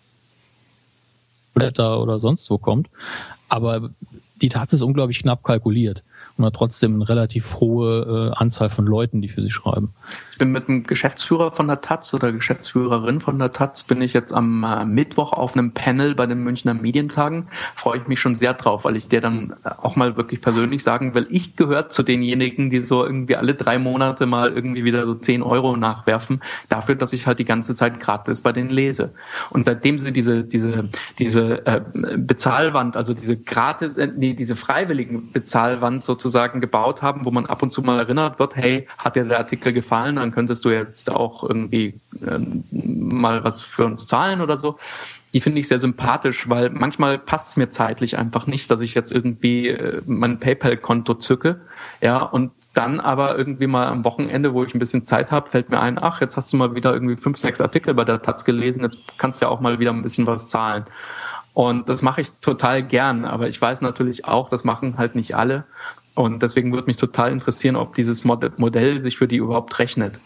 Blätter oder sonst wo kommt. Aber die Taz ist unglaublich knapp kalkuliert und hat trotzdem eine relativ hohe Anzahl von Leuten, die für sie schreiben. Ich bin mit einem Geschäftsführer von der Taz oder Geschäftsführerin von der Taz, bin ich jetzt am Mittwoch auf einem Panel bei den Münchner Medientagen. Freue ich mich schon sehr drauf, weil ich dir dann auch mal wirklich persönlich sagen will, ich gehöre zu denjenigen, die so irgendwie alle 3 Monate mal irgendwie wieder so 10 Euro nachwerfen, dafür, dass ich halt die ganze Zeit gratis bei denen lese. Und seitdem sie diese Bezahlwand, also diese freiwilligen Bezahlwand sozusagen gebaut haben, wo man ab und zu mal erinnert wird, hey, hat dir der Artikel gefallen, dann könntest du jetzt auch irgendwie mal was für uns zahlen oder so. Die finde ich sehr sympathisch, weil manchmal passt es mir zeitlich einfach nicht, dass ich jetzt irgendwie mein PayPal-Konto zücke, ja, und dann aber irgendwie mal am Wochenende, wo ich ein bisschen Zeit habe, fällt mir ein, ach, jetzt hast du mal wieder irgendwie 5, 6 Artikel bei der Taz gelesen, jetzt kannst du ja auch mal wieder ein bisschen was zahlen. Und das mache ich total gern, aber ich weiß natürlich auch, das machen halt nicht alle. Und deswegen würde mich total interessieren, ob dieses Modell sich für die überhaupt rechnet.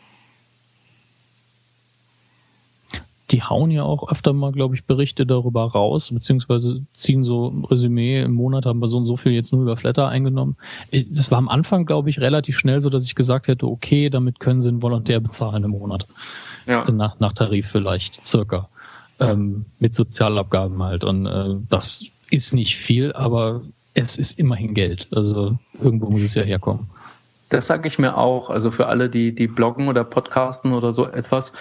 Die hauen ja auch öfter mal, glaube ich, Berichte darüber raus, beziehungsweise ziehen so ein Resümee, im Monat haben wir so und so viel jetzt nur über Flatter eingenommen. Das war am Anfang, glaube ich, relativ schnell so, dass ich gesagt hätte, okay, damit können sie einen Volontär bezahlen im Monat. Ja. Nach Tarif vielleicht, circa. Mit Sozialabgaben halt. Und das ist nicht viel, aber es ist immerhin Geld. Also irgendwo muss es ja herkommen. Das sage ich mir auch. Also für alle, die bloggen oder podcasten oder so etwas.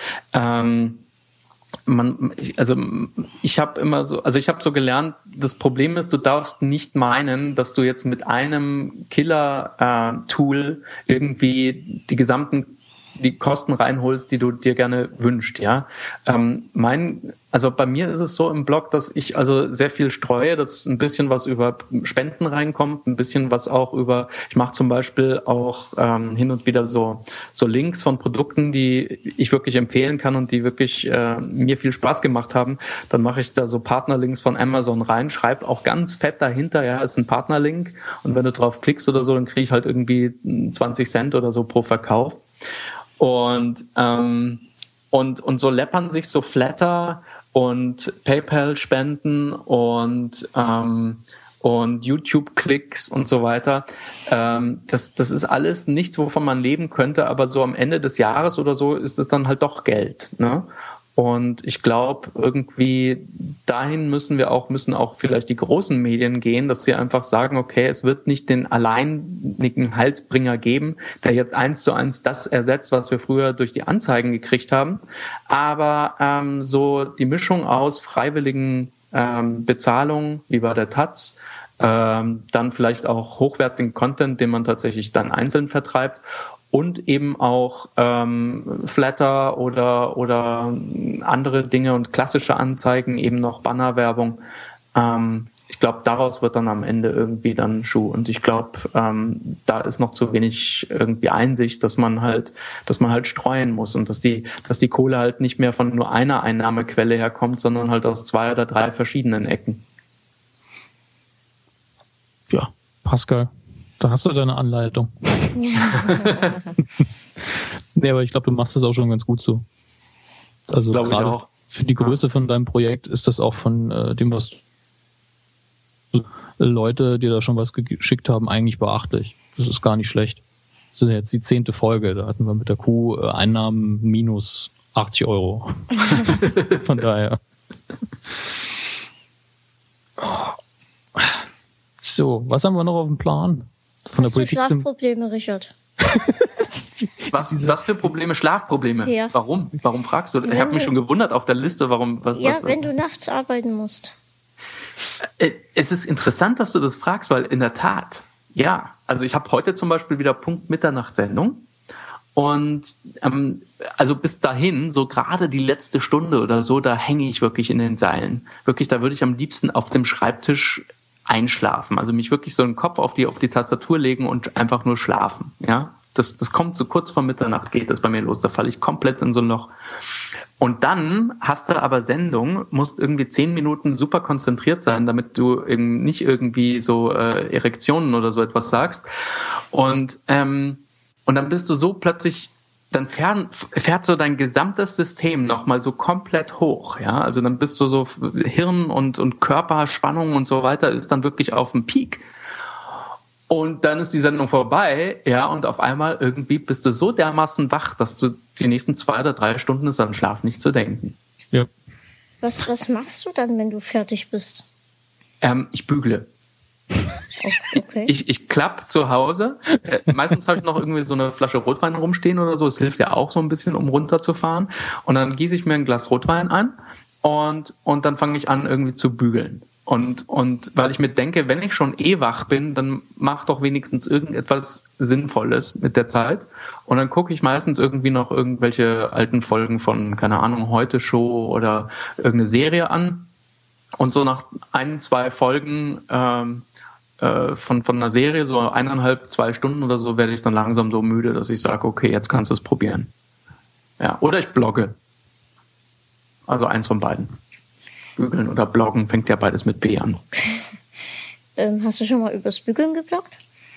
Ich habe so gelernt, das Problem ist, du darfst nicht meinen, dass du jetzt mit einem Killer-Tool irgendwie die Kosten reinholst, die du dir gerne wünschst, ja. Also bei mir ist es so im Blog, dass ich also sehr viel streue, dass ein bisschen was über Spenden reinkommt, ein bisschen was auch ich mache zum Beispiel auch hin und wieder so Links von Produkten, die ich wirklich empfehlen kann und die wirklich mir viel Spaß gemacht haben. Dann mache ich da so Partnerlinks von Amazon rein, schreibe auch ganz fett dahinter, ja, ist ein Partnerlink, und wenn du drauf klickst oder so, dann kriege ich halt irgendwie 20 Cent oder so pro Verkauf. Und so läppern sich so Flatter und PayPal-Spenden und YouTube-Klicks und so weiter. Das ist alles nichts, wovon man leben könnte, aber so am Ende des Jahres oder so ist es dann halt doch Geld, ne? Und ich glaube, irgendwie dahin müssen auch vielleicht die großen Medien gehen, dass sie einfach sagen, okay, es wird nicht den alleinigen Heilsbringer geben, der jetzt 1:1 das ersetzt, was wir früher durch die Anzeigen gekriegt haben. Aber so die Mischung aus freiwilligen Bezahlungen, wie bei der Taz, dann vielleicht auch hochwertigen Content, den man tatsächlich dann einzeln vertreibt, und eben auch Flatter oder andere Dinge und klassische Anzeigen, eben noch Bannerwerbung. Ich glaube, daraus wird dann am Ende irgendwie dann Schuh. Und ich glaube, da ist noch zu wenig irgendwie Einsicht, dass man halt streuen muss und dass die Kohle halt nicht mehr von nur einer Einnahmequelle herkommt, sondern halt aus 2 oder 3 verschiedenen Ecken. Ja, Pascal, da hast du deine Anleitung. Nee, aber ich glaube, du machst das auch schon ganz gut so. Also gerade für die Größe von deinem Projekt ist das auch von dem, was Leute, die da schon was geschickt haben, eigentlich beachtlich. Das ist gar nicht schlecht. Das ist jetzt die 10. Folge. Da hatten wir mit der Kuh Einnahmen minus 80 Euro. Von daher. So, was haben wir noch auf dem Plan? Von der Politik Schlafprobleme, Richard. Was für Probleme? Schlafprobleme? Ja. Warum? Warum fragst du? Ich habe mich schon gewundert auf der Liste, warum. Wenn du nachts arbeiten musst. Es ist interessant, dass du das fragst, weil in der Tat, ja, also ich habe heute zum Beispiel wieder Punkt Mitternachtssendung Und also bis dahin, so gerade die letzte Stunde oder so, da hänge ich wirklich in den Seilen. Wirklich, da würde ich am liebsten auf dem Schreibtisch einschlafen. Also mich wirklich so den Kopf auf die Tastatur legen und einfach nur schlafen. Ja, das kommt so kurz vor Mitternacht, geht das bei mir los. Da falle ich komplett in so ein Loch. Und dann hast du aber Sendung, musst irgendwie 10 Minuten super konzentriert sein, damit du eben nicht irgendwie so Erektionen oder so etwas sagst. Und dann bist du so plötzlich, dann fährt so dein gesamtes System nochmal so komplett hoch, ja. Also dann bist du so Hirn und Körperspannung und so weiter ist dann wirklich auf dem Peak. Und dann ist die Sendung vorbei, ja, und auf einmal irgendwie bist du so dermaßen wach, dass du die nächsten 2 oder 3 Stunden ist an Schlaf nicht zu denken. Ja. Was machst du dann, wenn du fertig bist? Ich bügle. Okay. Ich klapp zu Hause. Meistens habe ich noch irgendwie so eine Flasche Rotwein rumstehen oder so. Es hilft ja auch so ein bisschen, um runterzufahren. Und dann gieße ich mir ein Glas Rotwein an und dann fange ich an, irgendwie zu bügeln. Und weil ich mir denke, wenn ich schon wach bin, dann mach doch wenigstens irgendetwas Sinnvolles mit der Zeit. Und dann gucke ich meistens irgendwie noch irgendwelche alten Folgen von, keine Ahnung, Heute Show oder irgendeine Serie an. Und so nach 1, 2 Folgen von einer Serie, so 1,5, 2 Stunden oder so, werde ich dann langsam so müde, dass ich sage, okay, jetzt kannst du es probieren. Ja, oder ich blogge. Also eins von beiden. Bügeln oder Bloggen fängt ja beides mit B an. Hast du schon mal übers Bügeln gebloggt?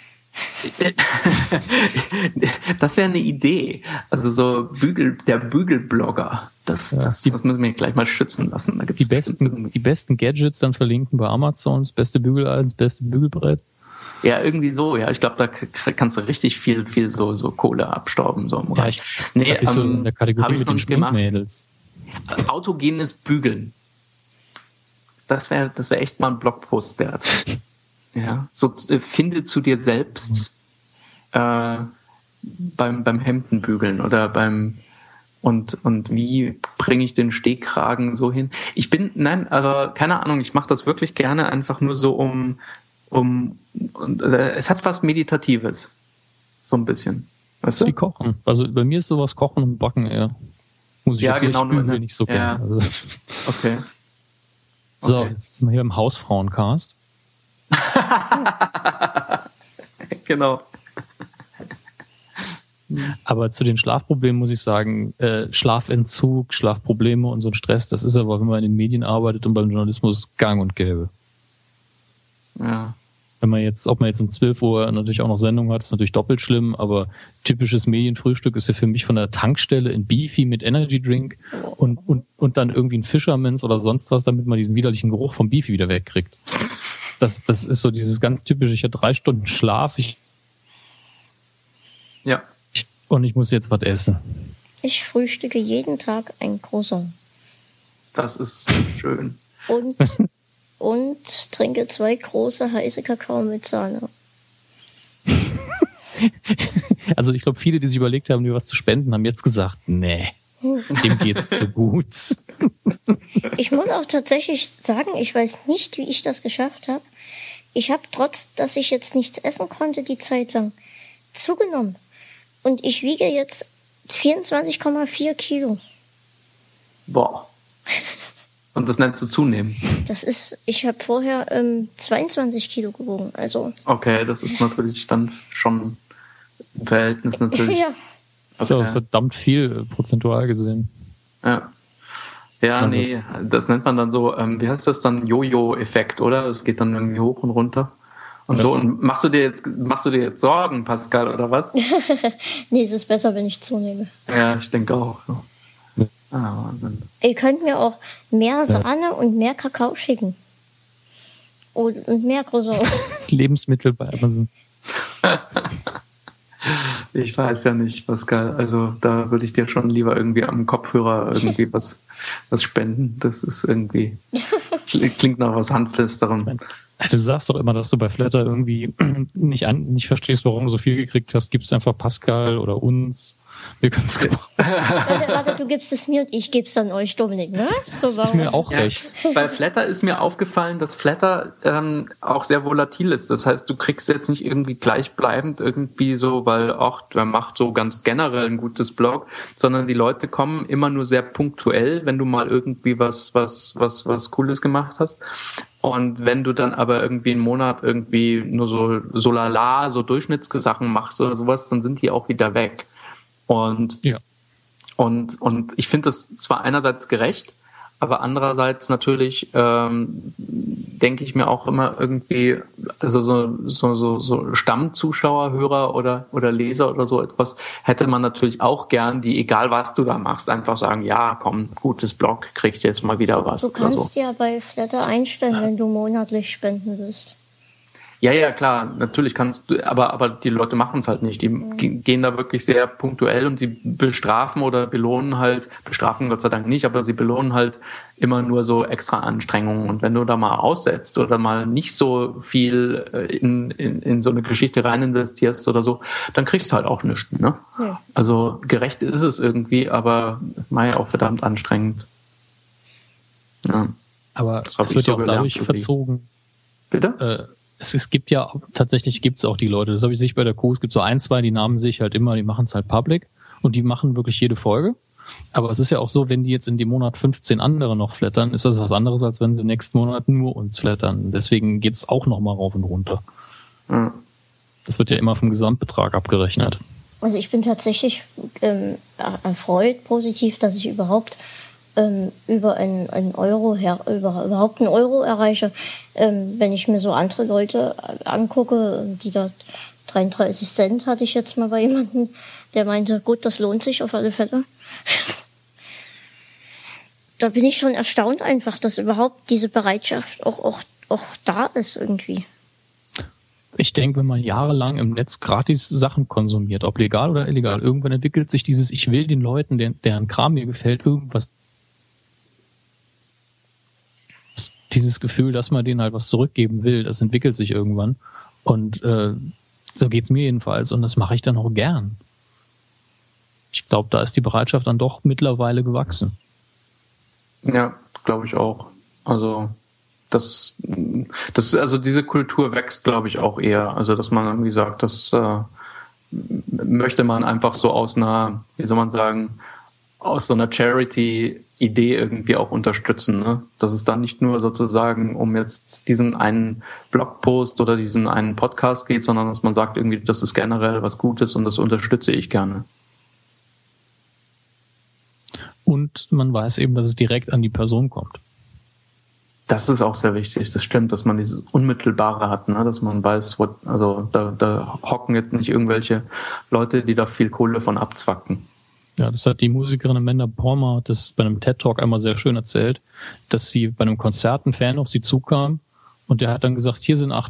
Das wäre eine Idee. Also so der Bügelblogger. Das müssen wir gleich mal schützen lassen. Da gibt's die besten Gadgets dann verlinken bei Amazon, das beste Bügeleisen, das beste Bügelbrett. Ja, irgendwie so. Ja, ich glaube, da kannst du richtig viel so Kohle abstauben. So im Bereich. Ja, bist du in der Kategorie mit den Stimmmädels. Autogenes Bügeln. Das wäre echt mal ein Blogpost wert. Ja, so finde zu dir selbst beim Hemdenbügeln oder und wie bringe ich den Stehkragen so hin? Also keine Ahnung, ich mache das wirklich gerne einfach nur so es hat was Meditatives. So ein bisschen. Weißt du? Wie Kochen. Also bei mir ist sowas Kochen und Backen eher. Muss ich ja, jetzt genau, bügeln, nicht so gerne. Ja. Also. Okay. So, jetzt sind wir hier im Hausfrauencast. Genau. Aber zu den Schlafproblemen muss ich sagen, Schlafentzug, Schlafprobleme und so ein Stress, das ist aber, wenn man in den Medien arbeitet und beim Journalismus gang und gäbe. Ja. Ob man jetzt um 12 Uhr natürlich auch noch Sendung hat, ist natürlich doppelt schlimm, aber typisches Medienfrühstück ist ja für mich von der Tankstelle in Beefy mit Energy Drink und dann irgendwie ein Fisherman's oder sonst was, damit man diesen widerlichen Geruch vom Beefy wieder wegkriegt. Das ist so dieses ganz typische, ich habe 3 Stunden Schlaf, und ich muss jetzt was essen. Ich frühstücke jeden Tag ein Croissant. Das ist schön. Und trinke 2 große heiße Kakao mit Sahne. Also ich glaube, viele, die sich überlegt haben, mir was zu spenden, haben jetzt gesagt, nee, dem geht's zu gut. Ich muss auch tatsächlich sagen, ich weiß nicht, wie ich das geschafft habe. Ich habe trotz, dass ich jetzt nichts essen konnte, die Zeit lang zugenommen. Und ich wiege jetzt 24,4 Kilo. Boah. Und das nennst du zunehmen? Ich habe vorher 22 Kilo gewogen, also. Okay, das ist natürlich dann schon im Verhältnis natürlich. Ja. Okay. Das ist verdammt viel, prozentual gesehen. Ja. Ja, nee, das nennt man dann so, wie heißt das dann? Jojo-Effekt, oder? Es geht dann irgendwie hoch und runter. Und so, und machst du dir jetzt Sorgen, Pascal, oder was? Nee, es ist besser, wenn ich zunehme. Ja, ich denke auch. Ja. Wahnsinn. Ihr könnt mir auch mehr Sahne und mehr Kakao schicken. Und mehr Croissants. Lebensmittel bei Amazon. Ich weiß ja nicht, Pascal. Also da würde ich dir schon lieber irgendwie am Kopfhörer irgendwie was spenden. Das ist irgendwie, das klingt nach was Handfesterem. Du sagst doch immer, dass du bei Flatter irgendwie nicht verstehst, warum du so viel gekriegt hast. Gibst einfach Pascal oder uns. Wir können es Warte, du gibst es mir und ich gebe es dann euch, Dominik, ne? So das ist mir auch recht. Bei Flatter ist mir aufgefallen, dass Flatter auch sehr volatil ist. Das heißt, du kriegst jetzt nicht irgendwie gleichbleibend irgendwie so, weil auch der macht so ganz generell ein gutes Blog, sondern die Leute kommen immer nur sehr punktuell, wenn du mal irgendwie was Cooles gemacht hast. Und wenn du dann aber irgendwie einen Monat irgendwie nur so lala, so Durchschnittssachen machst oder sowas, dann sind die auch wieder weg. Und ich finde das zwar einerseits gerecht, aber andererseits natürlich denke ich mir auch immer irgendwie, also so Stammzuschauer, Hörer oder Leser oder so etwas hätte man natürlich auch gern, die, egal was du da machst, einfach sagen, ja, komm, gutes Blog, kriegt jetzt mal wieder was. Du kannst oder so. ja bei Flatter einstellen, wenn du monatlich spenden willst. Ja, klar, natürlich kannst du, aber die Leute machen es halt nicht. Die gehen da wirklich sehr punktuell und sie bestrafen oder belohnen halt, bestrafen Gott sei Dank nicht, aber sie belohnen halt immer nur so extra Anstrengungen. Und wenn du da mal aussetzt oder mal nicht so viel in so eine Geschichte rein investierst oder so, dann kriegst du halt auch nichts, ne? Ja. Also gerecht ist es irgendwie, aber mal auch verdammt anstrengend. Ja. Aber es wird ja auch dadurch verzogen. Bitte? Es gibt ja, tatsächlich gibt es auch die Leute, das habe ich sich bei der Kuh, es gibt so 1, 2, die nahmen sich halt immer, die machen es halt public und die machen wirklich jede Folge. Aber es ist ja auch so, wenn die jetzt in dem Monat 15 andere noch flattern, ist das was anderes, als wenn sie im nächsten Monat nur uns flattern. Deswegen geht es auch nochmal rauf und runter. Mhm. Das wird ja immer vom Gesamtbetrag abgerechnet. Also ich bin tatsächlich erfreut, positiv, dass ich überhaupt über einen Euro überhaupt einen Euro erreiche, wenn ich mir so andere Leute angucke, die da 33 Cent hatte ich jetzt mal bei jemandem, der meinte, gut, das lohnt sich auf alle Fälle. Da bin ich schon erstaunt einfach, dass überhaupt diese Bereitschaft auch da ist irgendwie. Ich denke, wenn man jahrelang im Netz gratis Sachen konsumiert, ob legal oder illegal, irgendwann entwickelt sich dieses, ich will den Leuten, deren Kram mir gefällt, irgendwas. Dieses Gefühl, dass man denen halt was zurückgeben will, das entwickelt sich irgendwann. Und so geht's mir jedenfalls. Und das mache ich dann auch gern. Ich glaube, da ist die Bereitschaft dann doch mittlerweile gewachsen. Ja, glaube ich auch. Also also diese Kultur wächst, glaube ich, auch eher. Also dass man irgendwie sagt, das möchte man einfach so aus einer, wie soll man sagen, aus so einer Charity-Idee irgendwie auch unterstützen, ne? Dass es dann nicht nur sozusagen um jetzt diesen einen Blogpost oder diesen einen Podcast geht, sondern dass man sagt irgendwie, das ist generell was Gutes und das unterstütze ich gerne. Und man weiß eben, dass es direkt an die Person kommt. Das ist auch sehr wichtig. Das stimmt, dass man dieses Unmittelbare hat, ne? Dass man weiß, also da hocken jetzt nicht irgendwelche Leute, die da viel Kohle von abzwacken. Ja, das hat die Musikerin Amanda Palmer das bei einem TED-Talk einmal sehr schön erzählt, dass sie bei einem Konzert ein Fan auf sie zukam und der hat dann gesagt, hier sind 8.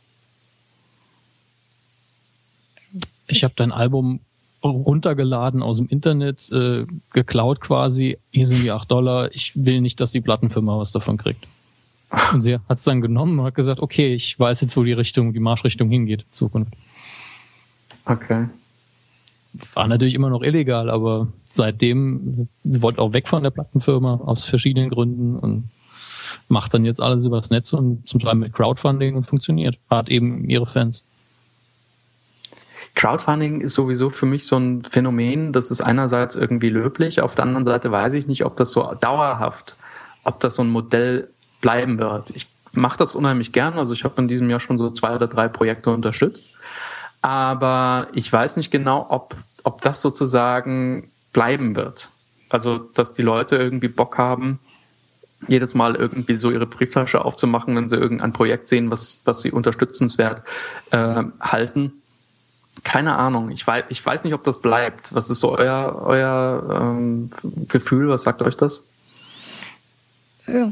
Ich habe dein Album runtergeladen aus dem Internet, geklaut quasi, hier sind die $8, ich will nicht, dass die Plattenfirma was davon kriegt. Und sie hat es dann genommen und hat gesagt, okay, ich weiß jetzt, wo die Marschrichtung hingeht in Zukunft. Okay. War natürlich immer noch illegal, aber seitdem wollte auch weg von der Plattenfirma aus verschiedenen Gründen und macht dann jetzt alles übers Netz und zum Teil mit Crowdfunding und funktioniert. Hat eben ihre Fans. Crowdfunding ist sowieso für mich so ein Phänomen, das ist einerseits irgendwie löblich, auf der anderen Seite weiß ich nicht, ob das so dauerhaft, ob das so ein Modell bleiben wird. Ich mache das unheimlich gern, also ich habe in diesem Jahr schon so 2 oder 3 Projekte unterstützt. Aber ich weiß nicht genau, ob das sozusagen bleiben wird. Also, dass die Leute irgendwie Bock haben, jedes Mal irgendwie so ihre Brieftasche aufzumachen, wenn sie irgendein Projekt sehen, was sie unterstützenswert halten. Keine Ahnung. Ich weiß nicht, ob das bleibt. Was ist so euer Gefühl? Was sagt euch das? Ja.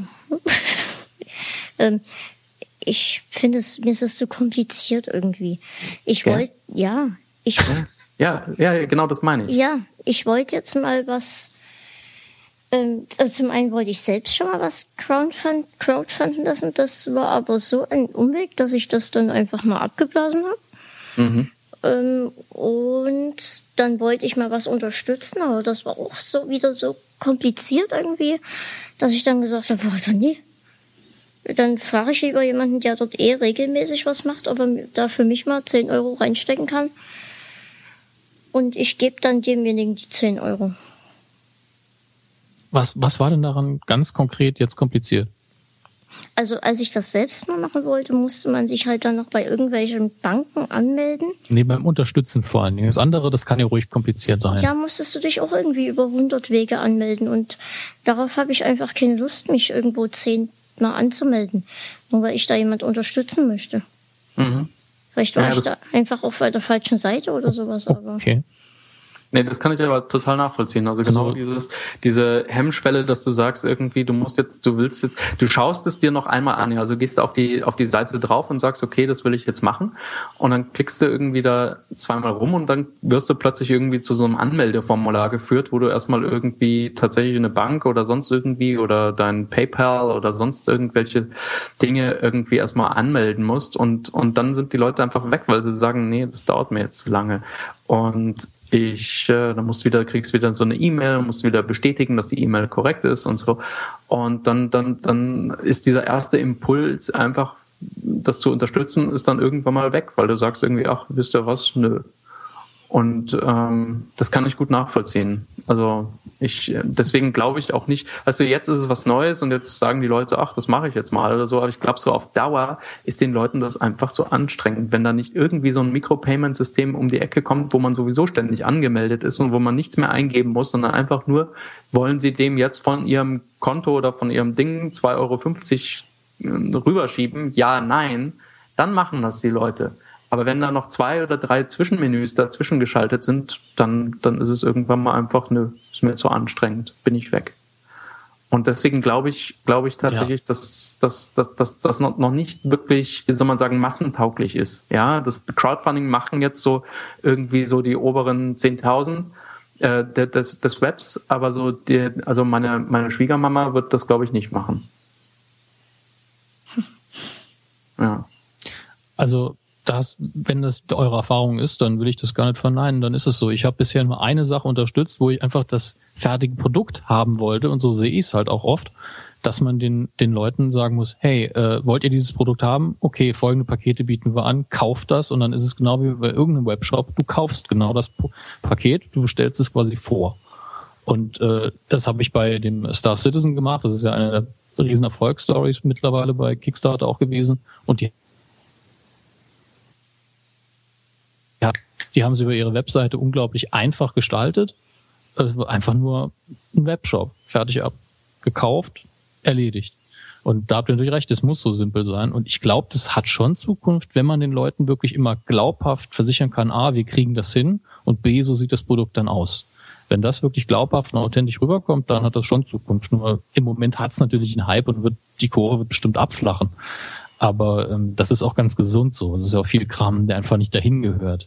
Ich finde mir ist es zu kompliziert irgendwie. Ja, genau das meine ich. Ja, ich wollte jetzt mal was, also zum einen wollte ich selbst schon mal was crowdfunden lassen, das war aber so ein Umweg, dass ich das dann einfach mal abgeblasen habe. Mhm. Und dann wollte ich mal was unterstützen, aber das war auch so wieder so kompliziert irgendwie, dass ich dann gesagt habe, dann nee. Dann frage ich lieber jemanden, der dort regelmäßig was macht, ob er da für mich mal 10 Euro reinstecken kann. Und ich gebe dann demjenigen die 10 Euro. Was war denn daran ganz konkret jetzt kompliziert? Also als ich das selbst mal machen wollte, musste man sich halt dann noch bei irgendwelchen Banken anmelden. Nee, beim Unterstützen vor allen Dingen. Das andere, das kann ja ruhig kompliziert sein. Ja, musstest du dich auch irgendwie über 100 Wege anmelden. Und darauf habe ich einfach keine Lust, mich irgendwo 10 Mal anzumelden. Nur weil ich da jemand unterstützen möchte. Mhm. Vielleicht war ich da einfach auf der falschen Seite oder sowas. Aber okay. Nee, das kann ich aber total nachvollziehen. Also genau diese Hemmschwelle, dass du sagst irgendwie, du schaust es dir noch einmal an. Also gehst auf die Seite drauf und sagst, okay, das will ich jetzt machen. Und dann klickst du irgendwie da zweimal rum und dann wirst du plötzlich irgendwie zu so einem Anmeldeformular geführt, wo du erstmal irgendwie tatsächlich eine Bank oder sonst irgendwie oder dein PayPal oder sonst irgendwelche Dinge irgendwie erstmal anmelden musst. Und dann sind die Leute einfach weg, weil sie sagen, nee, das dauert mir jetzt zu lange. Und dann kriegst wieder so eine E-Mail, musst wieder bestätigen, dass die E-Mail korrekt ist und so. Und dann ist dieser erste Impuls einfach, das zu unterstützen, ist dann irgendwann mal weg, weil du sagst irgendwie, ach, wisst ihr was? Nö. Und das kann ich gut nachvollziehen. Also deswegen glaube ich auch nicht, also jetzt ist es was Neues und jetzt sagen die Leute, ach, das mache ich jetzt mal oder so, aber ich glaube, so auf Dauer ist den Leuten das einfach so anstrengend, wenn da nicht irgendwie so ein Micropayment-System um die Ecke kommt, wo man sowieso ständig angemeldet ist und wo man nichts mehr eingeben muss, sondern einfach nur, wollen sie dem jetzt von ihrem Konto oder von ihrem Ding 2,50 € rüberschieben? Ja, nein, dann machen das die Leute. Aber wenn da noch 2 oder 3 Zwischenmenüs dazwischen geschaltet sind, dann ist es irgendwann mal einfach, ist mir zu anstrengend, bin ich weg. Und deswegen glaube ich tatsächlich, dass das noch nicht wirklich, wie soll man sagen, massentauglich ist. Ja, das Crowdfunding machen jetzt so irgendwie so die oberen 10.000 des Webs, aber also meine Schwiegermama wird das, glaube ich, nicht machen. Ja. Also wenn das eure Erfahrung ist, dann will ich das gar nicht verneinen, dann ist es so. Ich habe bisher nur eine Sache unterstützt, wo ich einfach das fertige Produkt haben wollte und so sehe ich es halt auch oft, dass man den Leuten sagen muss, hey, wollt ihr dieses Produkt haben? Okay, folgende Pakete bieten wir an, kauft das und dann ist es genau wie bei irgendeinem Webshop, du kaufst genau das Paket, du bestellst es quasi vor. Und das habe ich bei dem Star Citizen gemacht, das ist ja eine der riesen Erfolgsstories mittlerweile bei Kickstarter auch gewesen und die haben sie über ihre Webseite unglaublich einfach gestaltet. Also einfach nur ein Webshop, fertig gekauft, erledigt. Und da habt ihr natürlich recht, es muss so simpel sein. Und ich glaube, das hat schon Zukunft, wenn man den Leuten wirklich immer glaubhaft versichern kann, A, wir kriegen das hin und B, so sieht das Produkt dann aus. Wenn das wirklich glaubhaft und authentisch rüberkommt, dann hat das schon Zukunft. Nur im Moment hat es natürlich einen Hype und die Kurve wird bestimmt abflachen. Aber das ist auch ganz gesund so. Es ist ja auch viel Kram, der einfach nicht dahin gehört.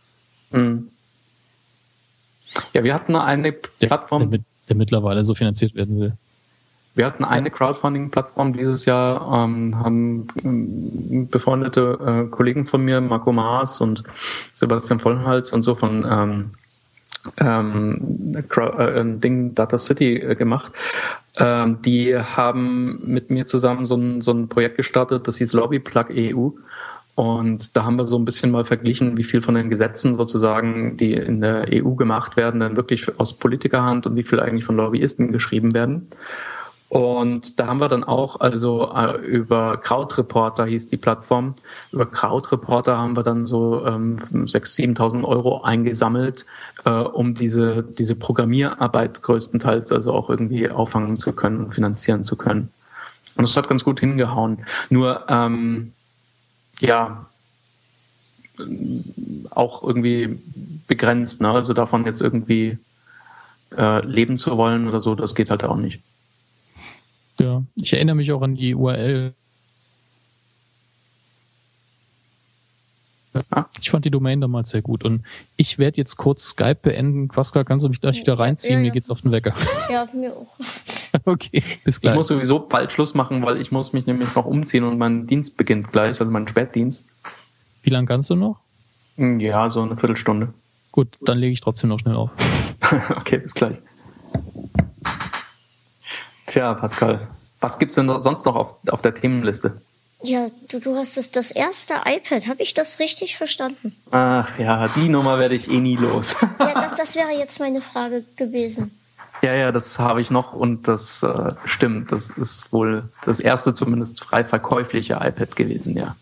Ja, wir hatten eine Plattform, der mittlerweile so finanziert werden will. Wir hatten eine Crowdfunding-Plattform dieses Jahr, haben befreundete Kollegen von mir, Marco Maas und Sebastian Vollenhals und so von Data City gemacht. Die haben mit mir zusammen so ein Projekt gestartet, das hieß Lobbyplug EU. Und da haben wir so ein bisschen mal verglichen, wie viel von den Gesetzen sozusagen, die in der EU gemacht werden, dann wirklich aus Politikerhand und wie viel eigentlich von Lobbyisten geschrieben werden. Und da haben wir dann auch, also über Crowdreporter hieß die Plattform, über Crowdreporter haben wir dann so 6.000, 7.000 € eingesammelt, um diese Programmierarbeit größtenteils also auch irgendwie auffangen zu können und finanzieren zu können. Und das hat ganz gut hingehauen. Nur auch irgendwie begrenzt, ne? Also davon jetzt irgendwie leben zu wollen oder so, das geht halt auch nicht. Ja, ich erinnere mich auch an die URL. Ich fand die Domain damals sehr gut und ich werde jetzt kurz Skype beenden. Quaska, kannst du mich gleich wieder reinziehen? Ja. Mir geht's auf den Wecker. Ja, mir auch. Okay, bis gleich. Ich muss sowieso bald Schluss machen, weil ich muss mich nämlich noch umziehen und mein Dienst beginnt gleich, also mein Spätdienst. Wie lange kannst du noch? Ja, so eine Viertelstunde. Gut, dann lege ich trotzdem noch schnell auf. Okay, bis gleich. Tja, Pascal, was gibt's denn sonst noch auf der Themenliste? Ja, du hast das erste iPad. Habe ich das richtig verstanden? Ach ja, die Nummer werde ich eh nie los. Ja, das wäre jetzt meine Frage gewesen. Ja, das habe ich noch und das stimmt. Das ist wohl das erste zumindest frei verkäufliche iPad gewesen, ja.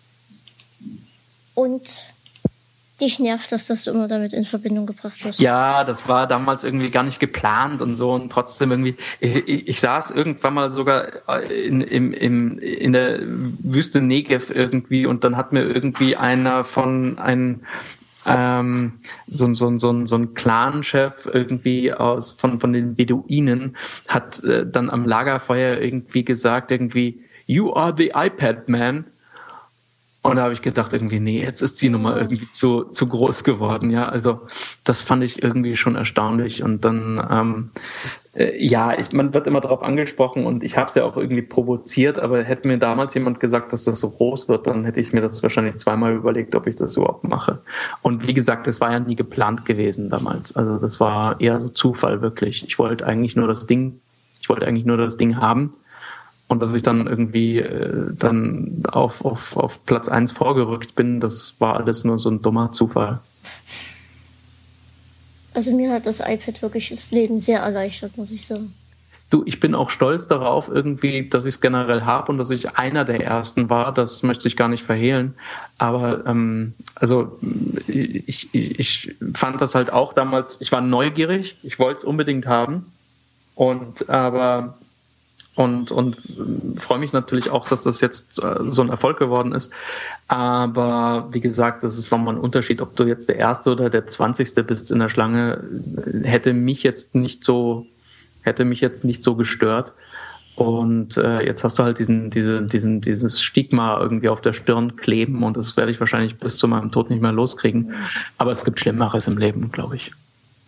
Und dich nervt, dass du immer damit in Verbindung gebracht wirst? Ja, das war damals irgendwie gar nicht geplant und so und trotzdem irgendwie, ich saß irgendwann mal sogar in der Wüste Negev irgendwie und dann hat mir irgendwie einer von so ein Clan-Chef irgendwie von den Beduinen hat dann am Lagerfeuer irgendwie gesagt, you are the iPad man. Und da habe ich gedacht, irgendwie, nee, jetzt ist die Nummer irgendwie zu groß geworden. Ja, also das fand ich irgendwie schon erstaunlich. Und dann, man wird immer darauf angesprochen und ich habe es ja auch irgendwie provoziert, aber hätte mir damals jemand gesagt, dass das so groß wird, dann hätte ich mir das wahrscheinlich zweimal überlegt, ob ich das überhaupt mache. Und wie gesagt, das war ja nie geplant gewesen damals. Also das war eher so Zufall wirklich. Ich wollte eigentlich nur das Ding haben. Und dass ich dann irgendwie dann auf Platz 1 vorgerückt bin, das war alles nur so ein dummer Zufall. Also mir hat das iPad wirklich das Leben sehr erleichtert, muss ich sagen. Du, ich bin auch stolz darauf irgendwie, dass ich es generell habe und dass ich einer der Ersten war. Das möchte ich gar nicht verhehlen. Aber ich fand das halt auch damals, ich war neugierig, ich wollte es unbedingt haben. Und freue mich natürlich auch, dass das jetzt so ein Erfolg geworden ist. Aber wie gesagt, das ist nochmal ein Unterschied, ob du jetzt der Erste oder der 20. bist in der Schlange, hätte mich jetzt nicht so gestört. Und jetzt hast du halt dieses Stigma irgendwie auf der Stirn kleben und das werde ich wahrscheinlich bis zu meinem Tod nicht mehr loskriegen. Aber es gibt Schlimmeres im Leben, glaube ich.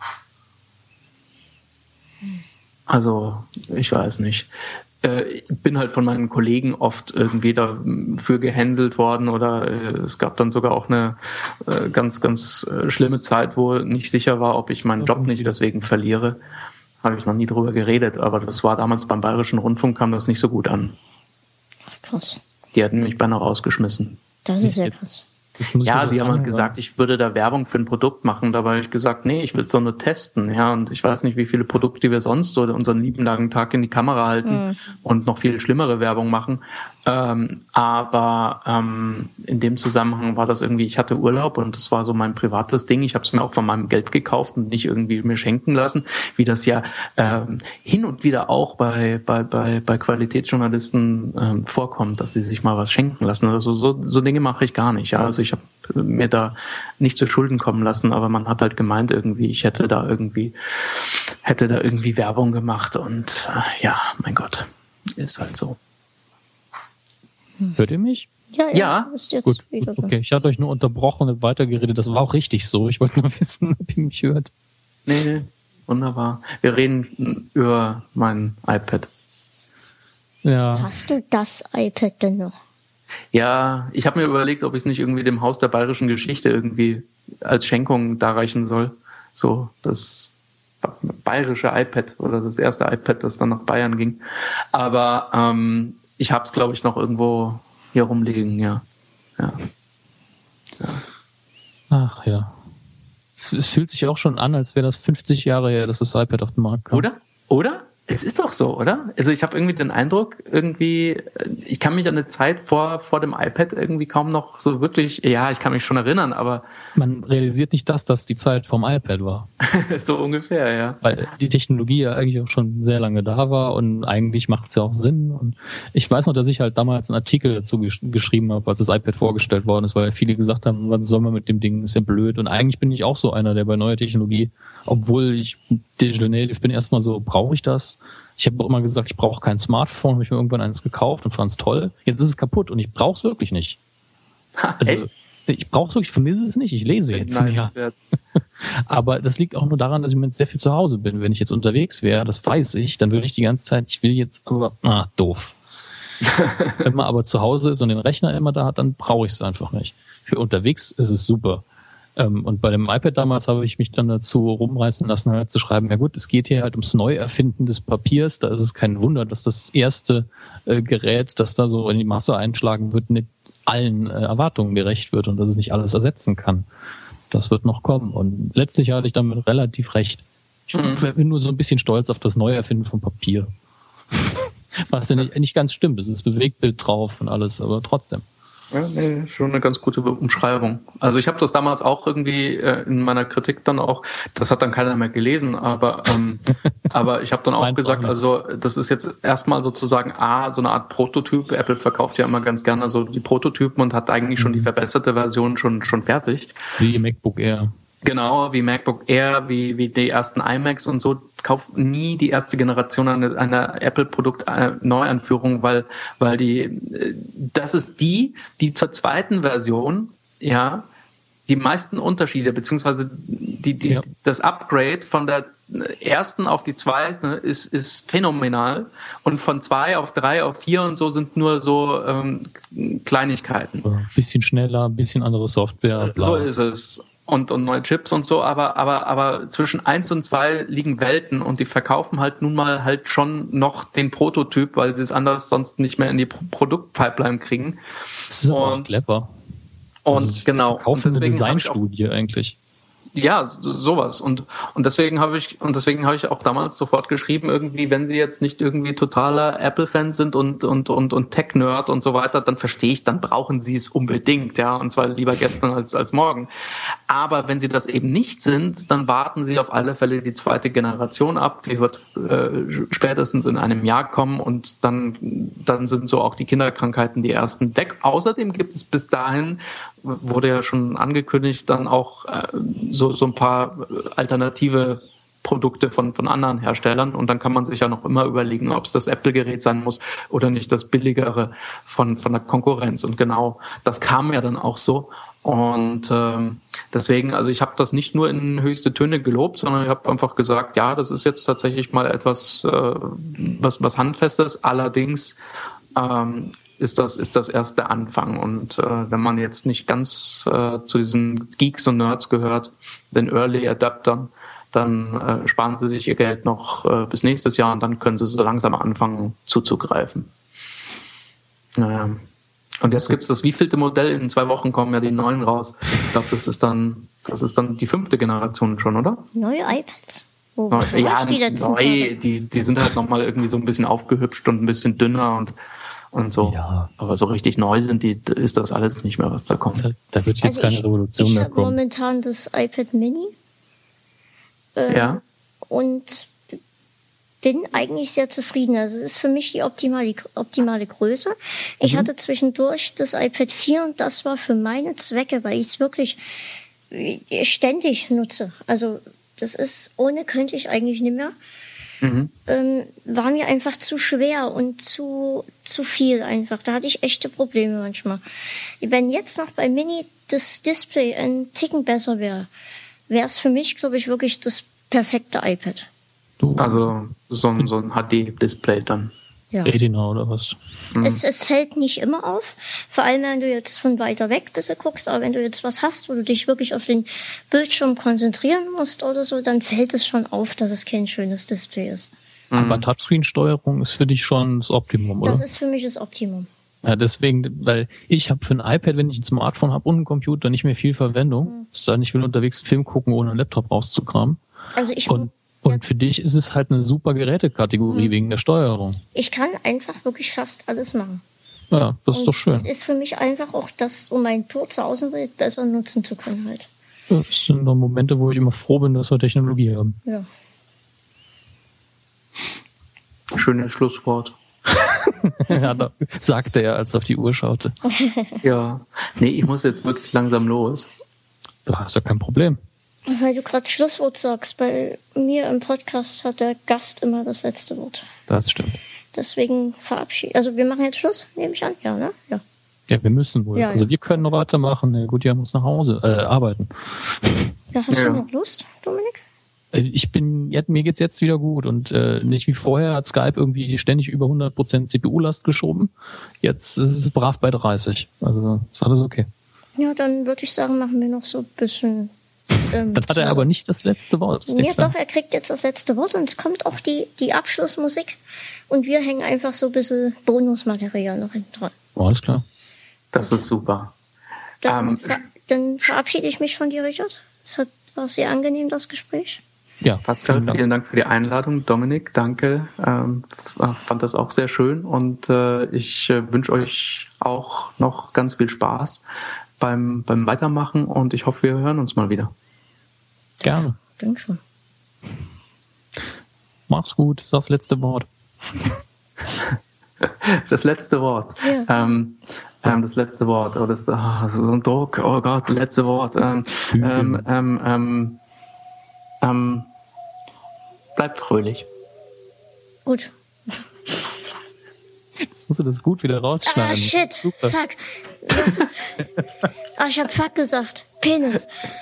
Also, ich weiß nicht. Ich bin halt von meinen Kollegen oft irgendwie dafür gehänselt worden oder es gab dann sogar auch eine ganz, ganz schlimme Zeit, wo nicht sicher war, ob ich meinen Job nicht deswegen verliere. Habe ich noch nie drüber geredet, aber das war damals beim Bayerischen Rundfunk, kam das nicht so gut an. Ach, krass. Die hätten mich beinahe rausgeschmissen. Das ist ja krass. Ja, die haben halt gesagt, ich würde da Werbung für ein Produkt machen. Dabei habe ich gesagt, nee, ich will es doch nur testen. Ja, und ich weiß nicht, wie viele Produkte wir sonst so unseren lieben langen Tag in die Kamera halten und noch viel schlimmere Werbung machen. Aber in dem Zusammenhang war das irgendwie, ich hatte Urlaub und das war so mein privates Ding. Ich habe es mir auch von meinem Geld gekauft und nicht irgendwie mir schenken lassen, wie das ja hin und wieder auch bei Qualitätsjournalisten vorkommt, dass sie sich mal was schenken lassen. Also so Dinge mache ich gar nicht. Ja? Also ich habe mir da nicht zu Schulden kommen lassen, aber man hat halt gemeint irgendwie, ich hätte da irgendwie Werbung gemacht und ja, mein Gott, ist halt so. Hört ihr mich? Ja. Gut, okay. Ich hatte euch nur unterbrochen und weitergeredet. Das war auch richtig so. Ich wollte nur wissen, ob ihr mich hört. Nee, wunderbar. Wir reden über mein iPad. Ja. Hast du das iPad denn noch? Ja, ich habe mir überlegt, ob ich es nicht irgendwie dem Haus der bayerischen Geschichte irgendwie als Schenkung darreichen soll. So das bayerische iPad oder das erste iPad, das dann nach Bayern ging. Aber ich habe es, glaube ich, noch irgendwo hier rumliegen, ja. Ach ja. Es fühlt sich auch schon an, als wäre das 50 Jahre her, dass das iPad auf den Markt kam. Oder? Es ist doch so, oder? Also ich habe irgendwie den Eindruck, ich kann mich an eine Zeit vor dem iPad irgendwie kaum noch so wirklich, ja, ich kann mich schon erinnern, aber... Man realisiert nicht, dass das die Zeit vom iPad war. So ungefähr, ja. Weil die Technologie ja eigentlich auch schon sehr lange da war und eigentlich macht es ja auch Sinn. Und ich weiß noch, dass ich halt damals einen Artikel dazu geschrieben habe, als das iPad vorgestellt worden ist, weil viele gesagt haben, was soll man mit dem Ding, ist ja blöd. Und eigentlich bin ich auch so einer, der bei neuer Technologie, obwohl ich Digital Native bin, erstmal so, brauche ich das? Ich habe auch immer gesagt, ich brauche kein Smartphone, habe ich mir irgendwann eins gekauft und fand es toll. Jetzt ist es kaputt und ich brauche es wirklich nicht. Also echt? Ich brauche es wirklich, vermisse es nicht, ich lese jetzt mehr. Aber das liegt auch nur daran, dass ich mit sehr viel zu Hause bin. Wenn ich jetzt unterwegs wäre, das weiß ich, dann würde ich die ganze Zeit, ich will jetzt aber, doof. Wenn man aber zu Hause ist und den Rechner immer da hat, dann brauche ich es einfach nicht. Für unterwegs ist es super. Und bei dem iPad damals habe ich mich dann dazu rumreißen lassen, halt zu schreiben, ja gut, es geht hier halt ums Neuerfinden des Papiers. Da ist es kein Wunder, dass das erste Gerät, das da so in die Masse einschlagen wird, nicht allen Erwartungen gerecht wird und dass es nicht alles ersetzen kann. Das wird noch kommen. Und letztlich hatte ich damit relativ recht. Ich bin nur so ein bisschen stolz auf das Neuerfinden von Papier. Was ja nicht ganz stimmt. Es ist Bewegtbild drauf und alles, aber trotzdem. Ja, nee, schon eine ganz gute Umschreibung. Also ich habe das damals auch irgendwie in meiner Kritik dann auch, das hat dann keiner mehr gelesen, aber ich habe dann auch gesagt, also das ist jetzt erstmal sozusagen so eine Art Prototyp. Apple verkauft ja immer ganz gerne so die Prototypen und hat eigentlich schon die verbesserte Version schon fertig. Siehe MacBook Air. Genau, wie MacBook Air, wie die ersten iMacs und so. Kauf nie die erste Generation einer Apple-Produkt-Neuanführung, weil das ist die zur zweiten Version, ja, die meisten Unterschiede, beziehungsweise das Upgrade von der ersten auf die zweite ist phänomenal und von 2 auf 3 auf 4 und so sind nur so Kleinigkeiten. Ein bisschen schneller, ein bisschen andere Software. Bla. So ist es. Und neue Chips und so, aber zwischen 1 und 2 liegen Welten und die verkaufen halt nun mal halt schon noch den Prototyp, weil sie es anders sonst nicht mehr in die Produktpipeline kriegen. Das ist aber auch clever. Und also genau. Verkaufen eine Designstudie eigentlich. Ja, sowas. Und deswegen habe ich auch damals sofort geschrieben, irgendwie, wenn Sie jetzt nicht irgendwie totaler Apple-Fan sind und Tech-Nerd und so weiter, dann verstehe ich, dann brauchen Sie es unbedingt, ja, und zwar lieber gestern als morgen. Aber wenn Sie das eben nicht sind, dann warten Sie auf alle Fälle die zweite Generation ab, die wird spätestens in einem Jahr kommen und dann sind so auch die Kinderkrankheiten die ersten weg. Außerdem gibt es bis dahin, wurde ja schon angekündigt, dann auch so ein paar alternative Produkte von anderen Herstellern und dann kann man sich ja noch immer überlegen, ob es das Apple-Gerät sein muss oder nicht das billigere von der Konkurrenz. Und genau, das kam ja dann auch so. Und deswegen, also ich habe das nicht nur in höchste Töne gelobt, sondern ich habe einfach gesagt, ja, das ist jetzt tatsächlich mal etwas, was Handfestes. Allerdings ist das erst der Anfang. Und wenn man jetzt nicht ganz zu diesen Geeks und Nerds gehört, den Early Adaptern, dann sparen sie sich ihr Geld noch bis nächstes Jahr und dann können sie so langsam anfangen zuzugreifen. Naja. Und jetzt gibt's das wievielte Modell? In 2 Wochen kommen ja die neuen raus. Ich glaube, das ist dann die 5. Generation schon, oder? Neue iPads. Ja, die sind halt nochmal irgendwie so ein bisschen aufgehübscht und ein bisschen dünner und so. Ja. Aber so richtig neu ist das alles nicht mehr, was da kommt. Da wird jetzt keine Revolution mehr kommen. Ich habe momentan das iPad Mini. Ja. Und bin eigentlich sehr zufrieden. Also es ist für mich die optimale Größe. Ich hatte zwischendurch das iPad 4 und das war für meine Zwecke, weil ich es wirklich ständig nutze. Also das ist, ohne könnte ich eigentlich nicht mehr. War mir einfach zu schwer und zu viel einfach. Da hatte ich echte Probleme manchmal. Wenn jetzt noch bei Mini das Display ein Ticken besser wäre es für mich, glaube ich, wirklich das perfekte iPad. Also so ein HD-Display dann. Ja. Retina oder was? Es fällt nicht immer auf, vor allem wenn du jetzt von weiter weg bisschen guckst, aber wenn du jetzt was hast, wo du dich wirklich auf den Bildschirm konzentrieren musst oder so, dann fällt es schon auf, dass es kein schönes Display ist. Aber Touchscreen-Steuerung ist für dich schon das Optimum, oder? Das ist für mich das Optimum. Ja, deswegen, weil ich habe für ein iPad, wenn ich ein Smartphone habe und einen Computer, nicht mehr viel Verwendung. Es sei denn, ich will unterwegs einen Film gucken, ohne einen Laptop rauszukramen. Also und für dich ist es halt eine super Gerätekategorie wegen der Steuerung. Ich kann einfach wirklich fast alles machen. Ja, das ist doch schön. Ist für mich einfach auch das, um mein Purz Außenbild besser nutzen zu können halt. Ja, das sind doch Momente, wo ich immer froh bin, dass wir Technologie haben. Ja. Schönes Schlusswort. Ja, sagte er, als er auf die Uhr schaute. Ja. Nee, ich muss jetzt wirklich langsam los. Da hast du kein Problem. Weil du gerade Schlusswort sagst, bei mir im Podcast hat der Gast immer das letzte Wort. Das stimmt. Deswegen also wir machen jetzt Schluss, nehme ich an, ja, ne? Ja. Ja, wir müssen wohl. Ja, also wir können noch weitermachen. Ja, gut, muss nach Hause arbeiten. Ja, hast du noch Lust, Dominik? Mir geht's jetzt wieder gut und nicht wie vorher hat Skype irgendwie ständig über 100% CPU-Last geschoben. Jetzt ist es brav bei 30. Also ist alles okay. Ja, dann würde ich sagen, machen wir noch so ein bisschen... Dann hat er aber nicht das letzte Wort. Ja, doch, er kriegt jetzt das letzte Wort und es kommt auch die Abschlussmusik und wir hängen einfach so ein bisschen Bonusmaterial noch hinten dran. Alles klar. Das ist super. Dann verabschiede ich mich von dir, Richard. War sehr angenehm, das Gespräch. Ja, Pascal, vielen Dank für die Einladung. Dominik, danke. Fand das auch sehr schön und ich wünsche euch auch noch ganz viel Spaß beim Weitermachen und ich hoffe, wir hören uns mal wieder. Gerne. Denk schon. Mach's gut. Sag das letzte Wort. Das letzte Wort. Ja. Das letzte Wort. Oh, das ist so ein Druck. Oh Gott, letzte Wort. Bleibt fröhlich. Gut. Jetzt musst du das gut wieder rausschneiden. Shit. Super. Fuck. Ich hab Fuck gesagt. Penis.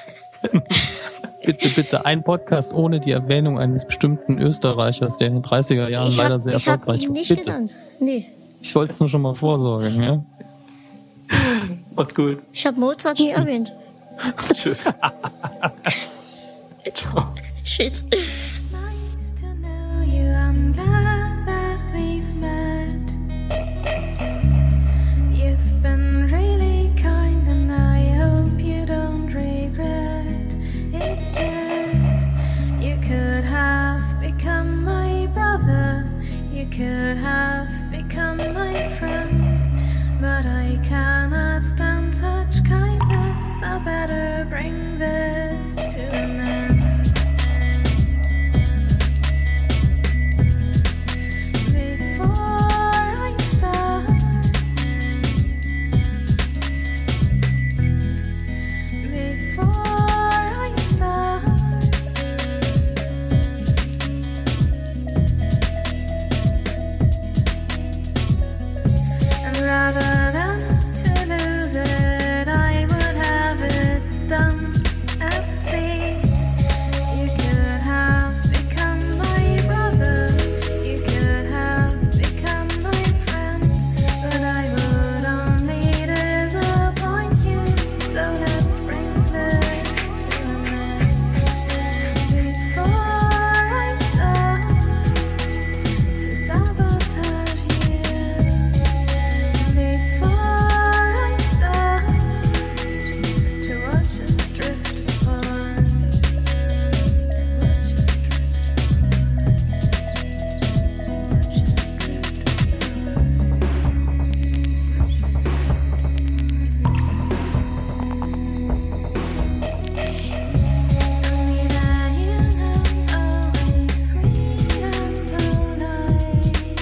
Bitte ein Podcast ohne die Erwähnung eines bestimmten Österreichers, der in den 30er Jahren leider sehr erfolgreich war. Ich hab ihn nicht Bitte. genannt. Nee. Ich wollte es nur schon mal vorsorgen, ja? Macht's gut. Ich habe Mozart nie erwähnt. Tschüss. Ciao. Tschüss. It's nice to know you. I'm glad that we've met. You've been really kind, and I hope you don't regret it yet. You could have become my brother. You could have become my friend. But I cannot stand such kindness. I better bring this to an end. Rather than to lose it, I would have it done at sea. You could have become my brother, you could have become my friend, but I would only disappoint you, so let's bring this to an end. Before I start to sabotage you, before I start to watch us drift apart, watch us Tell me that you know's always sweet and polite.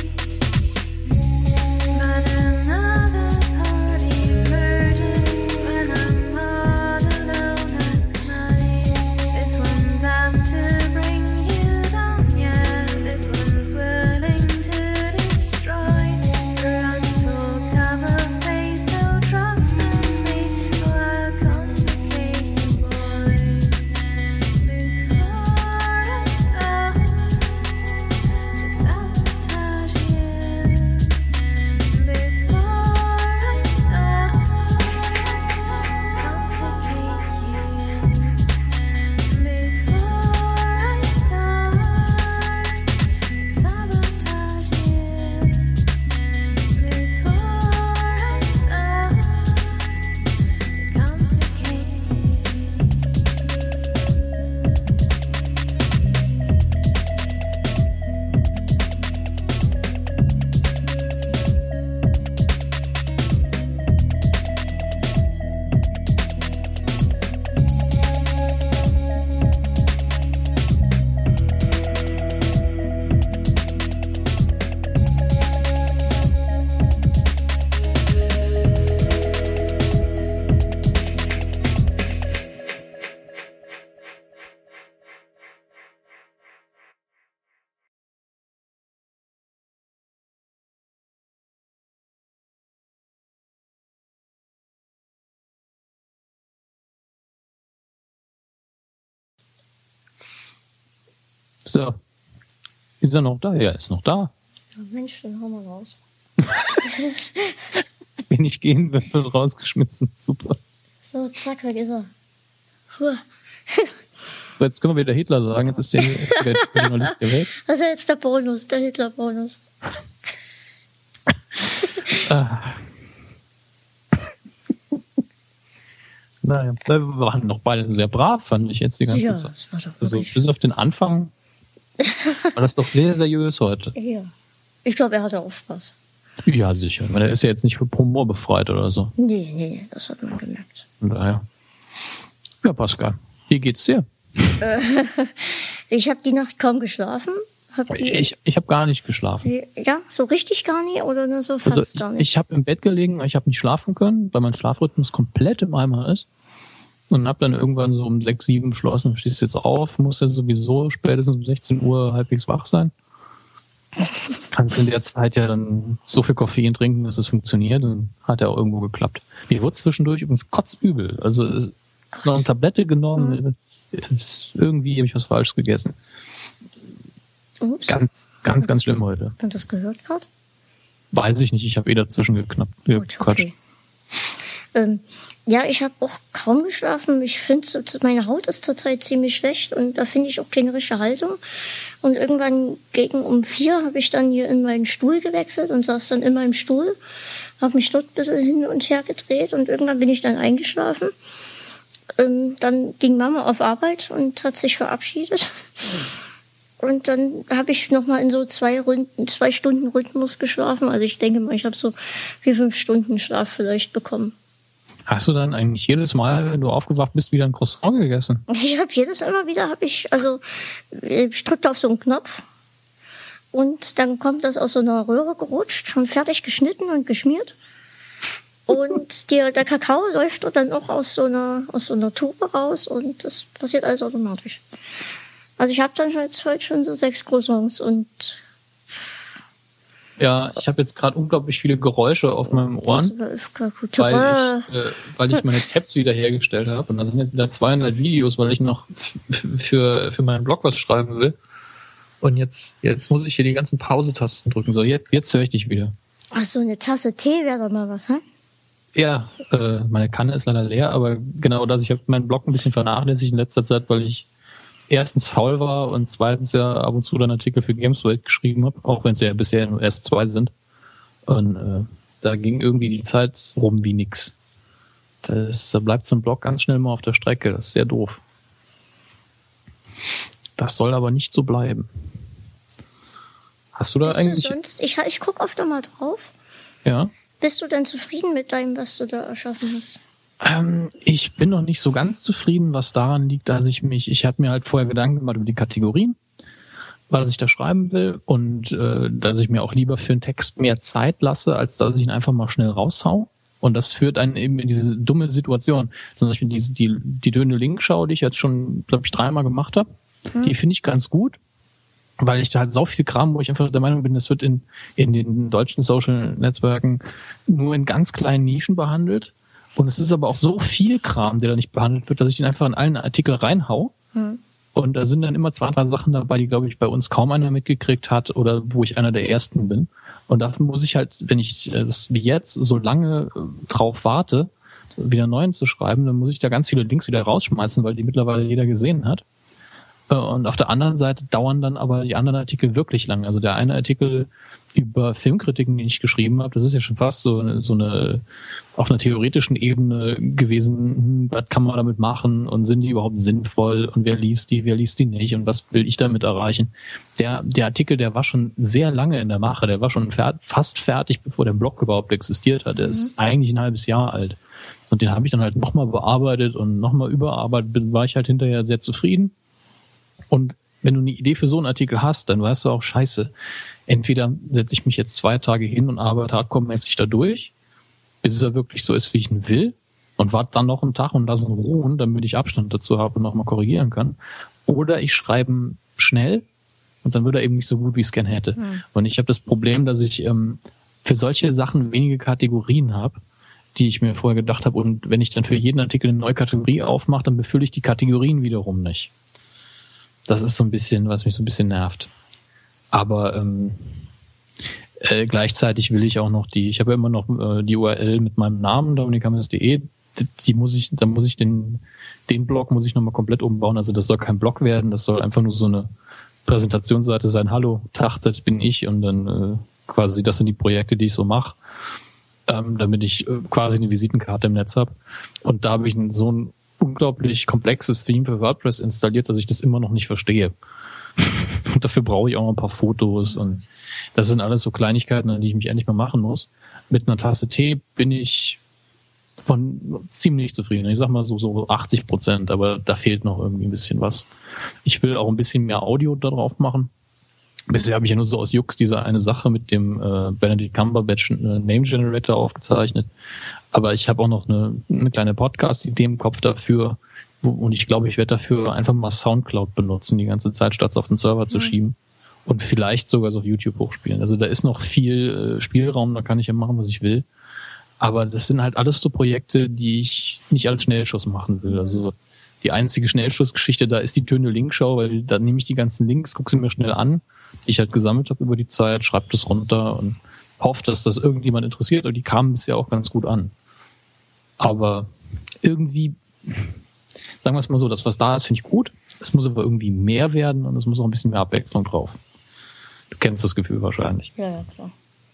But another party emerges when I'm all alone at night. This one's out to bring you down, yeah. This one's willing to destroy. So run for cover, place no trust in me, or I'll complicate you, boy. Before I start to sabotage you, before I start to complicate you, before I start to sabotage you, before I start to complicate So. Ist er noch da? Ja, ist noch da. Ja, Mensch, dann hau mal raus. Wenn ich gehen will, wird rausgeschmissen. Super. So, zack, weg ist er. Puh. Jetzt können wir wieder Hitler sagen, jetzt ist der Journalist gewählt. Das ist jetzt der Bonus, der Hitler-Bonus. Naja, wir waren noch beide sehr brav, fand ich jetzt die ganze Zeit. Das war doch Also wirklich... bis auf den Anfang war das doch sehr seriös heute. Ja. Ich glaube, er hatte auch Spaß. Ja, sicher. Er ist ja jetzt nicht für Humor befreit oder so. Nee, das hat man gemerkt. Von daher. Ja, Pascal, wie geht's dir? Ich habe die Nacht kaum geschlafen. Ich habe gar nicht geschlafen. Ja, so richtig gar nicht oder nur so fast Also gar nicht? ich habe im Bett gelegen, ich habe nicht schlafen können, weil mein Schlafrhythmus komplett im Eimer ist. Und habe dann irgendwann so um 6, 7 beschlossen, du stehst jetzt auf, musst ja sowieso spätestens um 16 Uhr halbwegs wach sein. Kannst in der Zeit ja dann so viel Koffein trinken, dass es funktioniert. Und hat ja auch irgendwo geklappt. Mir wurde zwischendurch übrigens kotzübel. Also noch eine Tablette genommen. Irgendwie habe ich was Falsches gegessen. Ups. Ganz schlimm heute. Hat man das gehört gerade? Weiß ich nicht, ich habe dazwischen gequatscht. Okay. Ja, ich habe auch kaum geschlafen. Ich finde, meine Haut ist zurzeit ziemlich schlecht und da finde ich auch keine richtige Haltung. Und irgendwann gegen um 4 habe ich dann hier in meinen Stuhl gewechselt und saß dann in meinem Stuhl, habe mich dort ein bisschen hin und her gedreht und irgendwann bin ich dann eingeschlafen. Dann ging Mama auf Arbeit und hat sich verabschiedet. Und dann habe ich nochmal in so 2 Stunden Rhythmus geschlafen. Also ich denke mal, ich habe so 4, 5 Stunden Schlaf vielleicht bekommen. Hast du dann eigentlich jedes Mal, wenn du aufgewacht bist, wieder ein Croissant gegessen? Ich habe ich drückte auf so einen Knopf und dann kommt das aus so einer Röhre gerutscht, schon fertig geschnitten und geschmiert. Und der Kakao läuft dann auch aus so einer Tube raus und das passiert alles automatisch. Also ich habe dann heute schon so 6 Croissants und... Ja, ich habe jetzt gerade unglaublich viele Geräusche auf meinem Ohren, 12 weil ich meine Tabs wiederhergestellt habe. Und da sind jetzt wieder 200 Videos, weil ich noch für meinen Blog was schreiben will. Und jetzt muss ich hier die ganzen Pause-Tasten drücken. So, jetzt höre ich dich wieder. Ach, so eine Tasse Tee wäre doch mal was, hä? Ja, meine Kanne ist leider leer, aber genau das. Ich habe meinen Blog ein bisschen vernachlässigt in letzter Zeit, weil ich erstens faul war und zweitens ja ab und zu dann Artikel für Gameswelt geschrieben habe, auch wenn es ja bisher nur erst 2 sind. Und da ging irgendwie die Zeit rum wie nix. Da bleibt so ein Blog ganz schnell mal auf der Strecke. Das ist sehr doof. Das soll aber nicht so bleiben. Hast du da Bist eigentlich... du sonst, ich gucke oft mal drauf. Ja. Bist du denn zufrieden mit deinem, was du da erschaffen hast? Ich bin noch nicht so ganz zufrieden, was daran liegt, dass ich habe mir halt vorher Gedanken gemacht über die Kategorien, was ich da schreiben will und dass ich mir auch lieber für einen Text mehr Zeit lasse, als dass ich ihn einfach mal schnell raushau. Und das führt einen eben in diese dumme Situation. Zum Beispiel die dünne Linkschau, die ich jetzt schon, glaube ich, 3-mal gemacht habe, die finde ich ganz gut, weil ich da halt so viel Kram, wo ich einfach der Meinung bin, das wird in den deutschen Social-Netzwerken nur in ganz kleinen Nischen behandelt. Und es ist aber auch so viel Kram, der da nicht behandelt wird, dass ich den einfach in allen Artikel reinhau. Und da sind dann immer 2, 3 Sachen dabei, die, glaube ich, bei uns kaum einer mitgekriegt hat oder wo ich einer der Ersten bin. Und dafür muss ich halt, wenn ich das wie jetzt so lange drauf warte, wieder neuen zu schreiben, dann muss ich da ganz viele Links wieder rausschmeißen, weil die mittlerweile jeder gesehen hat. Und auf der anderen Seite dauern dann aber die anderen Artikel wirklich lang. Also der eine Artikel über Filmkritiken, den ich geschrieben habe, das ist ja schon fast so eine auf einer theoretischen Ebene gewesen, was kann man damit machen und sind die überhaupt sinnvoll und wer liest die nicht und was will ich damit erreichen. Der Artikel, der war schon sehr lange in der Mache, der war schon fast fertig, bevor der Blog überhaupt existiert hat. Der ist eigentlich ein halbes Jahr alt. Und den habe ich dann halt nochmal bearbeitet und nochmal überarbeitet, war ich halt hinterher sehr zufrieden. Und wenn du eine Idee für so einen Artikel hast, dann weißt du auch, scheiße, entweder setze ich mich jetzt 2 Tage hin und arbeite hardcore-mäßig da durch, bis es wirklich so ist, wie ich ihn will, und warte dann noch einen Tag und lasse ihn ruhen, damit ich Abstand dazu habe und nochmal korrigieren kann. Oder ich schreibe schnell und dann wird er eben nicht so gut, wie ich es gerne hätte. Und ich habe das Problem, dass ich für solche Sachen wenige Kategorien habe, die ich mir vorher gedacht habe. Und wenn ich dann für jeden Artikel eine neue Kategorie aufmache, dann befülle ich die Kategorien wiederum nicht. Das ist so ein bisschen, was mich so ein bisschen nervt. Aber gleichzeitig will ich auch noch ich habe ja immer noch die URL mit meinem Namen, dominikhammes.de, da muss ich den Blog muss ich nochmal komplett umbauen. Also das soll kein Blog werden, das soll einfach nur so eine Präsentationsseite sein. Hallo, Tag, das bin ich, und dann quasi, das sind die Projekte, die ich so mache, damit ich quasi eine Visitenkarte im Netz habe. Und da habe ich so ein unglaublich komplexes Theme für WordPress installiert, dass ich das immer noch nicht verstehe. Und dafür brauche ich auch noch ein paar Fotos, und das sind alles so Kleinigkeiten, an die ich mich endlich mal machen muss. Mit einer Tasse Tee bin ich ziemlich zufrieden. Ich sag mal so 80%, aber da fehlt noch irgendwie ein bisschen was. Ich will auch ein bisschen mehr Audio da drauf machen. Bisher habe ich ja nur so aus Jux diese eine Sache mit dem Benedict Cumberbatch Name Generator aufgezeichnet. Aber ich habe auch noch eine kleine Podcast-Idee im Kopf dafür. Und ich glaube, ich werde dafür einfach mal Soundcloud benutzen, die ganze Zeit, statt es auf den Server zu schieben. Und vielleicht sogar so auf YouTube hochspielen. Also da ist noch viel Spielraum, da kann ich ja machen, was ich will. Aber das sind halt alles so Projekte, die ich nicht als Schnellschuss machen will. Also die einzige Schnellschussgeschichte da ist die Töne Linkschau, weil da nehme ich die ganzen Links, gucke sie mir schnell an, die ich halt gesammelt habe über die Zeit, schreibe das runter und hoffe, dass das irgendjemand interessiert. Und die kamen bisher auch ganz gut an. Aber irgendwie, sagen wir es mal so, das, was da ist, finde ich gut. Es muss aber irgendwie mehr werden, und es muss auch ein bisschen mehr Abwechslung drauf. Du kennst das Gefühl wahrscheinlich. Ja, klar.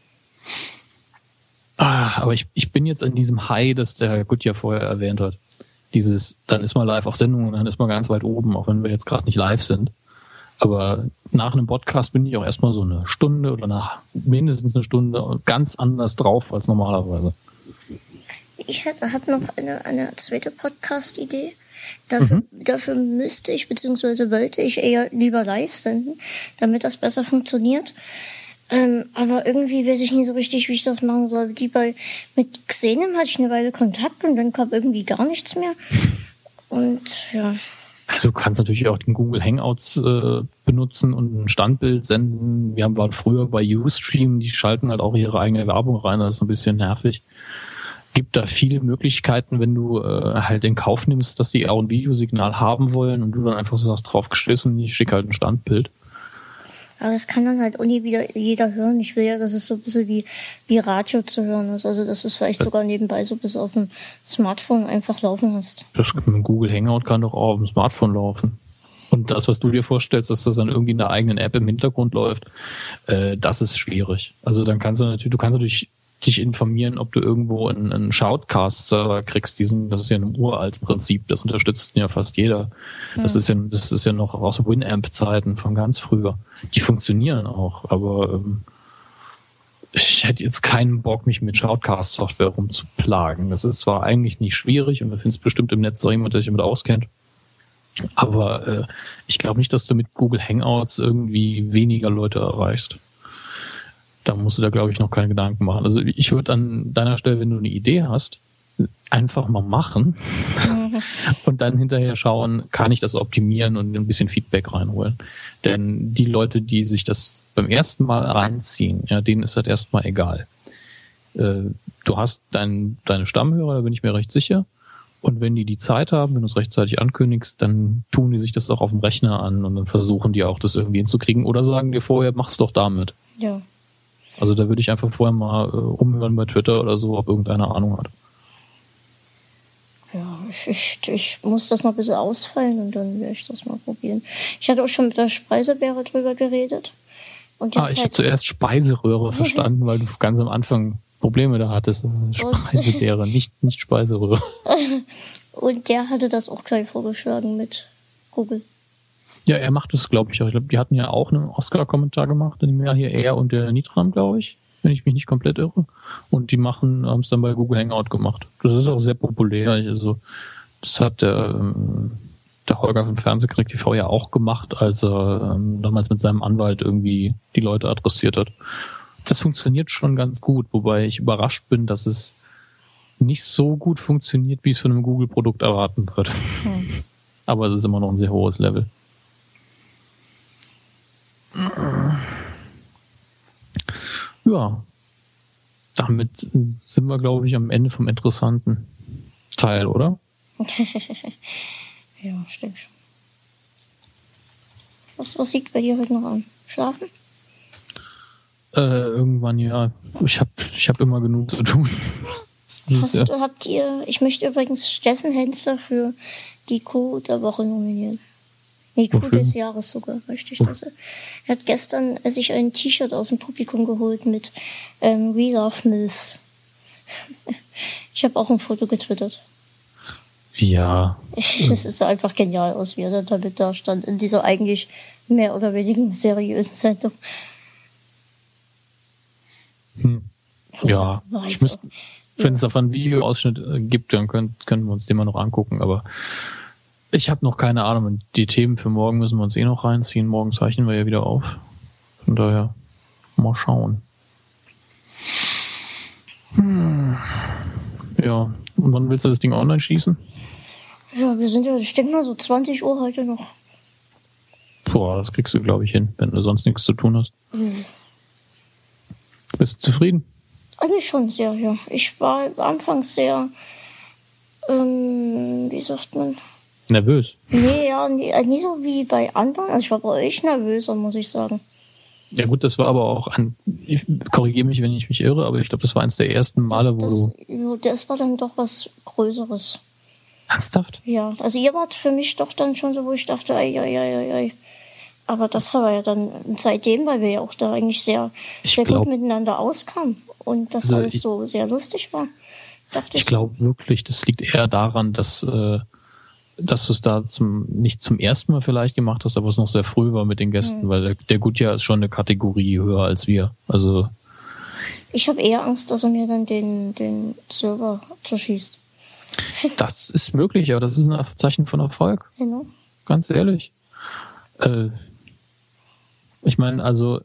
Aber ich bin jetzt an diesem High, das der Herr Gut ja vorher erwähnt hat. Dann ist man live auf Sendung und dann ist man ganz weit oben, auch wenn wir jetzt gerade nicht live sind. Aber nach einem Podcast bin ich auch erstmal so eine Stunde oder mindestens eine Stunde ganz anders drauf als normalerweise. Ich habe noch eine zweite Podcast-Idee. Dafür müsste ich, beziehungsweise wollte ich eher lieber live senden, damit das besser funktioniert. Aber irgendwie weiß ich nicht so richtig, wie ich das machen soll. Mit Xenem hatte ich eine Weile Kontakt und dann kam irgendwie gar nichts mehr. Und ja. Also du kannst natürlich auch den Google Hangouts benutzen und ein Standbild senden. Wir waren früher bei Ustream, die schalten halt auch ihre eigene Werbung rein, das ist ein bisschen nervig. Gibt da viele Möglichkeiten, wenn du halt in Kauf nimmst, dass die auch ein Videosignal haben wollen und du dann einfach so hast drauf geschissen, ich schicke halt ein Standbild. Aber das kann dann halt auch nie wieder jeder hören. Ich will ja, dass es so ein bisschen wie Radio zu hören ist. Also, dass du es vielleicht sogar nebenbei so bis auf dem Smartphone einfach laufen hast. Das mit Google Hangout kann doch auch auf dem Smartphone laufen. Und das, was du dir vorstellst, dass das dann irgendwie in der eigenen App im Hintergrund läuft, das ist schwierig. Also dann kannst du natürlich dich informieren, ob du irgendwo einen Shoutcast-Server kriegst. Das ist ja ein uraltes Prinzip, das unterstützt ja fast jeder. Ja. Das ist ja noch aus Winamp-Zeiten von ganz früher. Die funktionieren auch, aber ich hätte jetzt keinen Bock, mich mit Shoutcast-Software rumzuplagen. Das ist zwar eigentlich nicht schwierig und du findest bestimmt im Netz auch jemand, der sich damit auskennt, aber ich glaube nicht, dass du mit Google Hangouts irgendwie weniger Leute erreichst. Da musst du da, glaube ich, noch keine Gedanken machen. Also ich würde an deiner Stelle, wenn du eine Idee hast, einfach mal machen und dann hinterher schauen, kann ich das optimieren und ein bisschen Feedback reinholen. Denn die Leute, die sich das beim ersten Mal reinziehen, ja, denen ist das erstmal egal. Du hast deine Stammhörer, da bin ich mir recht sicher. Und wenn die Zeit haben, wenn du es rechtzeitig ankündigst, dann tun die sich das auch auf dem Rechner an und dann versuchen die auch, das irgendwie hinzukriegen oder sagen dir vorher, mach's doch damit. Ja. Also da würde ich einfach vorher mal umhören bei Twitter oder so, ob irgendeiner Ahnung hat. Ja, ich muss das noch ein bisschen ausfallen und dann werde ich das mal probieren. Ich hatte auch schon mit der Speisebeere drüber geredet. Und ich habe zuerst Speiseröhre verstanden, weil du ganz am Anfang Probleme da hattest. Speisebeere, nicht Speiseröhre. Und der hatte das auch gleich vorgeschlagen mit Google. Ja, er macht es, glaube ich, auch. Ich glaube, die hatten ja auch einen Oscar-Kommentar gemacht, in dem Jahr hier er und der Nitram, glaube ich, wenn ich mich nicht komplett irre. Und die haben es dann bei Google Hangout gemacht. Das ist auch sehr populär. Also das hat der Holger vom Fernsehkrieg TV ja auch gemacht, als er damals mit seinem Anwalt irgendwie die Leute adressiert hat. Das funktioniert schon ganz gut, wobei ich überrascht bin, dass es nicht so gut funktioniert, wie es von einem Google-Produkt erwarten wird. Aber es ist immer noch ein sehr hohes Level. Ja, damit sind wir, glaube ich, am Ende vom interessanten Teil, oder? Ja, stimmt schon. Was liegt bei dir heute noch an? Schlafen? Irgendwann, ja. Ich hab immer genug zu tun. Ich möchte übrigens Steffen Hensler für die Kuh der Woche nominieren. Nee, Kuh Wofür? des Jahres sogar, möchte ich das. Er hat gestern sich ein T-Shirt aus dem Publikum geholt mit We Love Milfs. Ich habe auch ein Foto getwittert. Ja, Es sah einfach genial aus, wie er dann damit da stand, in dieser eigentlich mehr oder weniger seriösen Sendung. ja. War Ich halt so. wenn es davon einen Videoausschnitt gibt, dann können wir uns den mal noch angucken. Aber ich habe noch keine Ahnung. Und die Themen für morgen müssen wir uns eh noch reinziehen. Morgen zeichnen wir ja wieder auf. Von daher mal schauen. Ja, und wann willst du das Ding online schießen? Ja, wir sind ja, ich denke mal so 20 Uhr heute noch. Boah, das kriegst du, glaube ich, hin, wenn du sonst nichts zu tun hast. Bist du zufrieden? Eigentlich schon sehr, ja. Ich war anfangs sehr, wie sagt man? Nervös. Nee, ja, nie so wie bei anderen. Also ich war bei euch nervöser, muss ich sagen. Ja gut, das war aber auch ich korrigiere mich, wenn ich mich irre, aber ich glaube, das war eins der ersten Male, Das war dann doch was Größeres. Ernsthaft? Ja, also ihr wart für mich doch dann schon so, wo ich dachte, ei. Aber das war ja dann seitdem, weil wir ja auch da eigentlich sehr gut miteinander auskamen und das alles so sehr lustig war. Ich glaube wirklich, das liegt eher daran, dass du es da nicht zum ersten Mal vielleicht gemacht hast, aber es noch sehr früh war mit den Gästen, weil der Gutjahr ist schon eine Kategorie höher als wir. Also ich habe eher Angst, dass er mir dann den Server zerschießt. das ist möglich, aber das ist ein Zeichen von Erfolg. Genau. Ganz ehrlich. Ich meine, also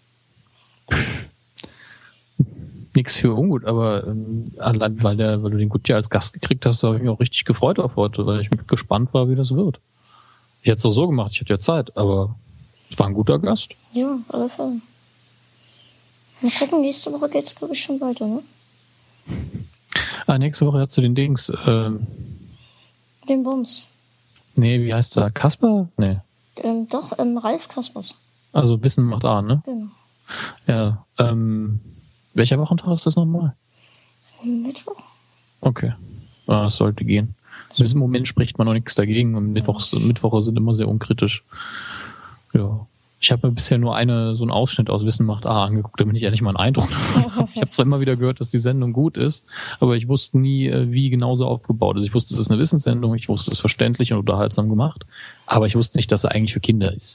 nichts für ungut, aber allein weil du den Gutjahr als Gast gekriegt hast, habe ich mich auch richtig gefreut auf heute, weil ich gespannt war, wie das wird. Ich hätte es auch so gemacht, ich hatte ja Zeit, aber es war ein guter Gast. Ja, auf alle Fälle. Mal gucken, nächste Woche geht's, glaube ich, schon weiter, ne? Nächste Woche hast du den Dings. Den Bums. Nee, wie heißt der? Kasper? Nee. Doch, Ralf Kaspers. Also Wissen macht A, ne? Genau. Ja. Welcher Wochentag ist das nochmal? Mittwoch. Okay. Das sollte gehen. Bis im Moment spricht man noch nichts dagegen und Mittwoche sind immer sehr unkritisch. Ja. Ich habe mir bisher nur so einen Ausschnitt aus Wissen macht A angeguckt, damit ich ehrlich mal einen Eindruck davon habe. Ich habe zwar immer wieder gehört, dass die Sendung gut ist, aber ich wusste nie, wie genau sie aufgebaut ist. Ich wusste, es ist eine Wissenssendung, ich wusste, es ist verständlich und unterhaltsam gemacht, aber ich wusste nicht, dass er eigentlich für Kinder ist.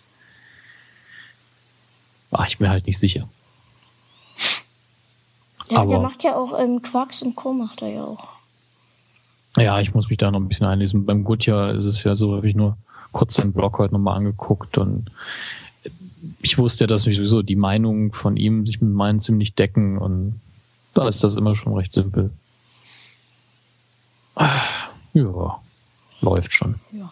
War ich mir halt nicht sicher. Ja, der macht ja auch Quarks und Co. macht er ja auch. Ja, ich muss mich da noch ein bisschen einlesen. Beim Gutjahr ist es ja so, habe ich nur kurz den Blog heute nochmal angeguckt und ich wusste ja, dass mich sowieso die Meinungen von ihm sich mit meinen ziemlich decken und da ist das immer schon recht simpel. Ja, läuft schon. Ja.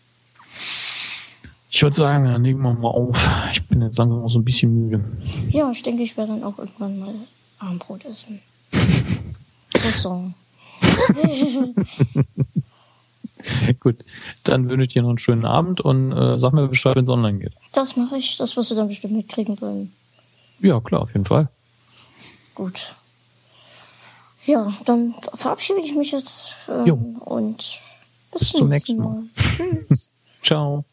Ich würde sagen, dann legen wir mal auf. Ich bin jetzt langsam auch so ein bisschen müde. Ja, ich denke, ich werde dann auch irgendwann mal Armbrot essen. Croissant. Gut, dann wünsche ich dir noch einen schönen Abend und sag mir Bescheid, wenn es online geht. Das mache ich. Das wirst du dann bestimmt mitkriegen wollen. Ja, klar, auf jeden Fall. Gut. Ja, dann verabschiede ich mich jetzt Jo. und Bis zum nächsten Mal. Tschüss. Ciao.